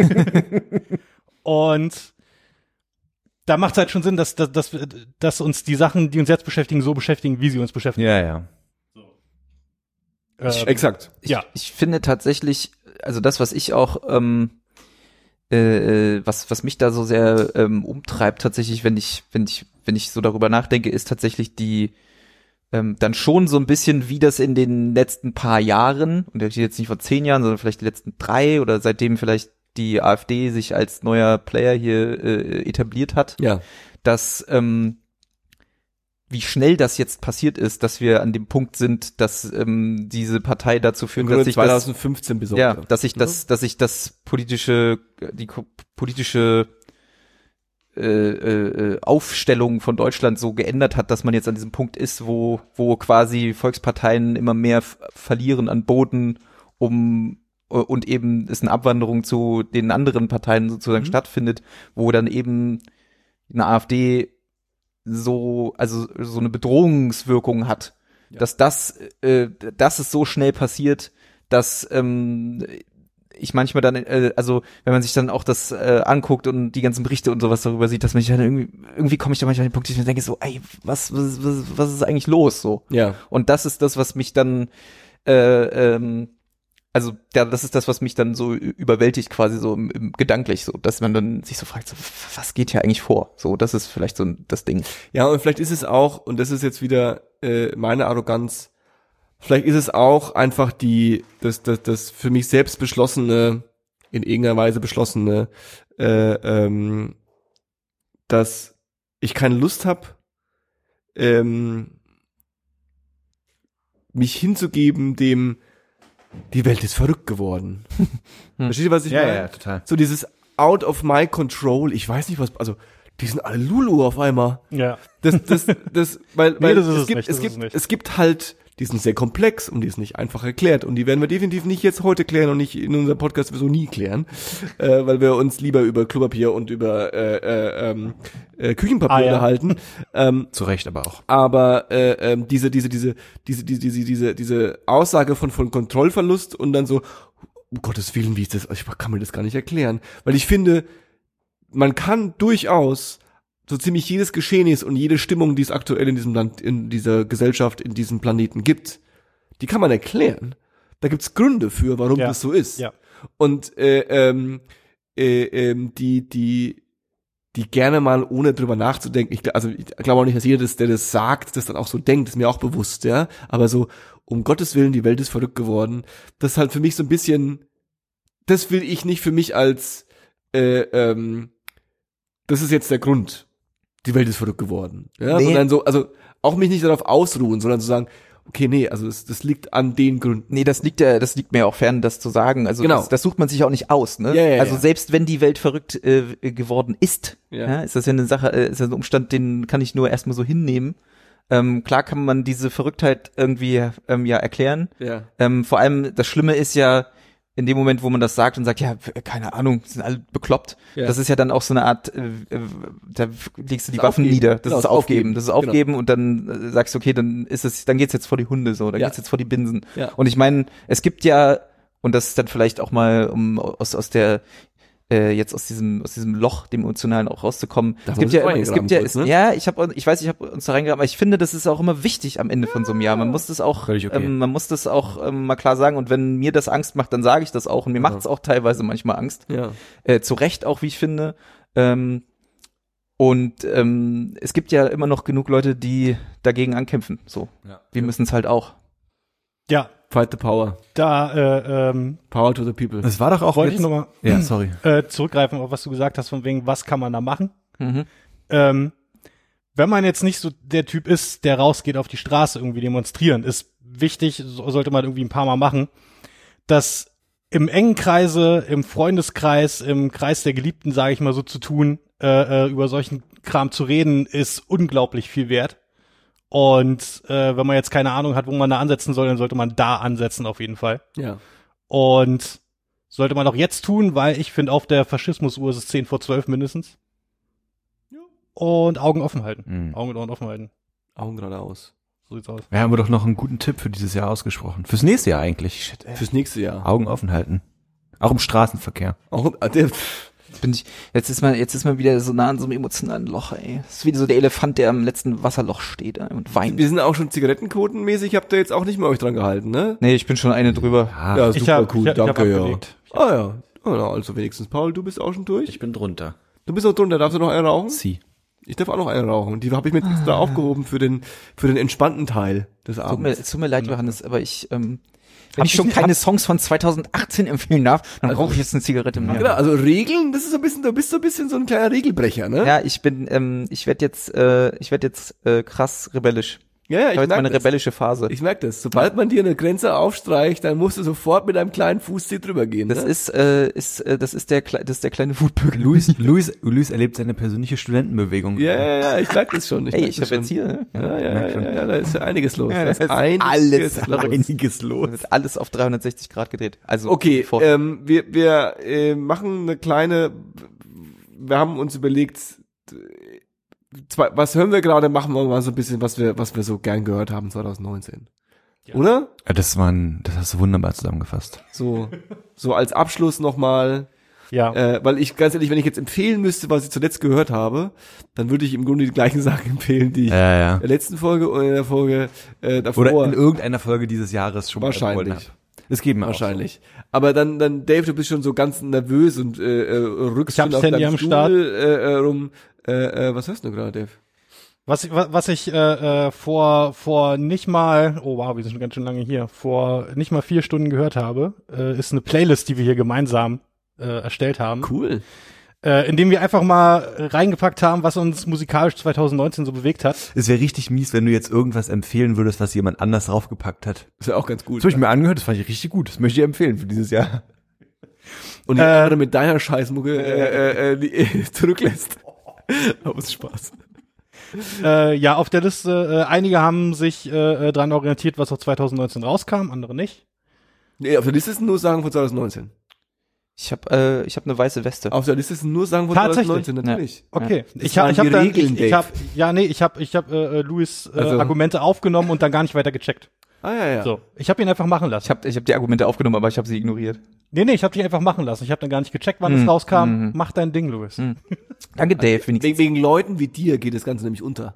und da macht es halt schon Sinn, dass, dass, dass, dass uns die Sachen, die uns jetzt beschäftigen, so beschäftigen, wie sie uns beschäftigen. Ja, ja. Ähm, Exakt. Ich, Ja. ich finde tatsächlich, also das, was ich auch, ähm, äh, was, was mich da so sehr ähm, umtreibt, tatsächlich, wenn ich, wenn ich, wenn ich so darüber nachdenke, ist tatsächlich die, ähm, dann schon so ein bisschen, wie das in den letzten paar Jahren, und jetzt nicht vor zehn Jahren, sondern vielleicht die letzten drei oder seitdem vielleicht die AfD sich als neuer Player hier äh, etabliert hat, Ja. dass ähm, wie schnell das jetzt passiert ist, dass wir an dem Punkt sind, dass ähm, diese Partei dazu führt, dass sich das, zwanzig fünfzehn besorgt. ja, dass ich das, dass ich das politische, die ko- politische äh, äh, Aufstellung von Deutschland so geändert hat, dass man jetzt an diesem Punkt ist, wo wo quasi Volksparteien immer mehr f- verlieren an Boden, um und eben es eine Abwanderung zu den anderen Parteien sozusagen mhm. stattfindet, wo dann eben eine AfD so, also so eine Bedrohungswirkung hat, ja. dass das, äh, dass es so schnell passiert, dass ähm, ich manchmal dann, äh, also wenn man sich dann auch das äh, anguckt und die ganzen Berichte und sowas darüber sieht, dass man sich dann irgendwie, irgendwie komme ich da manchmal an den Punkt, dass ich mir denke so, ey, was, was, was, was ist eigentlich los so? Ja. Und das ist das, was mich dann äh, ähm, Also ja, das ist das, was mich dann so überwältigt quasi so im, im gedanklich so, dass man dann sich so fragt, so, was geht hier eigentlich vor? So, das ist vielleicht so ein, das Ding. Ja, und vielleicht ist es auch, und das ist jetzt wieder äh, meine Arroganz, vielleicht ist es auch einfach die, das, das, das für mich selbst beschlossene, in irgendeiner Weise beschlossene, äh, ähm, dass ich keine Lust habe, ähm, mich hinzugeben dem, die Welt ist verrückt geworden. hm. Versteht ihr, was ich ja, meine? Ja, total. So dieses out of my control, ich weiß nicht was, also die sind alle Lulu auf einmal. Ja. Das, das, das, weil, Nee, weil das ist es es gibt, nicht, es das gibt, ist es nicht. es gibt halt, die sind sehr komplex und die ist nicht einfach erklärt und die werden wir definitiv nicht jetzt heute klären und nicht in unserem Podcast sowieso nie klären, äh, weil wir uns lieber über Klopapier und über äh, äh, ähm, äh, Küchenpapier Ah, ja. unterhalten. Ähm, Zu Recht aber auch. aber äh, ähm, diese diese diese diese diese diese diese diese Aussage von von Kontrollverlust und dann so um Gottes Willen, wie ist das? Ich kann mir das gar nicht erklären, weil ich finde, man kann durchaus so ziemlich jedes Geschehnis und jede Stimmung, die es aktuell in diesem Land, in dieser Gesellschaft, in diesem Planeten gibt, die kann man erklären. Da gibt's Gründe für, warum Ja. das so ist. Ja. Und äh, ähm, äh, ähm, die die die gerne mal ohne drüber nachzudenken, ich, also ich glaube auch nicht, dass jeder, das, der das sagt, das dann auch so denkt, ist mir auch bewusst, ja, aber so, um Gottes Willen, die Welt ist verrückt geworden, das ist halt für mich so ein bisschen, das will ich nicht für mich als, äh, ähm, das ist jetzt der Grund, die Welt ist verrückt geworden, ja, Nee. sondern so, also auch mich nicht darauf ausruhen, sondern zu sagen, okay, nee, also das, das liegt an den Gründen. Nee, das liegt ja, das liegt mir auch fern, das zu sagen. Also Genau. das, das sucht man sich auch nicht aus, ne? Ja, ja, also ja. selbst wenn die Welt verrückt äh, geworden ist, Ja. ja. ist das ja eine Sache, äh, ist das ein Umstand, den kann ich nur erstmal so hinnehmen. Ähm, klar kann man diese Verrücktheit irgendwie ähm, ja erklären. Ja. Ähm, vor allem das Schlimme ist ja, in dem Moment, wo man das sagt und sagt, ja, keine Ahnung, sind alle bekloppt. Ja. Das ist ja dann auch so eine Art, äh, äh, da legst du die Das Waffen Aufgeben. nieder. Das Genau, ist das aufgeben. Aufgeben. Das ist aufgeben und dann äh, sagst du, okay, dann ist es, dann geht's jetzt vor die Hunde so, dann Ja. geht's jetzt vor die Binsen. Ja. Und ich meine, es gibt ja, und das ist dann vielleicht auch mal, um aus aus der äh, jetzt aus diesem aus diesem Loch, dem emotionalen auch rauszukommen. Da Es haben gibt wir ja, uns immer, es gibt ja, reingegraben es, kurz, ne? ja, ich habe, ich weiß, ich habe uns da reingegraben, aber ich finde, das ist auch immer wichtig am Ende von so einem Jahr. Man muss das auch, Völlig okay. ähm, man muss das auch ähm, mal klar sagen. Und wenn mir das Angst macht, dann sage ich das auch. Und mir macht es auch teilweise manchmal Angst. Ja. Äh, zu Recht auch, wie ich finde. Ähm, und ähm, es gibt ja immer noch genug Leute, die dagegen ankämpfen. So, Ja. wir müssen es halt auch. Ja, Fight the power. da äh, ähm, Power to the people. Das war doch auch wollte ich jetzt, nochmal ja, sorry. äh, zurückgreifen auf was du gesagt hast, von wegen, was kann man da machen? Mhm. Ähm, wenn man jetzt nicht so der Typ ist, der rausgeht auf die Straße irgendwie demonstrieren, ist wichtig, so, sollte man irgendwie ein paar Mal machen, dass im engen Kreise, im Freundeskreis, im Kreis der Geliebten, sage ich mal so, zu tun, äh, äh, über solchen Kram zu reden, ist unglaublich viel wert. Und äh, wenn man jetzt keine Ahnung hat, wo man da ansetzen soll, dann sollte man da ansetzen auf jeden Fall. Ja. Und sollte man auch jetzt tun, weil ich finde, auf der Faschismusuhr ist es zehn vor zwölf mindestens. Und Augen offen halten. Mhm. Augen und Ohren offen halten. Augen geradeaus. So sieht's aus. Wir haben doch noch einen guten Tipp für dieses Jahr ausgesprochen. Fürs nächste Jahr eigentlich. Shit, ey. Fürs nächste Jahr. Augen offen halten. Auch im Straßenverkehr. Auch, ah, der, Bin ich, jetzt ist man, jetzt ist man wieder so nah an so einem emotionalen Loch, ey. Das ist wie so der Elefant, der am letzten Wasserloch steht ey, und weint. wir sind auch schon zigarettenquotenmäßig, habt ihr jetzt auch nicht mehr euch dran gehalten, ne? Nee, ich bin schon eine drüber. Ah, Ja, Ich super hab- cool, ich hab- ich hab danke, ja. abgelegt. Ah ja. Oh, na, also wenigstens, Paul, du bist auch schon durch? ich bin drunter. Du bist auch drunter, darfst du noch einen rauchen? Sie. Ich darf auch noch einen rauchen. Die habe ich mir jetzt extra aufgehoben für den, für den entspannten Teil des Tut mir, Abends. es tut mir leid, Johannes, aber ich, ähm, wenn Hab ich schon ich- keine Songs von zweitausendachtzehn empfehlen darf, dann rauche ich jetzt eine Zigarette mehr. Genau, also Regeln, das ist so ein bisschen, du bist so ein bisschen so ein kleiner Regelbrecher, ne? Ja, ich bin, ähm, ich werde jetzt, äh, ich werde jetzt äh, krass rebellisch. Ja, ja, Ich ich habe jetzt merke meine das. rebellische Phase. Ich merke das. Sobald man dir eine Grenze aufstreicht, dann musst du sofort mit einem kleinen Fußzeh drüber gehen. Das ne? ist, äh, ist, äh, das ist der, Kle- das ist der kleine Wutbürger. Luis, Luis, Luis erlebt seine persönliche Studentenbewegung. Ja, ja, ja, ich merke das schon. Ich Ey, merk ich das habe jetzt schon. hier, ne? Ja, ja, ja, ja, ja, da ist ja einiges los. Ja, da ist da ist einiges Alles, los. einiges Da los. wird alles auf dreihundertsechzig Grad gedreht. Also Okay, vor- ähm, wir, wir äh, machen eine kleine, wir haben uns überlegt, äh, zwei, was hören wir gerade, machen wir mal so ein bisschen, was wir, was wir so gern gehört haben zwanzig neunzehn. Ja. Oder? Ja, das war ein, das hast du wunderbar zusammengefasst. So, so als Abschluss nochmal, Ja. äh, weil ich, ganz ehrlich, wenn ich jetzt empfehlen müsste, was ich zuletzt gehört habe, dann würde ich im Grunde die gleichen Sachen empfehlen, die ich Ja, ja. in der letzten Folge oder in der Folge äh, davor. Oder in irgendeiner Folge dieses Jahres schon mal empfohlen Wahrscheinlich. hab. Das geht mir Wahrscheinlich. Aber dann, dann, Dave, du bist schon so ganz nervös und äh, äh, rückst Ich hab's schon auf Handy deinem am Stuhl Start. äh, äh, rum. Äh, äh, was hörst du gerade, Dave? Was, ich- wa- was ich äh, äh, vor vor nicht mal, oh wow, wir sind schon ganz schön lange hier, vor nicht mal vier Stunden gehört habe, äh, ist eine Playlist, die wir hier gemeinsam äh, erstellt haben, Cool. äh, in dem wir einfach mal reingepackt haben, was uns musikalisch zwanzig neunzehn so bewegt hat. Es wäre richtig mies, wenn du jetzt irgendwas empfehlen würdest, was jemand anders draufgepackt hat. Das wäre auch ganz gut. Das habe ich mir angehört, das fand ich richtig gut. Das möchte ich empfehlen für dieses Jahr. Und die Äh, andere mit deiner Scheißmucke äh, äh, äh, die, äh, zurücklässt. Aber es ist Spaß. Äh, ja, auf der Liste, äh, einige haben sich äh, äh, dran orientiert, was auch zwanzig neunzehn rauskam, andere nicht. Nee, auf der Liste sind nur Sachen von zwanzig neunzehn. ich habe, äh, ich habe eine weiße Weste. Auf der Liste sind nur Sachen von Tatsächlich? zwanzig neunzehn, natürlich. Okay, Das ich habe waren ich hab die dann, Regeln, ich, ich Dave. hab, ja, nee, ich habe ich hab, äh, äh, Louis äh, Also- Argumente aufgenommen und dann gar nicht weiter gecheckt. Ah, ja, ja. So, ich habe ihn einfach machen lassen. Ich habe ich hab die Argumente aufgenommen, aber ich habe sie ignoriert. Nee, nee, ich habe dich einfach machen lassen. Ich habe dann gar nicht gecheckt, wann Mhm. es rauskam. Mhm. Mach dein Ding, Louis. Mhm. Danke, Dave. Wenigstens. Wegen, wegen Leuten wie dir geht das Ganze nämlich unter.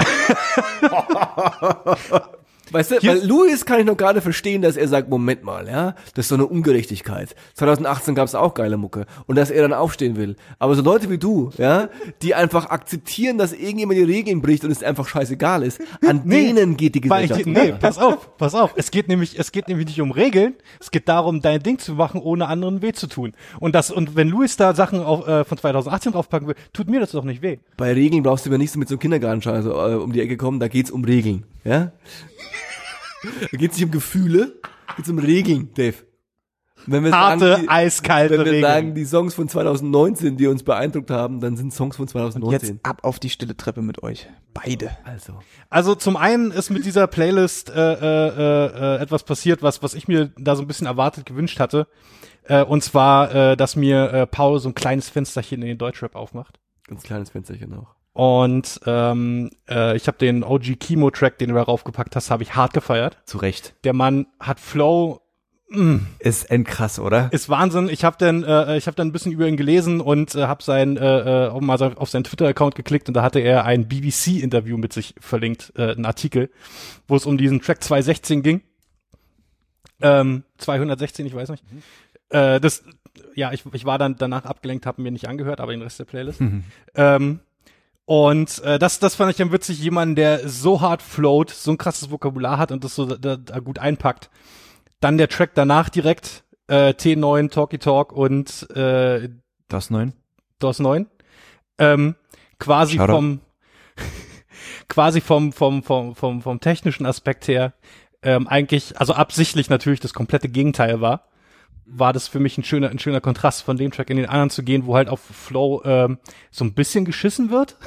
Weißt du, Hier weil ist- Louis kann ich noch gerade verstehen, dass er sagt, Moment mal, ja, das ist so eine Ungerechtigkeit. zwanzig achtzehn gab es auch geile Mucke und dass er dann aufstehen will. Aber so Leute wie du, ja, die einfach akzeptieren, dass irgendjemand die Regeln bricht und es einfach scheißegal ist, an Nee, denen geht die Weil Gesellschaft ich, nee, unter. pass auf, pass auf. Es geht nämlich, es geht nämlich nicht um Regeln. Es geht darum, dein Ding zu machen, ohne anderen weh zu tun. Und das, und wenn Louis da Sachen auf, äh, von zwanzig achtzehn draufpacken will, tut mir das doch nicht weh. Bei Regeln brauchst du aber nicht so mit so einem Kindergartenscheiß äh, um die Ecke kommen, da geht's um Regeln, ja? Da geht's nicht um Gefühle, geht's um Regeln, Dave. Wenn wir Harte, sagen, die, eiskalte wenn wir Regeln. sagen, die Songs von zwanzig neunzehn, die uns beeindruckt haben, dann sind Songs von zwanzig Jetzt neunzehn. ab auf die stille Treppe mit euch. Beide. Also. Also zum einen ist mit dieser Playlist äh, äh, äh, etwas passiert, was was ich mir da so ein bisschen erwartet, gewünscht hatte. Äh, und zwar, äh, dass mir äh, Paul so ein kleines Fensterchen in den Deutschrap aufmacht. Ganz kleines Fensterchen auch. Und ähm, äh, ich habe den O G Chemo-Track, den du darauf gepackt hast, habe ich hart gefeiert. Zu Recht. Der Mann hat Flow, mh, Ist endkrass, oder? ist Wahnsinn. Ich habe dann, äh, ich habe dann ein bisschen über ihn gelesen und äh, habe sein, äh, äh, auch mal so auf seinen Twitter-Account geklickt und da hatte er ein B B C-Interview mit sich verlinkt, äh, einen Artikel, wo es um diesen Track zweihundertsechzehn ging. Ähm, zweihundertsechzehn, ich weiß nicht. Äh, das, ja, ich, ich war dann danach abgelenkt, habe mir nicht angehört, aber den Rest der Playlist. Ähm, und äh, das, das fand ich dann witzig, jemanden, der so hart float, so ein krasses Vokabular hat und das so da, da gut einpackt. Dann der Track danach direkt, äh, T neun, Talky Talk und äh, Das neun? DOS neun. Ähm, quasi Shoutout. vom quasi vom, vom, vom, vom, vom technischen Aspekt her ähm, eigentlich, also absichtlich natürlich das komplette Gegenteil war, war das für mich ein schöner, ein schöner Kontrast von dem Track in den anderen zu gehen, wo halt auf Flow ähm, so ein bisschen geschissen wird.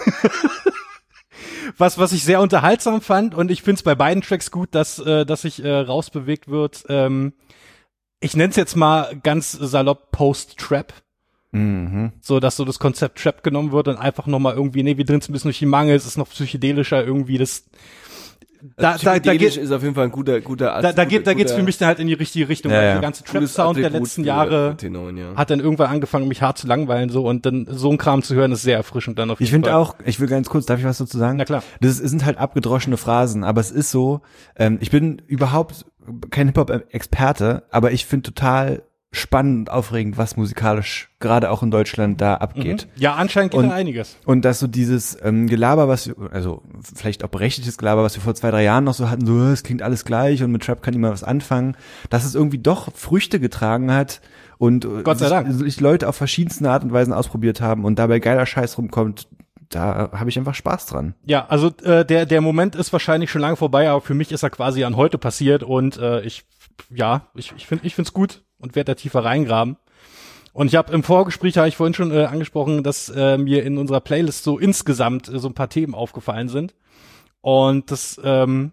was, was ich sehr unterhaltsam fand und ich finde es bei beiden Tracks gut, dass, äh, dass sich äh, rausbewegt wird. Ähm, ich nenne es jetzt mal ganz salopp Post-Trap. Mhm. So, dass so das Konzept Trap genommen wird und einfach nochmal irgendwie, nee, wir drin ein bisschen durch die Mangel, es ist noch psychedelischer irgendwie, das, da, Also da, da psychedelisch geht, ist auf jeden Fall ein guter, guter, da, da geht, da geht's für mich dann halt in die richtige Richtung, Ja, weil ja. der ganze Trap-Sound der letzten Jahre T neun, ja. hat dann irgendwann angefangen, mich hart zu langweilen, so, und dann so ein Kram zu hören, ist sehr erfrischend dann auf jeden Ich finde Fall. auch, ich will ganz kurz, darf ich was dazu sagen? Na klar. Das ist, sind halt abgedroschene Phrasen, aber es ist so, ähm, ich bin überhaupt kein Hip-Hop-Experte, aber ich finde total spannend und aufregend, was musikalisch gerade auch in Deutschland da abgeht. Mhm. Ja, anscheinend geht Und- da einiges. Und dass so dieses ähm, Gelaber, was wir, also vielleicht auch berechtigtes Gelaber, was wir vor zwei, drei Jahren noch so hatten, so, es klingt alles gleich und mit Trap kann niemand was anfangen, dass es irgendwie doch Früchte getragen hat und äh, Gott sei sich, Dank. sich Leute auf verschiedenste Art und Weisen ausprobiert haben und dabei geiler Scheiß rumkommt, da habe ich einfach Spaß dran. Ja, also äh, der der Moment ist wahrscheinlich schon lange vorbei, aber für mich ist er quasi an heute passiert und äh, ich ja, ich ich finde ich find's gut und werde da tiefer reingraben. Und ich habe im Vorgespräch, habe ich vorhin schon äh, angesprochen, dass äh, mir in unserer Playlist so insgesamt äh, so ein paar Themen aufgefallen sind. Und das ähm,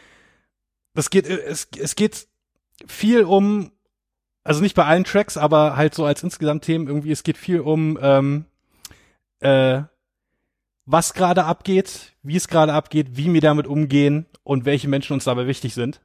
das geht äh, es es geht viel um, also nicht bei allen Tracks, aber halt so als insgesamt Themen irgendwie, es geht viel um ähm, äh, was gerade abgeht, wie es gerade abgeht, wie wir damit umgehen und welche Menschen uns dabei wichtig sind.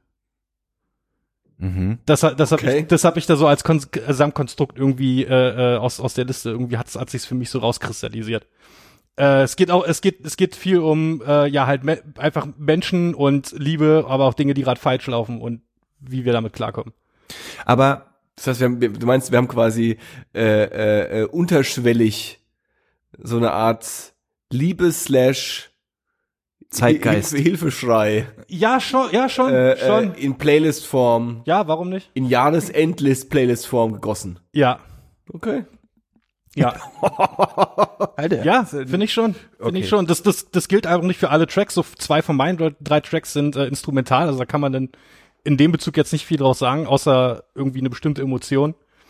Mhm. Das, das Okay. habe ich, das hab ich da so als Kon- Gesamtkonstrukt irgendwie äh, aus aus der Liste irgendwie hat hat sich's für mich so rauskristallisiert. Äh, es geht auch, es geht es geht viel um äh, ja halt me- einfach Menschen und Liebe, aber auch Dinge, die gerade falsch laufen und wie wir damit klarkommen. Aber Das heißt, wir haben, wir- du meinst, wir haben quasi äh, äh, äh, unterschwellig so eine Art Liebe slash Zeitgeist. Hilfe, Hilfeschrei Ja schon, ja schon, äh, schon. äh, in Playlist-Form, Ja, warum nicht? in Jahresendlist-Playlist-Form gegossen. Ja, Okay. ja. Alter. Ja, finde ich schon. Finde Okay. ich schon. Das, das, das gilt einfach nicht für alle Tracks. So zwei von meinen drei- drei Tracks sind äh, instrumental. Also da kann man dann in dem Bezug jetzt nicht viel draus sagen, außer irgendwie eine bestimmte Emotion.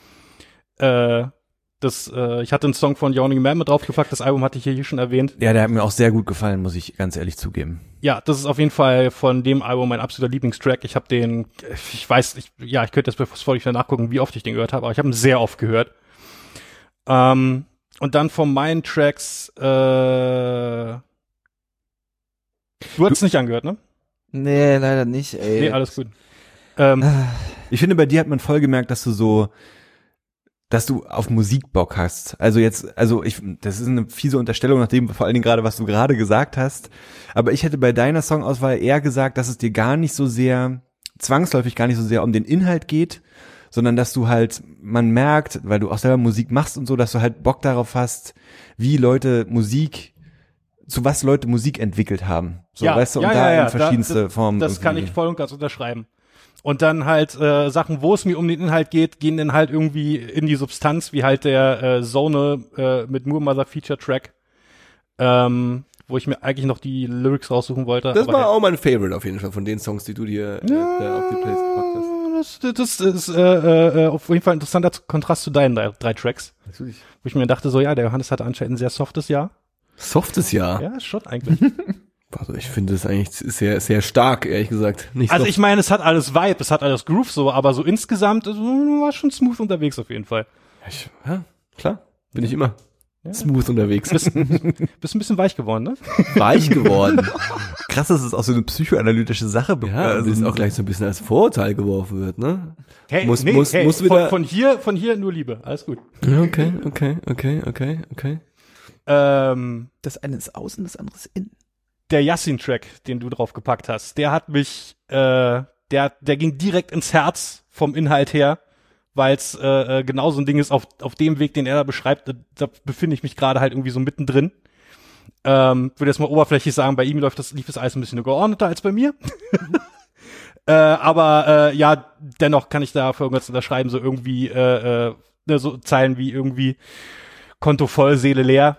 Äh, das, äh, ich hatte einen Song von Yawning Man mit draufgepackt. Das Album hatte ich hier schon erwähnt. ja, der hat mir auch sehr gut gefallen, muss ich ganz ehrlich zugeben. Ja, das ist auf jeden Fall von dem Album mein absoluter Lieblingstrack. Ich habe den, ich weiß, ich, ja, ich könnte jetzt bevor ich wieder nachgucken, wie oft ich den gehört habe, aber ich habe ihn sehr oft gehört. Ähm, und dann von meinen Tracks, äh, du hast es nicht angehört, ne? Nee, leider nicht, ey. Nee, alles gut. Ähm, Ich finde, bei dir hat man voll gemerkt, dass du so, dass du auf Musik Bock hast. Also jetzt, also ich, das ist eine fiese Unterstellung, nachdem vor allen Dingen gerade, was du gerade gesagt hast. Aber ich hätte bei deiner Songauswahl eher gesagt, dass es dir gar nicht so sehr, zwangsläufig gar nicht so sehr um den Inhalt geht, sondern dass du halt, man merkt, weil du auch selber Musik machst und so, dass du halt Bock darauf hast, wie Leute Musik, zu was Leute Musik entwickelt haben. So, ja, weißt du, und ja, da ja, ja, in verschiedenste da, das, Formen. Das kann ich irgendwie. voll und ganz unterschreiben. Und dann halt äh, Sachen, wo es mir um den Inhalt geht, gehen dann halt irgendwie in die Substanz, wie halt der äh, Zone äh, mit Moore Mother Feature Track, ähm, wo ich mir eigentlich noch die Lyrics raussuchen wollte. Das aber war ja. auch mein Favorite auf jeden Fall von den Songs, die du dir äh, da auf die Playlist gepackt hast. Das, das ist äh, äh, auf jeden Fall ein interessanter Kontrast zu deinen drei, drei Tracks. Natürlich. Wo ich mir dachte, so ja, der Johannes hatte anscheinend ein sehr softes Jahr. Softes Jahr. Ja, schon eigentlich. Also ich finde das eigentlich sehr, sehr stark, ehrlich gesagt. Nicht Also soft. ich meine, es hat alles Vibe, es hat alles Groove so, aber so insgesamt also, war schon smooth unterwegs auf jeden Fall. Ich, ja, klar, bin ich immer smooth unterwegs. Bist, bist ein bisschen weich geworden, ne? Weich geworden. Krass, dass es auch so eine psychoanalytische Sache Ja, also das ist auch gleich so ein bisschen als Vorurteil geworfen wird, ne? Hey, Muss- muss- muss von, wieder- von hier, von hier nur Liebe, alles gut. Okay, okay, okay, okay, okay. Ähm, Das eine ist außen, das andere ist innen. der Yassin-Track, den du drauf gepackt hast, der hat mich, äh, der, der ging direkt ins Herz vom Inhalt her, weil es äh, äh, genau so ein Ding ist, auf, auf dem Weg, den er da beschreibt, da, da befinde ich mich gerade halt irgendwie so mittendrin. Ähm, würde jetzt mal oberflächlich sagen, bei ihm läuft das, lief das alles ein bisschen geordneter als bei mir. äh, aber äh, ja, dennoch kann ich da für irgendwas unterschreiben, so irgendwie äh, äh, ne, so Zeilen wie irgendwie Konto voll, Seele leer.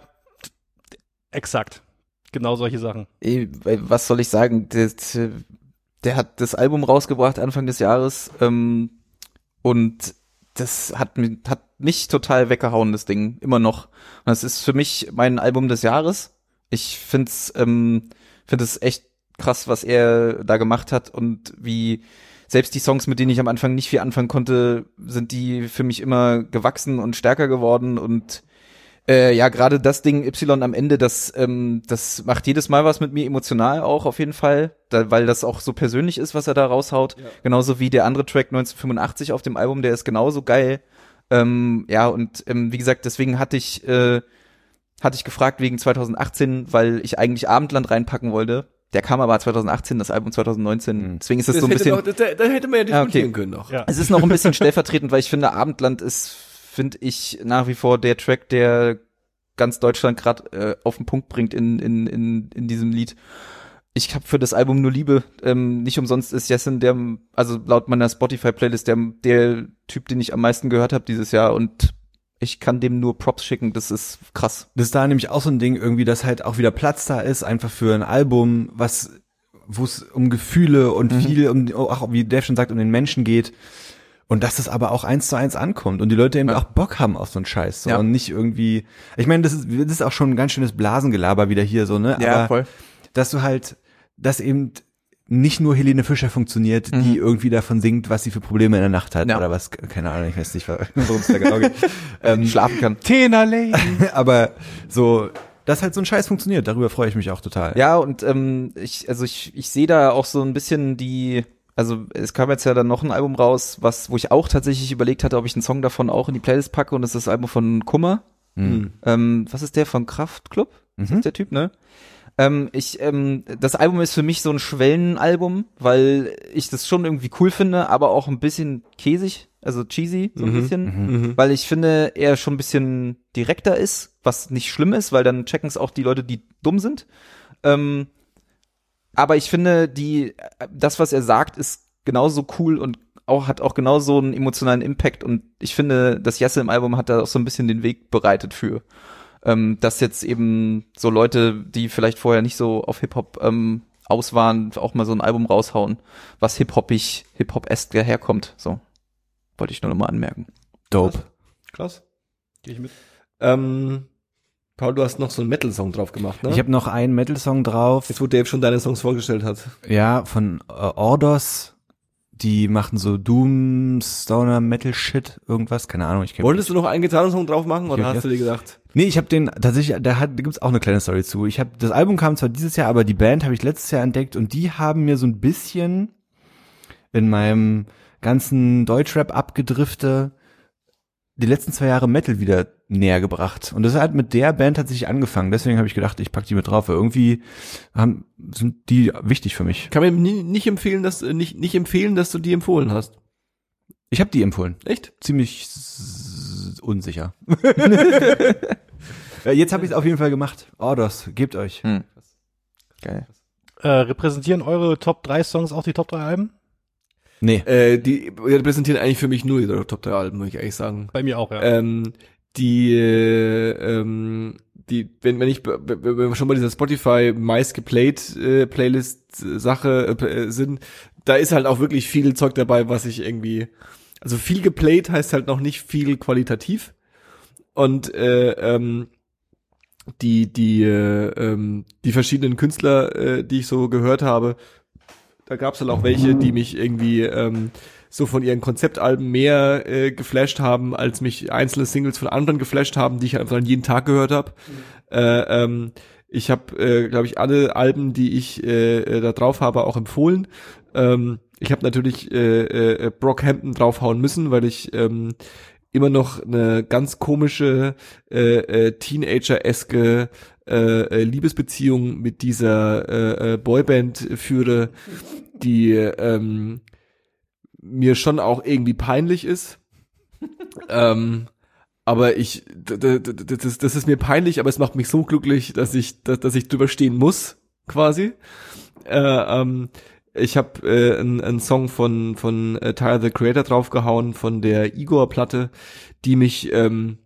Exakt. Genau solche Sachen. Ey, was soll ich sagen? Der, der hat das Album rausgebracht Anfang des Jahres ähm, und das hat, mi- hat mich total weggehauen, das Ding, immer noch. Und das ist für mich mein Album des Jahres. Ich find's, ähm, find es echt krass, was er da gemacht hat und wie selbst die Songs, mit denen ich am Anfang nicht viel anfangen konnte, sind die für mich immer gewachsen und stärker geworden und Äh, ja, gerade das Ding Y am Ende, das ähm, das macht jedes Mal was mit mir emotional auch auf jeden Fall, da, weil das auch so persönlich ist, was er da raushaut. Ja. Genauso wie der andere Track neunzehnhundertfünfundachtzig auf dem Album, der ist genauso geil. Ähm, ja, und ähm, wie gesagt, deswegen hatte ich äh, hatte ich gefragt wegen zweitausendachtzehn, weil ich eigentlich Abendland reinpacken wollte. Der kam aber zweitausendachtzehn, das Album zweitausendneunzehn. Mhm. Deswegen ist das, Das so ein hätte bisschen noch, das, da hätte man ja Ah, diskutieren okay. können noch. Ja. Es ist noch ein bisschen stellvertretend, weil ich finde, Abendland ist, finde ich, nach wie vor der Track, der ganz Deutschland gerade äh, auf den Punkt bringt in in in in diesem Lied. Ich habe für das Album nur Liebe. Ähm, nicht umsonst ist Yassin der, also laut meiner Spotify-Playlist der der Typ, den ich am meisten gehört habe dieses Jahr. Und ich kann dem nur Props schicken, das ist krass. Das ist da nämlich auch so ein Ding irgendwie, dass halt auch wieder Platz da ist, einfach für ein Album, was, wo es um Gefühle und mhm. viel um, auch wie Dave schon sagt, um den Menschen geht. Und dass das aber auch eins zu eins ankommt und die Leute eben ja. auch Bock haben auf so einen Scheiß. So. Ja. Und nicht irgendwie, ich meine, das ist, das ist auch schon ein ganz schönes Blasengelaber wieder hier so, ne? Ja, aber voll. Dass du halt, dass eben nicht nur Helene Fischer funktioniert, mhm. die irgendwie davon singt, was sie für Probleme in der Nacht hat ja. oder was, keine Ahnung, ich weiß nicht, worum es da genau geht. ähm, Schlafen kann. Tena Lady. Aber so, dass halt so ein Scheiß funktioniert, darüber freue ich mich auch total. Ja, und ähm, ich, also ich, ich sehe da auch so ein bisschen die, also es kam jetzt ja dann noch ein Album raus, was, wo ich auch tatsächlich überlegt hatte, ob ich einen Song davon auch in die Playlist packe, und das ist das Album von Kummer. Mhm. Ähm, was ist der, von Kraftklub? Mhm. Das ist der Typ, ne? Ähm, ich, ähm, das Album ist für mich so ein Schwellenalbum, weil ich das schon irgendwie cool finde, aber auch ein bisschen käsig, also cheesy, so ein Mhm. bisschen, Mhm. weil ich finde, er schon ein bisschen direkter ist, was nicht schlimm ist, weil dann checken es auch die Leute, die dumm sind. Ähm, aber ich finde, die, das, was er sagt, ist genauso cool und auch, hat auch genauso einen emotionalen Impact, und ich finde, das Jesse im Album hat da auch so ein bisschen den Weg bereitet für. Ähm, dass jetzt eben so Leute, die vielleicht vorher nicht so auf Hip-Hop ähm, aus waren, auch mal so ein Album raushauen, was hip-hoppig, hip-hop-esk daherkommt. So, wollte ich nur noch mal anmerken. Dope. Krass. Gehe ich mit. Ähm, Paul, du hast noch so einen Metal-Song drauf gemacht, ne? Ich habe noch einen Metal-Song drauf. Jetzt, wo Dave schon deine Songs vorgestellt hat. Ja, von äh, Ordos. Die machen so Doom, Stoner, Metal Shit, irgendwas, keine Ahnung. Ich kenn Wolltest du noch einen Gitarrensong drauf machen, oder Ich- hast du dir gedacht? Nee, ich habe den tatsächlich, da hat, da gibt's auch eine kleine Story zu. Ich habe das Album kam zwar dieses Jahr, aber die Band habe ich letztes Jahr entdeckt, und die haben mir so ein bisschen in meinem ganzen Deutschrap abgedrifte die letzten zwei Jahre Metal wieder näher gebracht. Und das hat mit der Band tatsächlich angefangen. Deswegen habe ich gedacht, ich pack die mit drauf, weil irgendwie haben, sind die wichtig für mich. Ich kann mir nie, nicht empfehlen, dass äh, nicht nicht empfehlen, dass du die empfohlen hast. Ich habe die empfohlen. Echt? Ziemlich s- unsicher. Ja, jetzt habe ich es auf jeden Fall gemacht. Ordos, gebt euch. Hm. Geil. Äh, repräsentieren eure Top drei Songs auch die Top drei Alben? Nee. Äh, die repräsentieren eigentlich für mich nur ihre Top drei Alben, muss ich ehrlich sagen. Bei mir auch, ja. Ähm, die, äh, ähm, die, wenn, wenn ich, wenn wir schon bei dieser Spotify meist geplayed äh, Playlist Sache äh, sind, da ist halt auch wirklich viel Zeug dabei, was ich irgendwie, also viel geplayed heißt halt noch nicht viel qualitativ. Und äh, ähm, die, die, äh, ähm, die verschiedenen Künstler, äh, die ich so gehört habe, da gab's halt auch welche, die mich irgendwie ähm, so von ihren Konzeptalben mehr äh, geflasht haben, als mich einzelne Singles von anderen geflasht haben, die ich einfach jeden Tag gehört habe. Mhm. Äh, ähm, ich habe, äh, glaube ich, alle Alben, die ich äh, da drauf habe, auch empfohlen. Ähm, ich habe natürlich äh, äh, Brockhampton draufhauen müssen, weil ich ähm, immer noch eine ganz komische äh, äh, Teenager-eske äh, Liebesbeziehung mit dieser äh, äh, Boyband führe, die ähm, mir schon auch irgendwie peinlich ist. ähm, aber ich, d- d- d- das, ist- das ist mir peinlich, aber es macht mich so glücklich, dass ich, dass, dass ich drüber stehen muss, quasi. Äh, ähm, ich habe äh, einen, einen Song von von äh, Tyler the Creator draufgehauen, von der Igor-Platte, die mich ähm,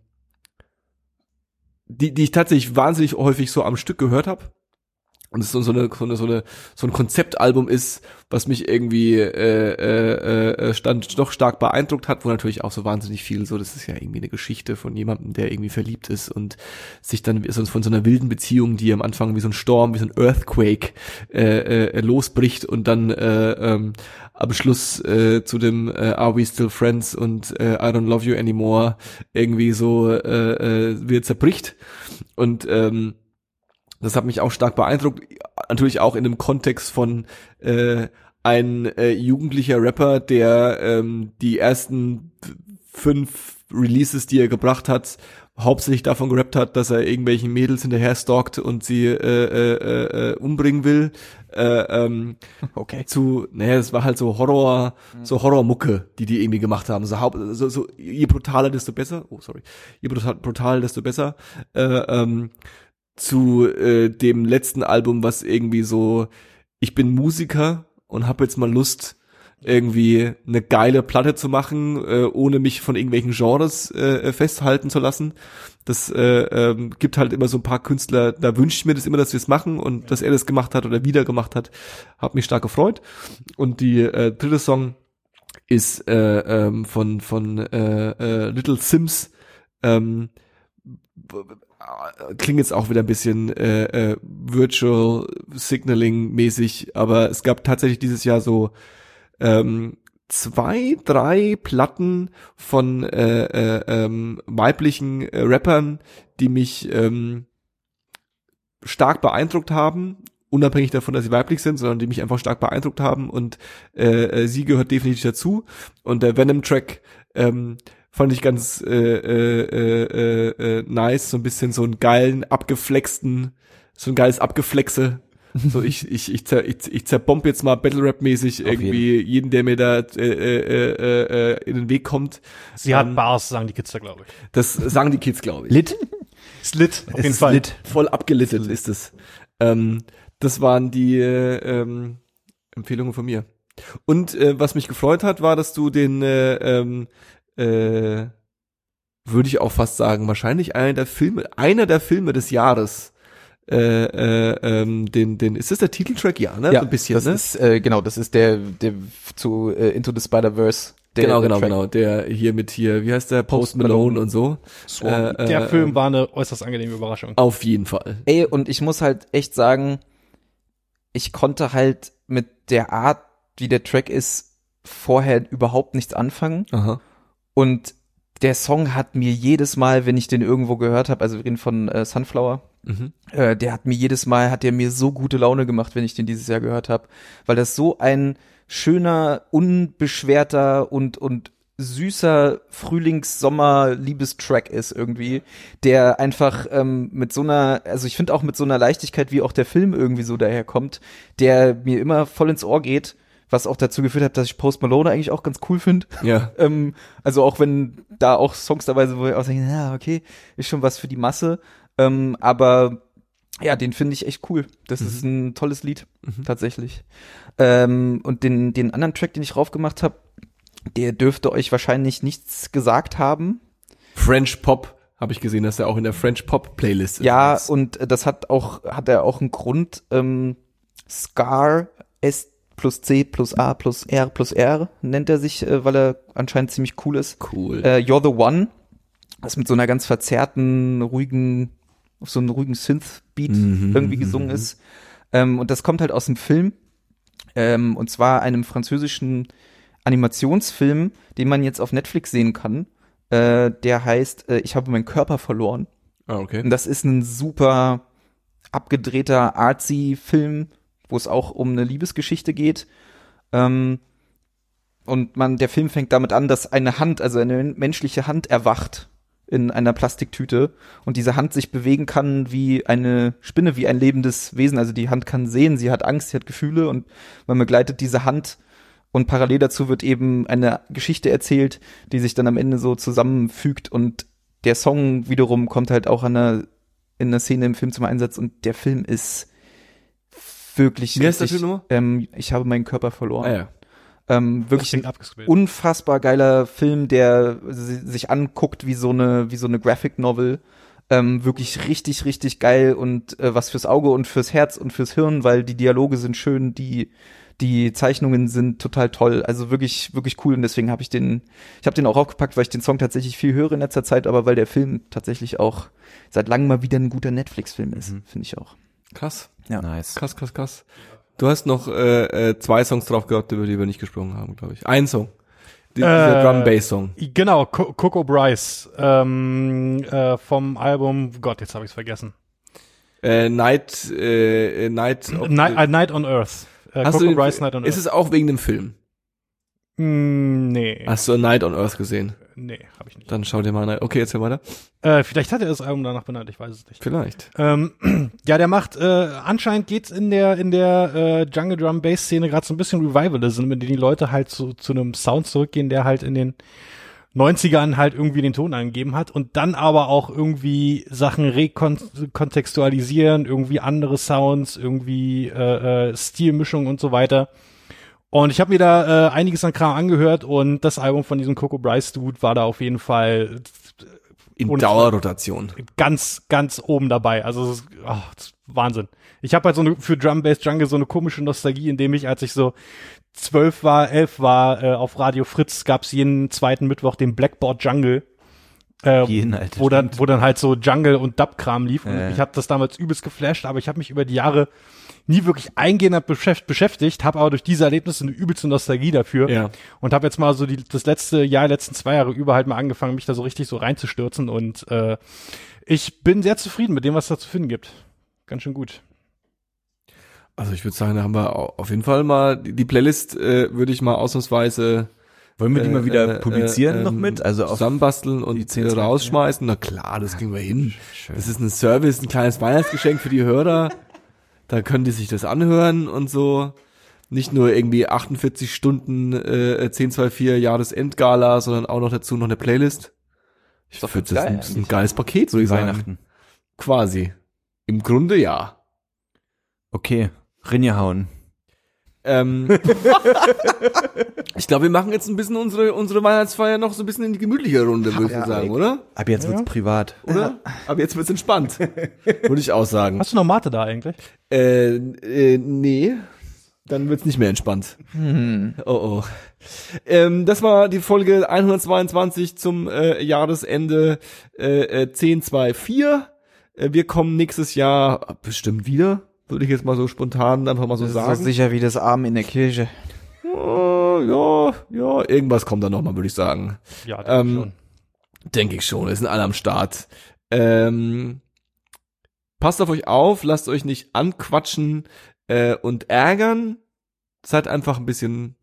die die ich tatsächlich wahnsinnig häufig so am Stück gehört habe. Und es so so eine so eine so eine so ein Konzeptalbum ist, was mich irgendwie äh, äh, äh, stand doch stark beeindruckt hat, wo natürlich auch so wahnsinnig viel so, das ist ja irgendwie eine Geschichte von jemandem, der irgendwie verliebt ist und sich dann so von so einer wilden Beziehung, die am Anfang wie so ein Sturm, wie so ein Earthquake äh, äh, losbricht und dann äh, ähm, am Schluss äh, zu dem äh, Are We Still Friends und äh, I Don't Love You Anymore irgendwie so äh, äh, wieder zerbricht. Und ähm, das hat mich auch stark beeindruckt, natürlich auch in dem Kontext von äh, ein äh, jugendlicher Rapper, der ähm, die ersten fünf Releases, die er gebracht hat, hauptsächlich davon gerappt hat, dass er irgendwelchen Mädels hinterher stalkt und sie äh, äh, äh, umbringen will. Äh, ähm, Okay. zu, naja, es war halt so Horror, so Horrormucke, die die irgendwie gemacht haben. So, haupt, so, so je brutaler, desto besser. Oh, sorry. Je brutal, brutal desto besser. Äh, ähm, zu äh, dem letzten Album, was irgendwie so, ich bin Musiker und habe jetzt mal Lust, irgendwie eine geile Platte zu machen, äh, ohne mich von irgendwelchen Genres äh, festhalten zu lassen. Das äh, ähm, gibt halt immer so ein paar Künstler, da wünsche ich mir das immer, dass wir es machen und ja. dass er das gemacht hat oder wieder gemacht hat, hat mich stark gefreut. Und die äh, dritte Song ist äh, ähm, von von äh, äh, Little Sims. Ähm, klingt jetzt auch wieder ein bisschen äh, äh, Virtual Signaling mäßig, aber es gab tatsächlich dieses Jahr so ähm, zwei, drei Platten von äh, äh, ähm, weiblichen äh, Rappern, die mich ähm, stark beeindruckt haben, unabhängig davon, dass sie weiblich sind, sondern die mich einfach stark beeindruckt haben und äh, äh, sie gehört definitiv dazu. Und der Venom-Track ähm, fand ich ganz äh, äh, äh, äh, nice, so ein bisschen so einen geilen, abgeflexten, so ein geiles Abgeflexe. So ich ich ich zer, ich, ich zerbomb jetzt mal Battle Rap mäßig irgendwie jeden. jeden, der mir da äh, äh, äh, äh, in den Weg kommt. Sie ähm, hat Bars, sagen die Kids da, glaube ich. Das sagen die Kids, glaube ich. Lit? Ist lit, auf es jeden Fall. Lit. Voll abgelittet ist es. Ähm, das waren die äh, ähm, Empfehlungen von mir. Und äh, was mich gefreut hat, war, dass du den äh, ähm, äh, würde ich auch fast sagen, wahrscheinlich einer der Filme, einer der Filme des Jahres Äh, äh, ähm, den, den, ist das der Titeltrack? Ja, ne? Ja, so ein bisschen, das ne? ist, äh, genau, das ist der, der zu äh, Into the Spider-Verse. Der, genau, der genau, Track. genau. Der hier mit hier, wie heißt der? Post, Post Malone, Malone und so. Äh, der äh, Film war eine äußerst angenehme Überraschung. Auf jeden Fall. Ey, und ich muss halt echt sagen, ich konnte halt mit der Art, wie der Track ist, vorher überhaupt nichts anfangen. Aha. Und der Song hat mir jedes Mal, wenn ich den irgendwo gehört habe, also wir reden von äh, Sunflower, mhm. äh, der hat mir jedes Mal, hat der mir so gute Laune gemacht, wenn ich den dieses Jahr gehört habe, weil das so ein schöner, unbeschwerter und und süßer Frühlings-Sommer-Liebestrack ist irgendwie, der einfach ähm, mit so einer, also ich finde auch mit so einer Leichtigkeit, wie auch der Film irgendwie so daherkommt, der mir immer voll ins Ohr geht, was auch dazu geführt hat, dass ich Post Malone eigentlich auch ganz cool finde. Ja. ähm, also auch wenn da auch Songs dabei sind, wo ich auch denke, ja, okay, ist schon was für die Masse. Ähm, aber ja, den finde ich echt cool. Das mhm. ist ein tolles Lied, mhm. tatsächlich. Ähm, und den, den anderen Track, den ich raufgemacht habe, der dürfte euch wahrscheinlich nichts gesagt haben. French Pop, habe ich gesehen, dass er auch in der French Pop Playlist ist. Ja, und das hat auch, hat er auch einen Grund. Ähm, Scar, S plus C plus A plus R plus R nennt er sich, äh, weil er anscheinend ziemlich cool ist. Cool. Äh, You're the One, das mit so einer ganz verzerrten, ruhigen, auf so einem ruhigen Synth-Beat mhm, irgendwie gesungen mhm. ist. Ähm, und das kommt halt aus dem Film. Ähm, und zwar einem französischen Animationsfilm, den man jetzt auf Netflix sehen kann. Äh, der heißt äh, Ich habe meinen Körper verloren. Ah, okay. Und das ist ein super abgedrehter, artsy Film, wo es auch um eine Liebesgeschichte geht. Ähm, und man, der Film fängt damit an, dass eine Hand, also eine menschliche Hand erwacht in einer Plastiktüte und diese Hand sich bewegen kann wie eine Spinne, wie ein lebendes Wesen. Also die Hand kann sehen, sie hat Angst, sie hat Gefühle und man begleitet diese Hand und parallel dazu wird eben eine Geschichte erzählt, die sich dann am Ende so zusammenfügt und der Song wiederum kommt halt auch an einer, in einer Szene im Film zum Einsatz und der Film ist wirklich, wie heißt der Film nochmal? Ähm, ich habe meinen Körper verloren. Ah, ja. Ähm, wirklich ein unfassbar geiler Film, der sich anguckt wie so eine wie so eine Graphic Novel. Ähm, wirklich richtig, richtig geil und äh, was fürs Auge und fürs Herz und fürs Hirn, weil die Dialoge sind schön, die die Zeichnungen sind total toll. Also wirklich, wirklich cool und deswegen habe ich den, ich habe den auch aufgepackt, weil ich den Song tatsächlich viel höre in letzter Zeit, aber weil der Film tatsächlich auch seit langem mal wieder ein guter Netflix-Film ist, mhm. finde ich auch. Krass. Ja. Nice. Krass, krass, krass. Du hast noch äh, äh, zwei Songs drauf gehabt, über die wir nicht gesprochen haben, glaube ich. Ein Song. Die, dieser äh, Drum-Bass-Song. Genau, Co- Coco Bryce ähm, äh, vom Album, Gott, jetzt habe ich es vergessen. Äh, Night, äh, Night, Night, äh, Night on Earth. Äh, Hast Coco du den, Bryce, Night on Earth. Ist es auch wegen dem Film? Mm, nee. Hast du Night on Earth gesehen? Nee, habe ich nicht. Dann schau dir mal Night. Okay, erzähl weiter. Äh, vielleicht hat er das Album danach benannt, ich weiß es nicht. Vielleicht. Ähm, ja, der macht, äh, anscheinend geht's in der in der äh, Jungle Drum Bass Szene gerade so ein bisschen Revivalism, mit dem die Leute halt zu, zu einem Sound zurückgehen, der halt in den neunzigern halt irgendwie den Ton angegeben hat und dann aber auch irgendwie Sachen rekontextualisieren, irgendwie andere Sounds, irgendwie äh, äh, Stilmischungen und so weiter. Und ich habe mir da äh, einiges an Kram angehört und das Album von diesem Coco Bryce Dude war da auf jeden Fall In ohne- Dauerrotation. ganz, ganz oben dabei. Also das ist, oh, das ist Wahnsinn. Ich habe halt so eine, für Drum Bass Jungle so eine komische Nostalgie, indem ich, als ich so zwölf war, elf war, äh, auf Radio Fritz gab's jeden zweiten Mittwoch den Blackboard Jungle. Äh, Jeden, Alter, wo dann, stimmt. wo dann halt so Jungle und Dub-Kram lief. Und Ja, ja. ich habe das damals übelst geflasht, aber ich habe mich über die Jahre nie wirklich eingehend damit beschäft- beschäftigt, habe aber durch diese Erlebnisse eine übelste Nostalgie dafür Ja. und habe jetzt mal so die, das letzte Jahr, letzten zwei Jahre über halt mal angefangen, mich da so richtig so reinzustürzen und äh, ich bin sehr zufrieden mit dem, was es da zu finden gibt. Ganz schön gut. Also ich würde sagen, da haben wir au- auf jeden Fall mal, die die Playlist äh, würde ich mal ausnahmsweise Wollen wir die äh, mal wieder äh, publizieren äh, noch ähm, mit? Also auf zusammenbasteln die und zehn, äh, zwanzig, rausschmeißen. Na klar, das kriegen wir hin. Schön. Das ist ein Service, ein kleines Weihnachtsgeschenk für die Hörer. Da können die sich das anhören und so. Nicht nur irgendwie achtundvierzig Stunden äh, zehn zwei vier Jahresendgala, sondern auch noch dazu noch eine Playlist. Ich doch finde ganz das geil ein, das ist ein eigentlich. geiles Paket, würde ich sagen. Weihnachten. Quasi. Im Grunde ja. Okay, Rinjehauen. Ähm, ich glaube, wir machen jetzt ein bisschen unsere unsere Weihnachtsfeier noch so ein bisschen in die gemütliche Runde, würde ich Ja, sagen, ey. oder? Ab jetzt wird's Ja. privat. Oder? Aber jetzt wird's entspannt, würde ich auch sagen. Hast du noch Mate da eigentlich? Äh, äh, nee, dann wird's nicht mehr entspannt. Hm. Oh oh. Ähm, das war die Folge hundertzweiundzwanzig zum äh, Jahresende äh, äh, zehn zwei vier. Äh, wir kommen nächstes Jahr bestimmt wieder, würde ich jetzt mal so spontan einfach mal so Das ist sagen. so sicher wie das Abend in der Kirche. Oh, ja, ja, irgendwas kommt da noch mal, würde ich sagen. Ja, Ähm, schon. Denke ich schon, es sind alle am Start. Ähm, passt auf euch auf, lasst euch nicht anquatschen äh, und ärgern. Seid einfach ein bisschen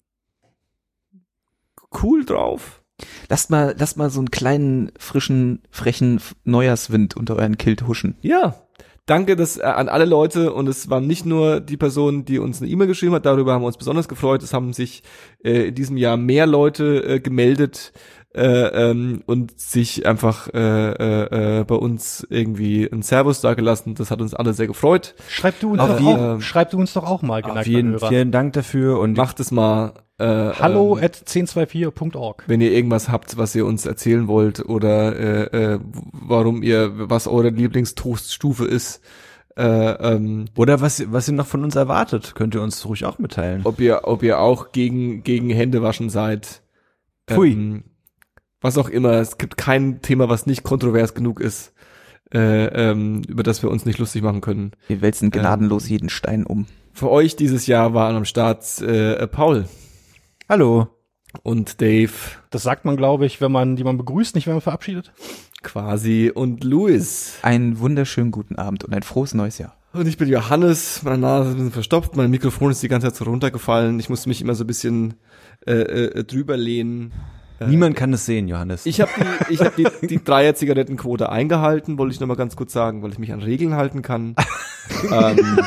cool drauf. Lasst mal, lasst mal so einen kleinen, frischen, frechen F- Neujahrswind unter euren Kilt huschen. Ja, danke das, äh, an alle Leute und es waren nicht nur die Person, die uns eine E-Mail geschrieben hat, darüber haben wir uns besonders gefreut. Es haben sich äh, in diesem Jahr mehr Leute äh, gemeldet äh, ähm, und sich einfach äh, äh, äh, bei uns irgendwie ein Servus da gelassen. Das hat uns alle sehr gefreut. Schreib du uns auf doch jeden- auch, schreib du uns doch auch mal, Auf geneigter jeden, Hörer. vielen Dank dafür und Macht es mal. Äh, Hallo ähm, at zehn zwei vier punkt org. wenn ihr irgendwas habt, was ihr uns erzählen wollt oder äh, äh, warum ihr, was eure Lieblingstoaststufe ist, äh, ähm, oder was, was ihr noch von uns erwartet, könnt ihr uns ruhig auch mitteilen. ob ihr, ob ihr auch gegen gegen Händewaschen seid. Pfui. Ähm, was auch immer. Es gibt kein Thema, was nicht kontrovers genug ist, äh, ähm, über das wir uns nicht lustig machen können. Wir wälzen gnadenlos jeden Stein um. Für euch dieses Jahr waren am Start äh, Paul Hallo. und Dave Das sagt man, glaube ich, wenn man jemanden begrüßt, nicht wenn man verabschiedet. quasi und Louis. Einen wunderschönen guten Abend und ein frohes neues Jahr. Und ich bin Johannes, meine Nase ist ein bisschen verstopft, mein Mikrofon ist die ganze Zeit so runtergefallen. Ich musste mich immer so ein bisschen äh, äh, drüber lehnen. Niemand kann es sehen, Johannes. Ich habe die, ich hab die, die Dreier-Zigarettenquote eingehalten, wollte ich nochmal ganz kurz sagen, weil ich mich an Regeln halten kann. ähm,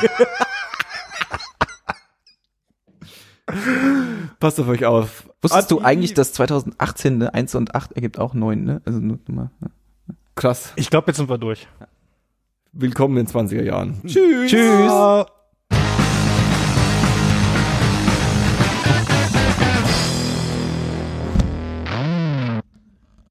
passt auf euch auf. Wusstest du Adi- eigentlich, dass zwanzig achtzehn ne, eins und acht ergibt auch neun, ne? Also nur mal. Ne? Krass. Ich glaube, jetzt sind wir durch. Willkommen in den zwanziger Jahren. Tschüss. Tschüss.